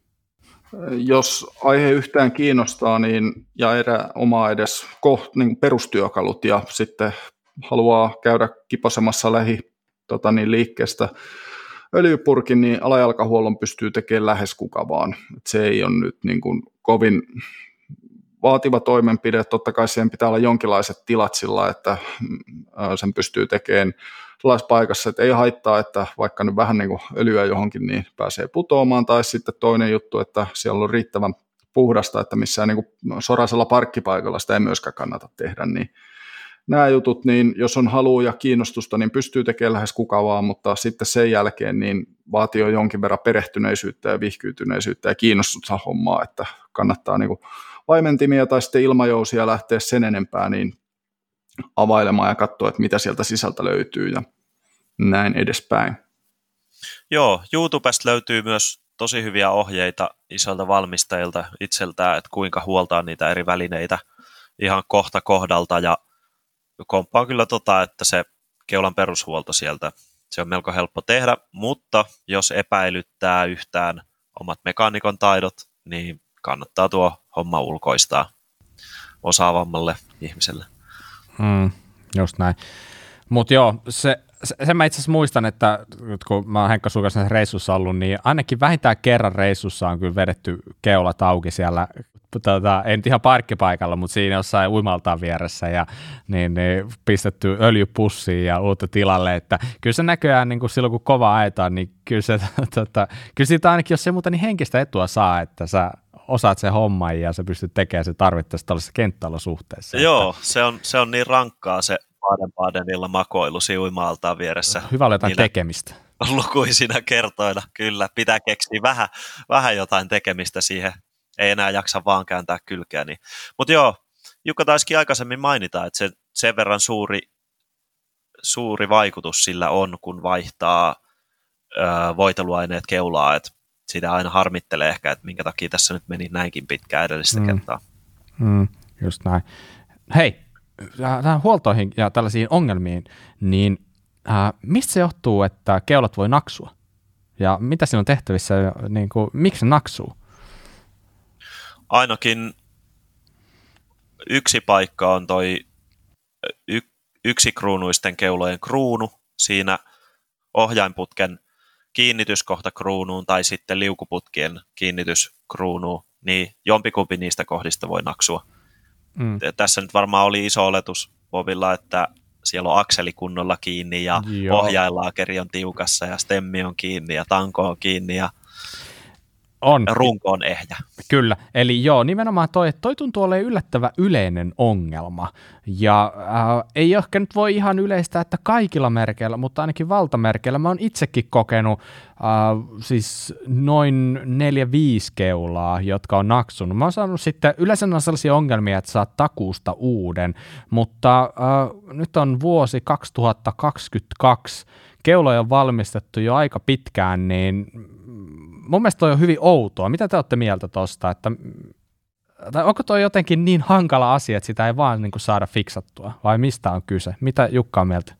Jos aihe yhtään kiinnostaa, niin ja omaa edes niin perustyökalut, ja sitten haluaa käydä kiposemassa liikkeestä öljypurkin, niin alajalkahuollon pystyy tekemään lähes kuka vaan. Et se ei ole nyt niin kuin kovin vaativa toimenpide. Totta kai siihen pitää olla jonkinlaiset tilat sillä, että sen pystyy tekemään sellaisessa paikassa, että ei haittaa, että vaikka nyt vähän niin kuin öljyä johonkin, niin pääsee putoamaan. Tai sitten toinen juttu, että siellä on riittävän puhdasta, että missään niin kuin soraisella parkkipaikalla sitä ei myöskään kannata tehdä. Niin nämä jutut, niin jos on halua ja kiinnostusta, niin pystyy tekemään lähes kuka vaan, mutta sitten sen jälkeen niin vaatii jo jonkin verran perehtyneisyyttä ja vihkyytyneisyyttä ja kiinnostusta hommaa, että kannattaa niin kuin vaimentimia tai sitten ilmajousia lähteä sen enempää niin availemaan ja katsoa, että mitä sieltä sisältä löytyy ja näin edespäin. Joo, YouTubesta löytyy myös tosi hyviä ohjeita isolta valmistajilta itseltään, että kuinka huoltaa niitä eri välineitä ihan kohta kohdalta, ja komppaan kyllä että se keulan perushuolto sieltä, se on melko helppo tehdä, mutta jos epäilyttää yhtään omat mekaanikon taidot, niin kannattaa tuo homma ulkoistaa osaavammalle ihmiselle. Just näin. Mutta joo, sen mä itse asiassa muistan, että kun mä oon Henkka sun kanssa reissussa ollut, niin ainakin vähintään kerran reissussa on kyllä vedetty keulat auki siellä, ei nyt ihan parkkipaikalla, mutta siinä jossain uimaltaan vieressä ja niin pistetty öljypussiin ja uutta tilalle, että kyllä se näköjään niin kuin silloin kun kova ajetaan, niin kyllä, kyllä siitä ainakin jos se muuta niin henkistä etua saa, että sä osaat sen homman ja sä pystyt tekemään se tarvittaessa tällaisessa kenttäolosuhteessa. Joo, se on niin rankkaa se Baden-Badenilla makoilu uima-altaan vieressä. Hyvä olla jotain tekemistä. Lukuisina kertoina, kyllä. Pitää keksiä vähän jotain tekemistä siihen. Ei enää jaksa vaan kääntää kylkeä. Niin. Mutta joo, Jukka taisikin aikaisemmin mainita, että sen verran suuri vaikutus sillä on, kun vaihtaa voiteluaineet keulaa, että sitä aina harmittelee ehkä, että minkä takia tässä nyt meni näinkin pitkään edellistä kertaa. Just näin. Hei, tähän huoltoihin ja tällaisiin ongelmiin, niin mistä se johtuu, että keulat voi naksua? Ja mitä siinä on tehtävissä, niin kuin, miksi se naksuu? Ainakin yksi paikka on toi yksikruunuisten keulojen kruunu siinä ohjainputken kiinnityskohta kruunuun tai sitten liukuputkien kiinnitys kruunuun, niin jompikumpi niistä kohdista voi naksua. Tässä nyt varmaan oli iso oletus Bobilla, että siellä on akseli kunnolla kiinni ja ohjainlaakeri on tiukassa ja stemmi on kiinni ja tanko on kiinni ja runko on ehjä. Kyllä, eli joo, nimenomaan toi tuntuu olemaan yllättävän yleinen ongelma, ja ei ehkä nyt voi ihan yleistää, että kaikilla merkeillä, mutta ainakin valtamerkeillä mä oon itsekin kokenut siis noin 4-5 keulaa, jotka on naksunut. Mä oon saanut sitten, yleensä on sellaisia ongelmia, että saat takuusta uuden, mutta nyt on vuosi 2022, keuloja on valmistettu jo aika pitkään, niin mun mielestä toi on hyvin outoa. Mitä te olette mieltä tosta, tai onko toi jotenkin niin hankala asia, että sitä ei vaan niin kuin saada fiksattua, vai mistä on kyse? Mitä Jukka on mieltä?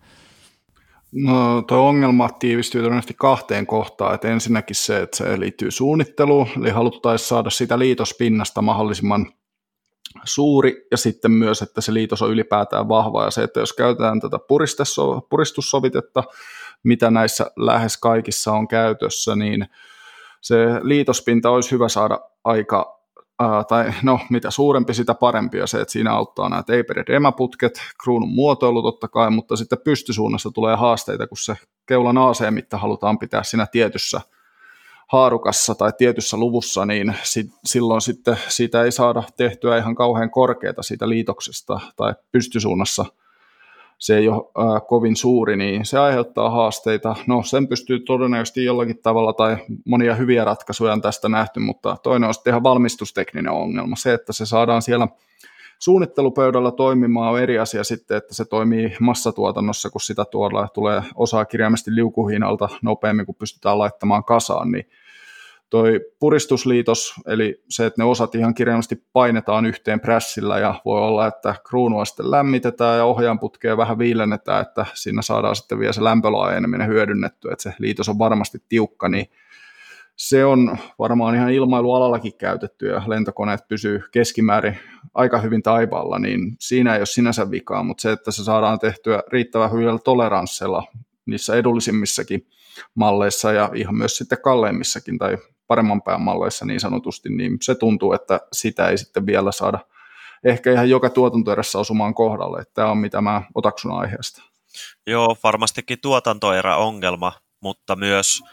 No tuo ongelma tiivistyy todennäköisesti kahteen kohtaan, että ensinnäkin se, että se liittyy suunnitteluun, eli haluttaisiin saada sitä liitospinnasta mahdollisimman suuri, ja sitten myös, että se liitos on ylipäätään vahva, ja se, että jos käytetään tätä puristussovitetta, mitä näissä lähes kaikissa on käytössä, niin se liitospinta olisi hyvä saada aika, tai no mitä suurempi, sitä parempi, ja se, että siinä auttaa nämä tapered emäputket, kruunun muotoilu totta kai, mutta sitten pystysuunnassa tulee haasteita, kun se keulan AC-mitta halutaan pitää siinä tietyssä haarukassa tai tietyssä luvussa, niin silloin sitten siitä ei saada tehtyä ihan kauhean korkeata siitä liitoksesta tai pystysuunnassa. Se ei ole kovin suuri, niin se aiheuttaa haasteita. No sen pystyy todennäköisesti jollakin tavalla, tai monia hyviä ratkaisuja on tästä nähty, mutta toinen on sitten ihan valmistustekninen ongelma. Se, että se saadaan siellä suunnittelupöydällä toimimaan on eri asia sitten, että se toimii massatuotannossa, kun sitä tuolla tulee osaa kirjaimesti liukuhihnalta nopeammin, kun pystytään laittamaan kasaan, niin toi puristusliitos, eli se, että ne osat ihan kirjaimesti painetaan yhteen prässillä ja voi olla, että kruunua sitten lämmitetään ja ohjaanputkea vähän viilennetään, että siinä saadaan sitten vielä se lämpölaajeneminen hyödynnettyä, että se liitos on varmasti tiukka, niin se on varmaan ihan ilmailualallakin käytetty ja lentokoneet pysyy keskimäärin aika hyvin taivaalla, niin siinä ei ole sinänsä vikaa, mutta se, että se saadaan tehtyä riittävän hyvillä toleransseilla niissä edullisimmissakin malleissa ja ihan myös sitten kalleimmissakin tai paremman pään malleissa niin sanotusti, niin se tuntuu, että sitä ei sitten vielä saada ehkä ihan joka tuotantoerässä osumaan kohdalle, että tämä on mitä mä otaksun aiheesta. Joo, varmastikin tuotantoerä ongelma, mutta myös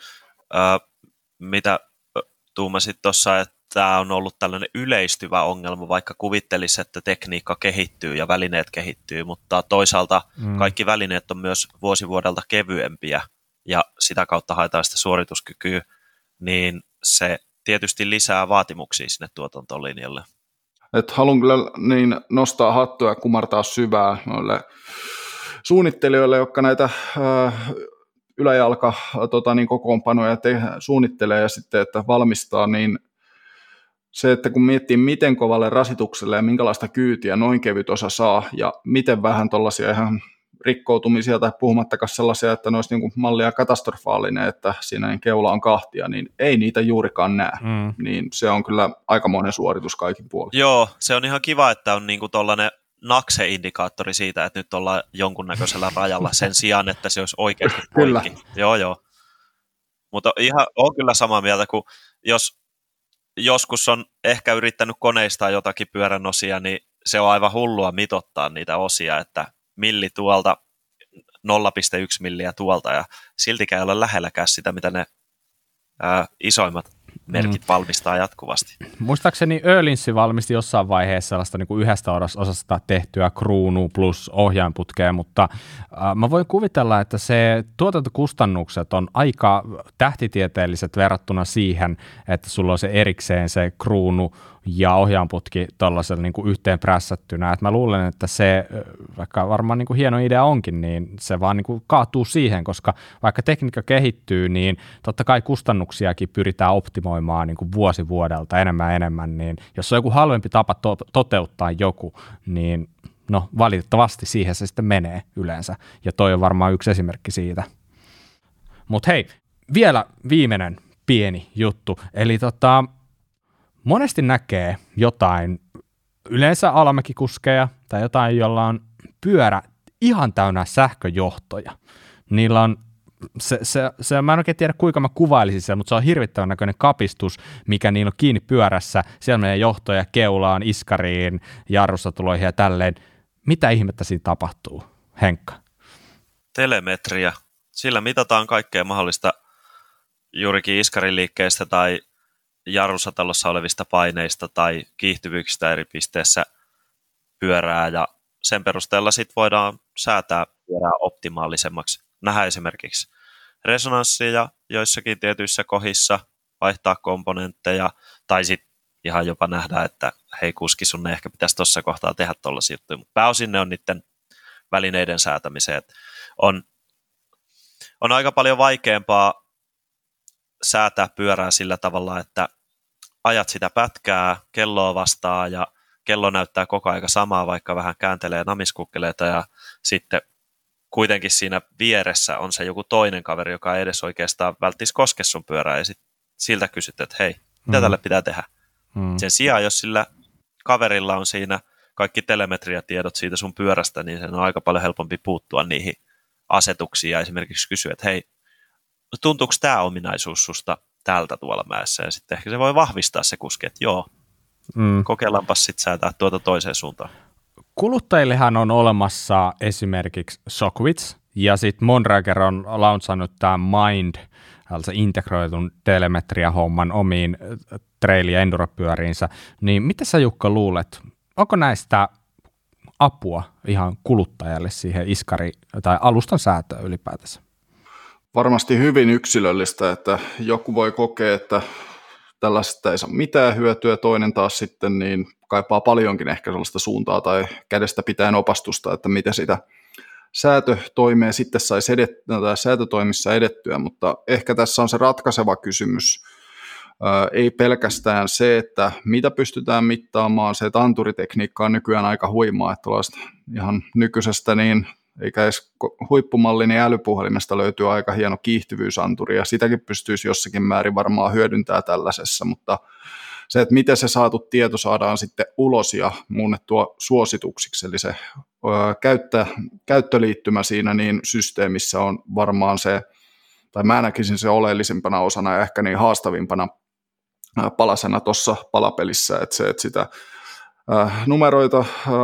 mitä tuumasit tuossa, että tämä on ollut tällainen yleistyvä ongelma, vaikka kuvittelisi, että tekniikka kehittyy ja välineet kehittyy, mutta toisaalta kaikki välineet on myös vuosi vuodelta kevyempiä ja sitä kautta haetaan sitä suorituskykyä, niin se tietysti lisää vaatimuksia sinne tuotantolinjalle. Haluan kyllä niin nostaa hattua ja kumartaa syvää noille suunnittelijoille, jotka näitä yläjalka kokoonpanoja suunnittelee ja sitten, että valmistaa, niin se, että kun miettii, miten kovalle rasitukselle ja minkälaista kyytiä noin kevyt osa saa ja miten vähän tuollaisia ihan rikkoutumisia tai puhumattakaan sellaisia, että ne olisi niin kuin mallia katastrofaalinen, että siinä keula on kahtia, niin ei niitä juurikaan näe. Niin se on kyllä aikamoinen suoritus kaikin puolin. Joo, se on ihan kiva, että on niin kuin tollainen nakse-indikaattori siitä, että nyt ollaan jonkunnäköisellä rajalla sen sijaan, että se olisi oikeasti poikki. Joo. Mutta ihan on kyllä samaa mieltä, kuin jos joskus on ehkä yrittänyt koneistaa jotakin pyörän osia, niin se on aivan hullua mitottaa niitä osia, että milli tuolta, 0,1 milliä tuolta, ja siltikään ei ole lähelläkään sitä, mitä ne isoimmat merkit valmistaa jatkuvasti. Muistaakseni Öhlins valmisti jossain vaiheessa sellaista niin kuin yhdestä osasta tehtyä kruunu plus ohjainputkea, mutta mä voin kuvitella, että se tuotantokustannukset on aika tähtitieteelliset verrattuna siihen, että sulla on se erikseen se kruunu ja ohjaanputki tuollaisella niin kuin yhteen prässättynä. Et mä luulen, että se, vaikka varmaan niin kuin hieno idea onkin, niin se vaan niin kuin kaatuu siihen, koska vaikka tekniikka kehittyy, niin totta kai kustannuksiakin pyritään optimoimaan niin kuin vuosi vuodelta enemmän, niin jos on joku halvempi tapa toteuttaa joku, niin no valitettavasti siihen se sitten menee yleensä, ja toi on varmaan yksi esimerkki siitä. Mutta hei, vielä viimeinen pieni juttu, eli monesti näkee jotain, yleensä alamäkikuskeja tai jotain, jolla on pyörä ihan täynnä sähköjohtoja. Niillä on, mä en oikein tiedä kuinka mä kuvailisin sen, mutta se on hirvittävän näköinen kapistus, mikä niillä on kiinni pyörässä. Siellä menee johtoja keulaan, iskariin, jarrussatuloihin ja tälleen. Mitä ihmettä siinä tapahtuu, Henkka? Telemetria. Sillä mitataan kaikkea mahdollista juurikin iskariliikkeestä tai jarrusatalossa olevista paineista tai kiihtyvyyksistä eri pisteessä pyörää, ja sen perusteella sitten voidaan säätää pyörää optimaalisemmaksi. Nähdään esimerkiksi resonanssia joissakin tietyissä kohdissa, vaihtaa komponentteja, tai sitten ihan jopa nähdään, että hei kuski, sun ehkä pitäisi tuossa kohtaa tehdä tuollaisia juttuja, mutta pääosin ne on niiden välineiden säätämiseen. On aika paljon vaikeampaa säätää pyörää sillä tavalla, että ajat sitä pätkää kelloa vastaan ja kello näyttää koko aika samaa, vaikka vähän kääntelee namiskukkeleita ja sitten kuitenkin siinä vieressä on se joku toinen kaveri, joka ei edes oikeastaan välttis koske sun pyörää ja sitten siltä kysyt, että hei, mitä tälle pitää tehdä? Sen sijaan, jos sillä kaverilla on siinä kaikki telemetriatiedot siitä sun pyörästä, niin sen on aika paljon helpompi puuttua niihin asetuksiin ja esimerkiksi kysyä, että hei, tuntuuko tämä ominaisuus susta tältä tuolla mäessä? Ja sitten ehkä se voi vahvistaa se kuski, että joo, kokeillaanpas sitten säätää tuota toiseen suuntaan. Kuluttajillehan on olemassa esimerkiksi Shockwitch, ja sitten Mondrager on launchannut tämä Mind, se integroitun telemetria-homman omiin trail- ja enduropyöriinsä. Niin mitä sä, Jukka, luulet, onko näistä apua ihan kuluttajalle siihen iskari- tai alustan säätöön ylipäätänsä? Varmasti hyvin yksilöllistä, että joku voi kokea, että tällaista ei saa mitään hyötyä, toinen taas sitten niin kaipaa paljonkin ehkä sellaista suuntaa tai kädestä pitäen opastusta, että miten sitä säätötoimea sitten saisi säätötoimissa edettyä, mutta ehkä tässä on se ratkaiseva kysymys. Ei pelkästään se, että mitä pystytään mittaamaan, se, että anturitekniikka on nykyään aika huimaa, että ihan nykyisestä niin eikä edes huippumalli, niin älypuhelimesta löytyy aika hieno kiihtyvyysanturi, ja sitäkin pystyisi jossakin määrin varmaan hyödyntämään tällaisessa, mutta se, että miten se saatu tieto saadaan sitten ulos ja muunnettua suosituksiksi, eli se käyttöliittymä siinä niin systeemissä on varmaan se, tai mä näkisin se oleellisimpana osana ja ehkä niin haastavimpana palasena tuossa palapelissä, että se, että sitä numeroita,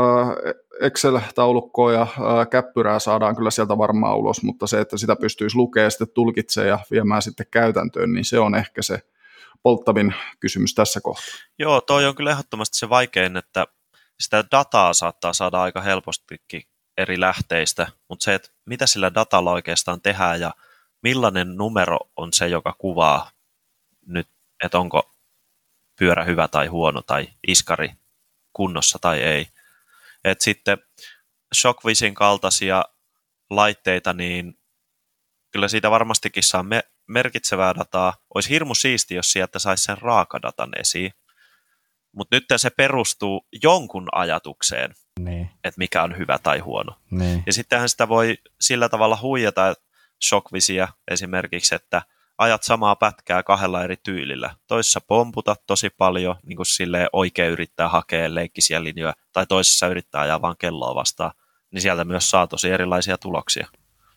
Excel-taulukkoa ja käppyrää saadaan kyllä sieltä varmaan ulos, mutta se, että sitä pystyisi lukemaan ja sitten tulkitsemaan ja viemään sitten käytäntöön, niin se on ehkä se polttavin kysymys tässä kohtaa. Joo, toi on kyllä ehdottomasti se vaikein, että sitä dataa saattaa saada aika helpostikin eri lähteistä, mutta se, että mitä sillä datalla oikeastaan tehdään ja millainen numero on se, joka kuvaa nyt, että onko pyörä hyvä tai huono tai iskari kunnossa tai ei. Et sitten Shockwitchin kaltaisia laitteita, niin kyllä siitä varmastikin saa merkitsevää dataa. Olisi hirmu siisti, jos sieltä saisi sen raakadatan esiin. Mutta nyt se perustuu jonkun ajatukseen, että mikä on hyvä tai huono. Ja sittenhän sitä voi sillä tavalla huijata Shockwitchia esimerkiksi, että ajat samaa pätkää kahdella eri tyylillä. Toisessa pomputat tosi paljon, niin kuin silleen oikein yrittää hakea leikkisiä linjoja, tai toisessa yrittää ajaa vaan kelloa vastaan, niin sieltä myös saa tosi erilaisia tuloksia.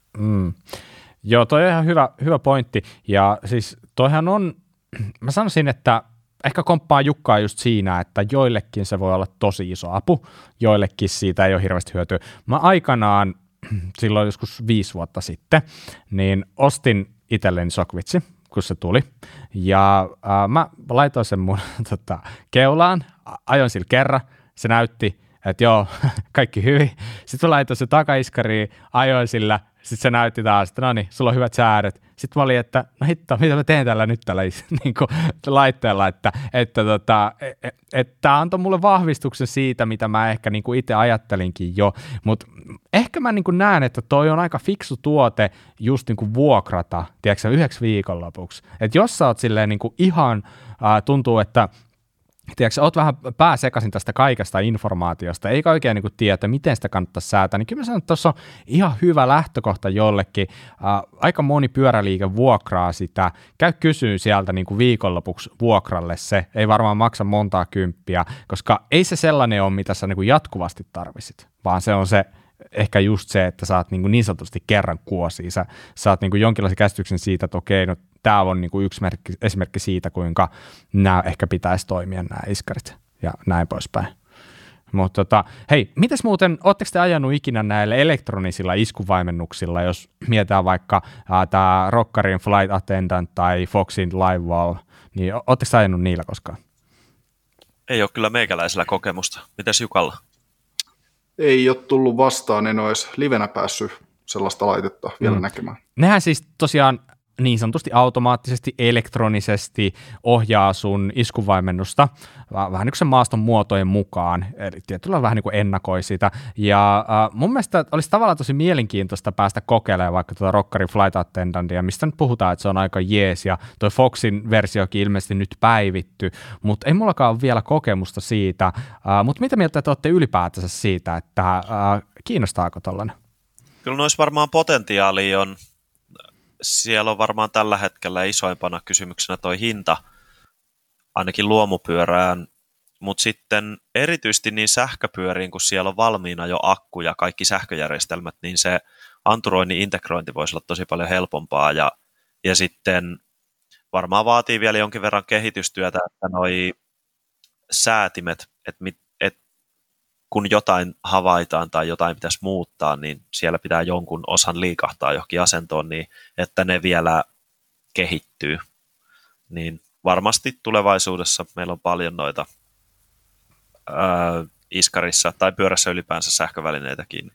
Joo, toi on ihan hyvä pointti, ja siis toihan on, mä sanoisin, että ehkä komppaa Jukkaa just siinä, että joillekin se voi olla tosi iso apu, joillekin siitä ei ole hirveästi hyötyä. Mä aikanaan, silloin joskus 5 vuotta sitten, niin ostin itselleni Shockwitchi, kun se tuli, ja mä laitoin sen mun keulaan, ajoin sillä kerran, se näytti, että joo, kaikki hyvin. Sitten mä laitoin se takaiskariin, ajoin sillä, sitten se näytti taas, että no niin, sulla on hyvät säädöt. Sitten mä olin, että no hitto, mitä mä teen tällä nyt tällä niin kuin, laitteella, että tämä antoi mulle vahvistuksen siitä, mitä mä ehkä niin kuin itse ajattelinkin jo, mutta ehkä mä niin kuin näen, että toi on aika fiksu tuote just niin kuin vuokrata, tiedätkö 9 viikonlopuksi. Että jos sä oot silleen niin kuin ihan, tuntuu, että tiedätkö, oot vähän pääsekaisin tästä kaikesta informaatiosta, eikä oikein niin kuin tiedä, miten sitä kannattaisi säätää, niin kyllä mä sanon, että tuossa on ihan hyvä lähtökohta jollekin. Aika moni pyöräliike vuokraa sitä. Käy kysyyn sieltä niin kuin viikonlopuksi vuokralle se. Ei varmaan maksa montaa kymppiä, koska ei se sellainen ole, mitä sä niin kuin jatkuvasti tarvisit, vaan se on se ehkä just se, että saat niin sanotusti kerran kuosiin. Sä saat niin kuin jonkinlaisen käsityksen siitä, että okei, no tämä on niin kuin yksi esimerkki siitä, kuinka nämä ehkä pitäisi toimia nämä iskarit ja näin poispäin. Mutta hei, mites muuten, ootteko te ajanut ikinä näillä elektronisilla iskuvaimennuksilla, jos mietitään vaikka tämä Rockarin Flight Attendant tai Foxin Livewall, niin ootteko te ajanut niillä koskaan? Ei ole kyllä meikäläisellä kokemusta. Mitäs Jukalla? Ei ole tullut vastaan, en ole edes livenä päässyt sellaista laitetta vielä näkemään. Nehän siis tosiaan niin sanotusti automaattisesti, elektronisesti ohjaa sun iskuvaimennusta vähän niin kuin sen maaston muotojen mukaan, eli tietyllä vähän niin kuin ennakoi sitä, ja mun mielestä olisi tavallaan tosi mielenkiintoista päästä kokeilemaan vaikka tuota Rockerin Flight Attendantia, mistä nyt puhutaan, että se on aika jees, ja toi Foxin versiokin ilmeisesti nyt päivitty, mutta ei mullakaan ole vielä kokemusta siitä, mutta mitä mieltä te olette ylipäätänsä siitä, että kiinnostaako tollainen? Kyllä noissa varmaan potentiaalia on. Siellä on varmaan tällä hetkellä isoimpana kysymyksenä toi hinta, ainakin luomupyörään, mutta sitten erityisesti niin sähköpyöriin, kun siellä on valmiina jo akku ja kaikki sähköjärjestelmät, niin se Anturoinnin integrointi voisi olla tosi paljon helpompaa, ja sitten varmaan vaatii vielä jonkin verran kehitystyötä, että noi säätimet, että kun jotain havaitaan tai jotain pitäisi muuttaa, niin siellä pitää jonkun osan liikahtaa johonkin asentoon, niin että ne vielä kehittyy. Niin varmasti tulevaisuudessa meillä on paljon noita iskarissa tai pyörässä ylipäänsä sähkövälineitäkin.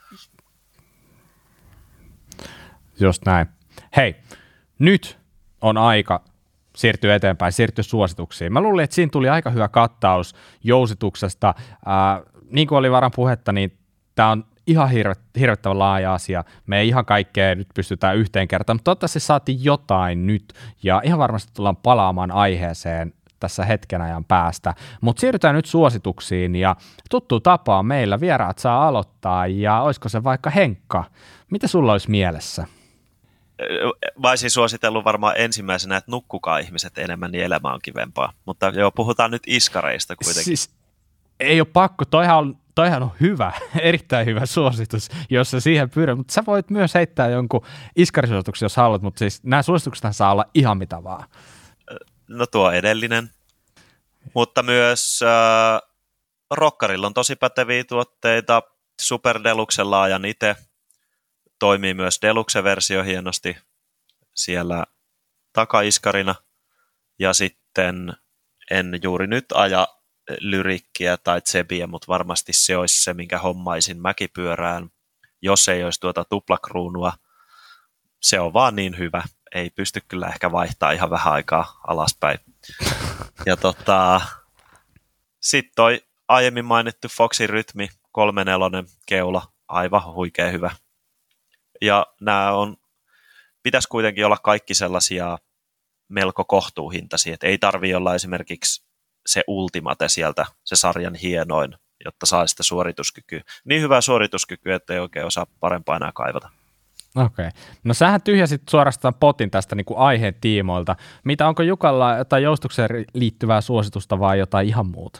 Just näin. Hei, nyt on aika siirtyä eteenpäin, siirtyä suosituksiin. Mä luulin, että siinä tuli aika hyvä kattaus jousituksesta. Niin kuin oli varmaan puhetta, niin tämä on ihan hirvettävän laaja asia. Me ei ihan kaikkea nyt pystytään yhteen kertaan, mutta toivottavasti saatiin jotain nyt, ja ihan varmasti tullaan palaamaan aiheeseen tässä hetken ajan päästä. Mutta siirrytään nyt suosituksiin, ja tuttu tapaa meillä vieraat saa aloittaa, ja olisiko se vaikka Henkka? Mitä sulla olisi mielessä? Mä olisin suositellut varmaan ensimmäisenä, että nukkukaa ihmiset enemmän, niin elämä on kivempaa. Mutta joo, puhutaan nyt iskareista kuitenkin. Siis ei ole pakko, toihan on hyvä, erittäin hyvä suositus, jos sä siihen pyydät, mutta sä voit myös heittää jonkun iskarisuosituksen, jos haluat, mutta siis nämä suositukset saa olla ihan mitä vaan. No tuo edellinen, mutta myös Rockerilla on tosi päteviä tuotteita, Super Deluxella ajan itse, toimii myös Deluxe-versio hienosti siellä takaiskarina, ja sitten en juuri nyt aja Lyrikkiä tai Zebiä, mutta varmasti se olisi se, minkä hommaisin mäkipyörään, jos ei olisi tuota tuplakruunua. Se on vaan niin hyvä, ei pysty kyllä ehkä vaihtaa ihan vähän aikaa alaspäin. Ja sitten toi aiemmin mainittu Foxin Rytmi 3/4 keula, aivan huikea hyvä. Ja nämä pitäisi kuitenkin olla kaikki sellaisia melko kohtuuhintaisia, että ei tarvitse olla esimerkiksi se Ultimate sieltä, se sarjan hienoin, jotta saa sitä suorituskykyä. Niin hyvää suorituskykyä, että ei oikein osaa parempaa enää kaivata. Okei. No sähän tyhjäsit suorastaan potin tästä niin kuin aiheen tiimoilta. Mitä, onko Jukalla jotain joustukseen liittyvää suositusta vai jotain ihan muuta?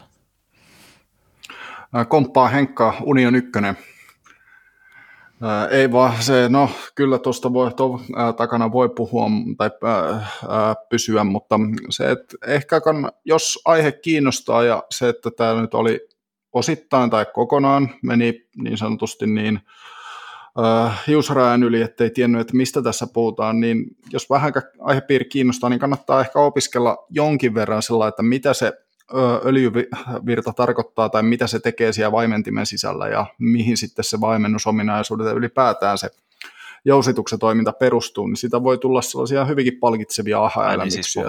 Komppaa Henkkaa, Union 1. Ei vaan se, no kyllä tuosta takana voi puhua tai pysyä, mutta se, että ehkä jos aihe kiinnostaa ja se, että tämä nyt oli osittain tai kokonaan meni niin sanotusti niin hiusrajan yli, ettei tiennyt, että mistä tässä puhutaan, niin jos vähän aihepiiri kiinnostaa, niin kannattaa ehkä opiskella jonkin verran sellainen, että mitä se öljyvirta tarkoittaa tai mitä se tekee siellä vaimentimen sisällä ja mihin sitten se vaimennusominaisuudet ja ylipäätään se jousituksen toiminta perustuu, niin sitä voi tulla sellaisia hyvinkin palkitsevia aha-elämyksiä.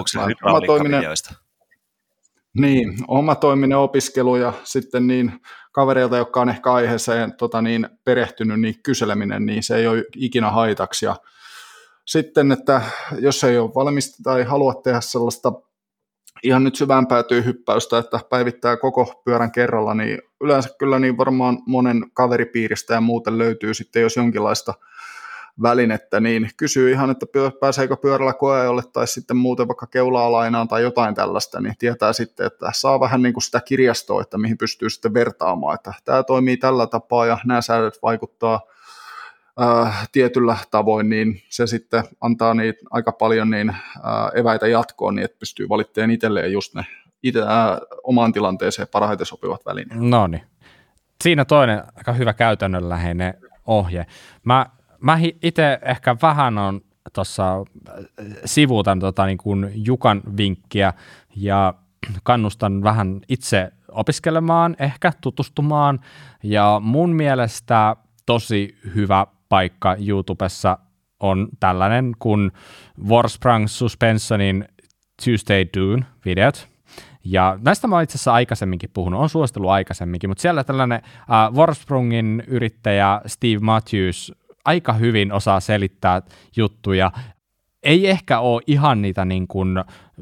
Niin, omatoiminen opiskelu ja sitten niin kavereilta, jotka on ehkä aiheeseen perehtynyt, niin kyseleminen, niin se ei ole ikinä haitaksi. Ja sitten, että jos ei ole valmista tai halua tehdä sellaista ihan nyt syvään päätyy hyppäystä, että päivittää koko pyörän kerralla, niin yleensä kyllä niin varmaan monen kaveripiiristä ja muuten löytyy sitten, jos jonkinlaista välinettä, niin kysyy ihan, että pääseekö pyörällä koeajolle tai sitten muuten vaikka keulaa lainaan tai jotain tällaista, niin tietää sitten, että saa vähän niin kuin sitä kirjastoa, että mihin pystyy sitten vertaamaan, että tämä toimii tällä tapaa ja nämä säädöt vaikuttaa tietyllä tavoin, niin se sitten antaa niitä aika paljon eväitä jatkoon, niin että pystyy valittamaan itselleen just ne omaan tilanteeseen parhaiten sopivat välineet. No niin. Siinä toinen aika hyvä käytännönläheinen ohje. Mä itse ehkä vähän on tuossa sivuutan niin kuin Jukan vinkkiä ja kannustan vähän itse opiskelemaan, ehkä tutustumaan, ja mun mielestä tosi hyvä paikka YouTubessa on tällainen kuin Vorsprung Suspensionin Tuesday Dune-videot. Ja näistä mä oon itse asiassa aikaisemminkin puhunut, on suositellut aikaisemminkin, mutta siellä tällainen Vorsprungin yrittäjä Steve Matthews aika hyvin osaa selittää juttuja. Ei ehkä ole ihan niitä niin kuin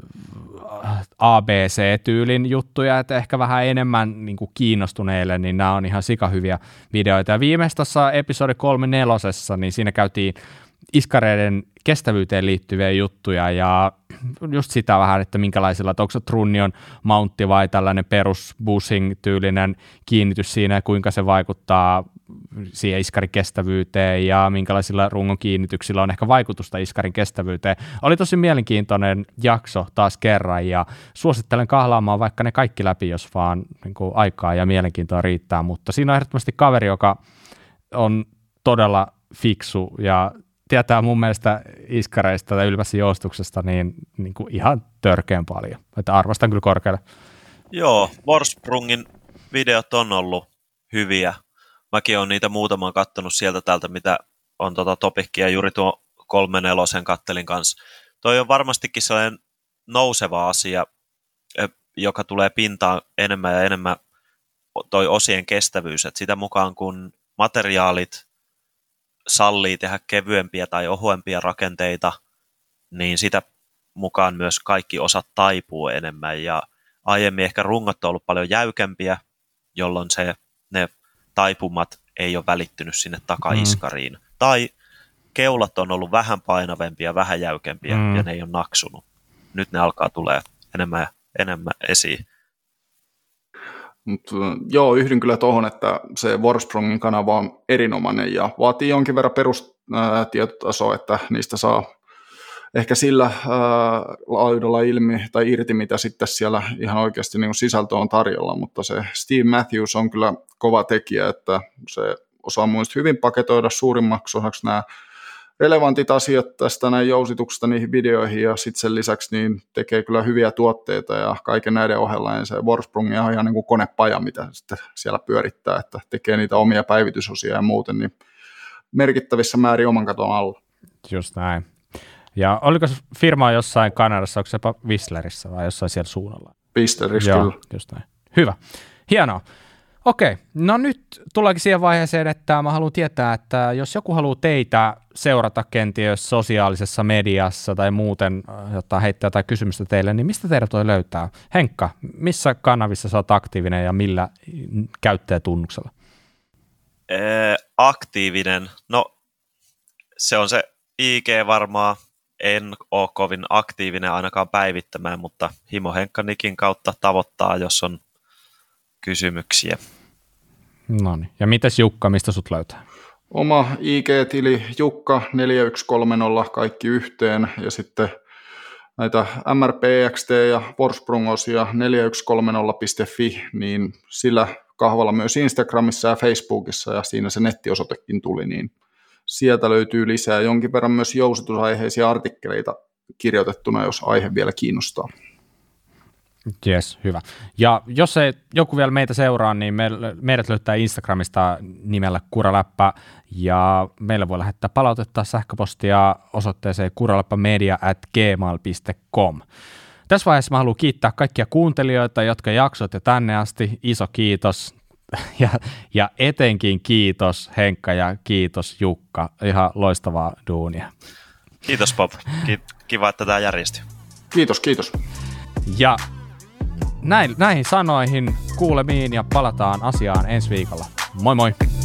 ABC-tyylin juttuja, että ehkä vähän enemmän niin kuin kiinnostuneille, niin nämä on ihan sikahyviä videoita. Ja viimeistä tuossa episodi 3.4, niin siinä käytiin iskareiden kestävyyteen liittyviä juttuja ja just sitä vähän, että minkälaisilla, että onko se trunnion mountti vai tällainen perus bushing-tyylinen kiinnitys siinä ja kuinka se vaikuttaa siihen iskarin kestävyyteen ja minkälaisilla rungon kiinnityksillä on ehkä vaikutusta iskarin kestävyyteen. Oli tosi mielenkiintoinen jakso taas kerran ja suosittelen kahlaamaan vaikka ne kaikki läpi, jos vaan niin kuin aikaa ja mielenkiintoa riittää, mutta siinä on ehdottomasti kaveri, joka on todella fiksu ja tietää mun mielestä iskareista tai ylipäänsä joustuksesta niin kuin ihan törkeän paljon. Että arvostan kyllä korkealle. Joo, Vorsprungin videot on ollut hyviä. Mäkin olen niitä muutaman kattonut sieltä täältä, mitä on topikkia. Juuri tuo 3.4 kattelin kanssa. Toi on varmastikin sellainen nouseva asia, joka tulee pintaan enemmän ja enemmän toi osien kestävyys. Et sitä mukaan kun materiaalit sallii tehdä kevyempiä tai ohuempia rakenteita, niin sitä mukaan myös kaikki osat taipuu enemmän. Ja aiemmin ehkä rungot on ollut paljon jäykempiä, jolloin ne taipumat ei ole välittynyt sinne takaiskariin. Tai keulat on ollut vähän painavempia, vähän jäykempiä ja ne ei ole naksunut. Nyt ne alkaa tulee enemmän esiin. Joo, yhdyn kyllä tuohon, että se Vorsprungin kanava on erinomainen ja vaatii jonkin verran perustietotasoa, että niistä saa ehkä sillä laidalla ilmi tai irti, mitä sitten siellä ihan oikeasti niin kuin sisältö on tarjolla, mutta se Steve Matthews on kyllä kova tekijä, että se osaa muista hyvin paketoida suurimmaksi osaksi nämä relevantit asiat tästä näin jousituksesta niihin videoihin ja sitten sen lisäksi niin tekee kyllä hyviä tuotteita ja kaiken näiden ohella niin se Vorsprung on ihan niin kuin konepaja, mitä sitten siellä pyörittää, että tekee niitä omia päivitysosia ja muuten niin merkittävissä määrin oman katon alla. Just näin. Ja oliko se firma jossain Kanadassa, onko se jopa Whistlerissä vai jossain siellä suunnalla? Whistlerissä kyllä. Just näin. Hyvä. Hienoa. Okei, no nyt tuleekin siihen vaiheeseen, että mä haluan tietää, että jos joku haluaa teitä seurata kenties sosiaalisessa mediassa tai muuten jotain heittää jotain kysymystä teille, niin mistä teidät voi löytää? Henkka, missä kanavissa sä oot aktiivinen ja millä käyttäjätunnuksella? Aktiivinen? No se on se IG varmaan. En ole kovin aktiivinen ainakaan päivittämään, mutta Himo Henkka Nikin kautta tavoittaa, jos on kysymyksiä. No niin. Ja mitäs Jukka, mistä sut löytää? Oma IG-tili Jukka 4130 kaikki yhteen ja sitten näitä MRPXT ja Vorsprung-osia 4130.fi, niin sillä kahvalla myös Instagramissa ja Facebookissa ja siinä se nettiosoitekin tuli, niin sieltä löytyy lisää jonkin verran myös jousitusaiheisia artikkeleita kirjoitettuna, jos aihe vielä kiinnostaa. Jes, hyvä. Ja jos ei joku vielä meitä seuraa, niin meidät löytää Instagramista nimellä Kuraläppä, ja meille voi lähettää palautetta sähköpostia osoitteeseen kuraläppämedia@gmail.com. Tässä vaiheessa mä haluan kiittää kaikkia kuuntelijoita, jotka jaksoivat jo tänne asti. Iso kiitos. Ja etenkin kiitos Henkka ja kiitos Jukka. Ihan loistavaa duunia. Kiitos Bob. Kiva, että tämä järjestyi. Kiitos. Ja näihin sanoihin kuulemiin ja palataan asiaan ensi viikolla. Moi moi!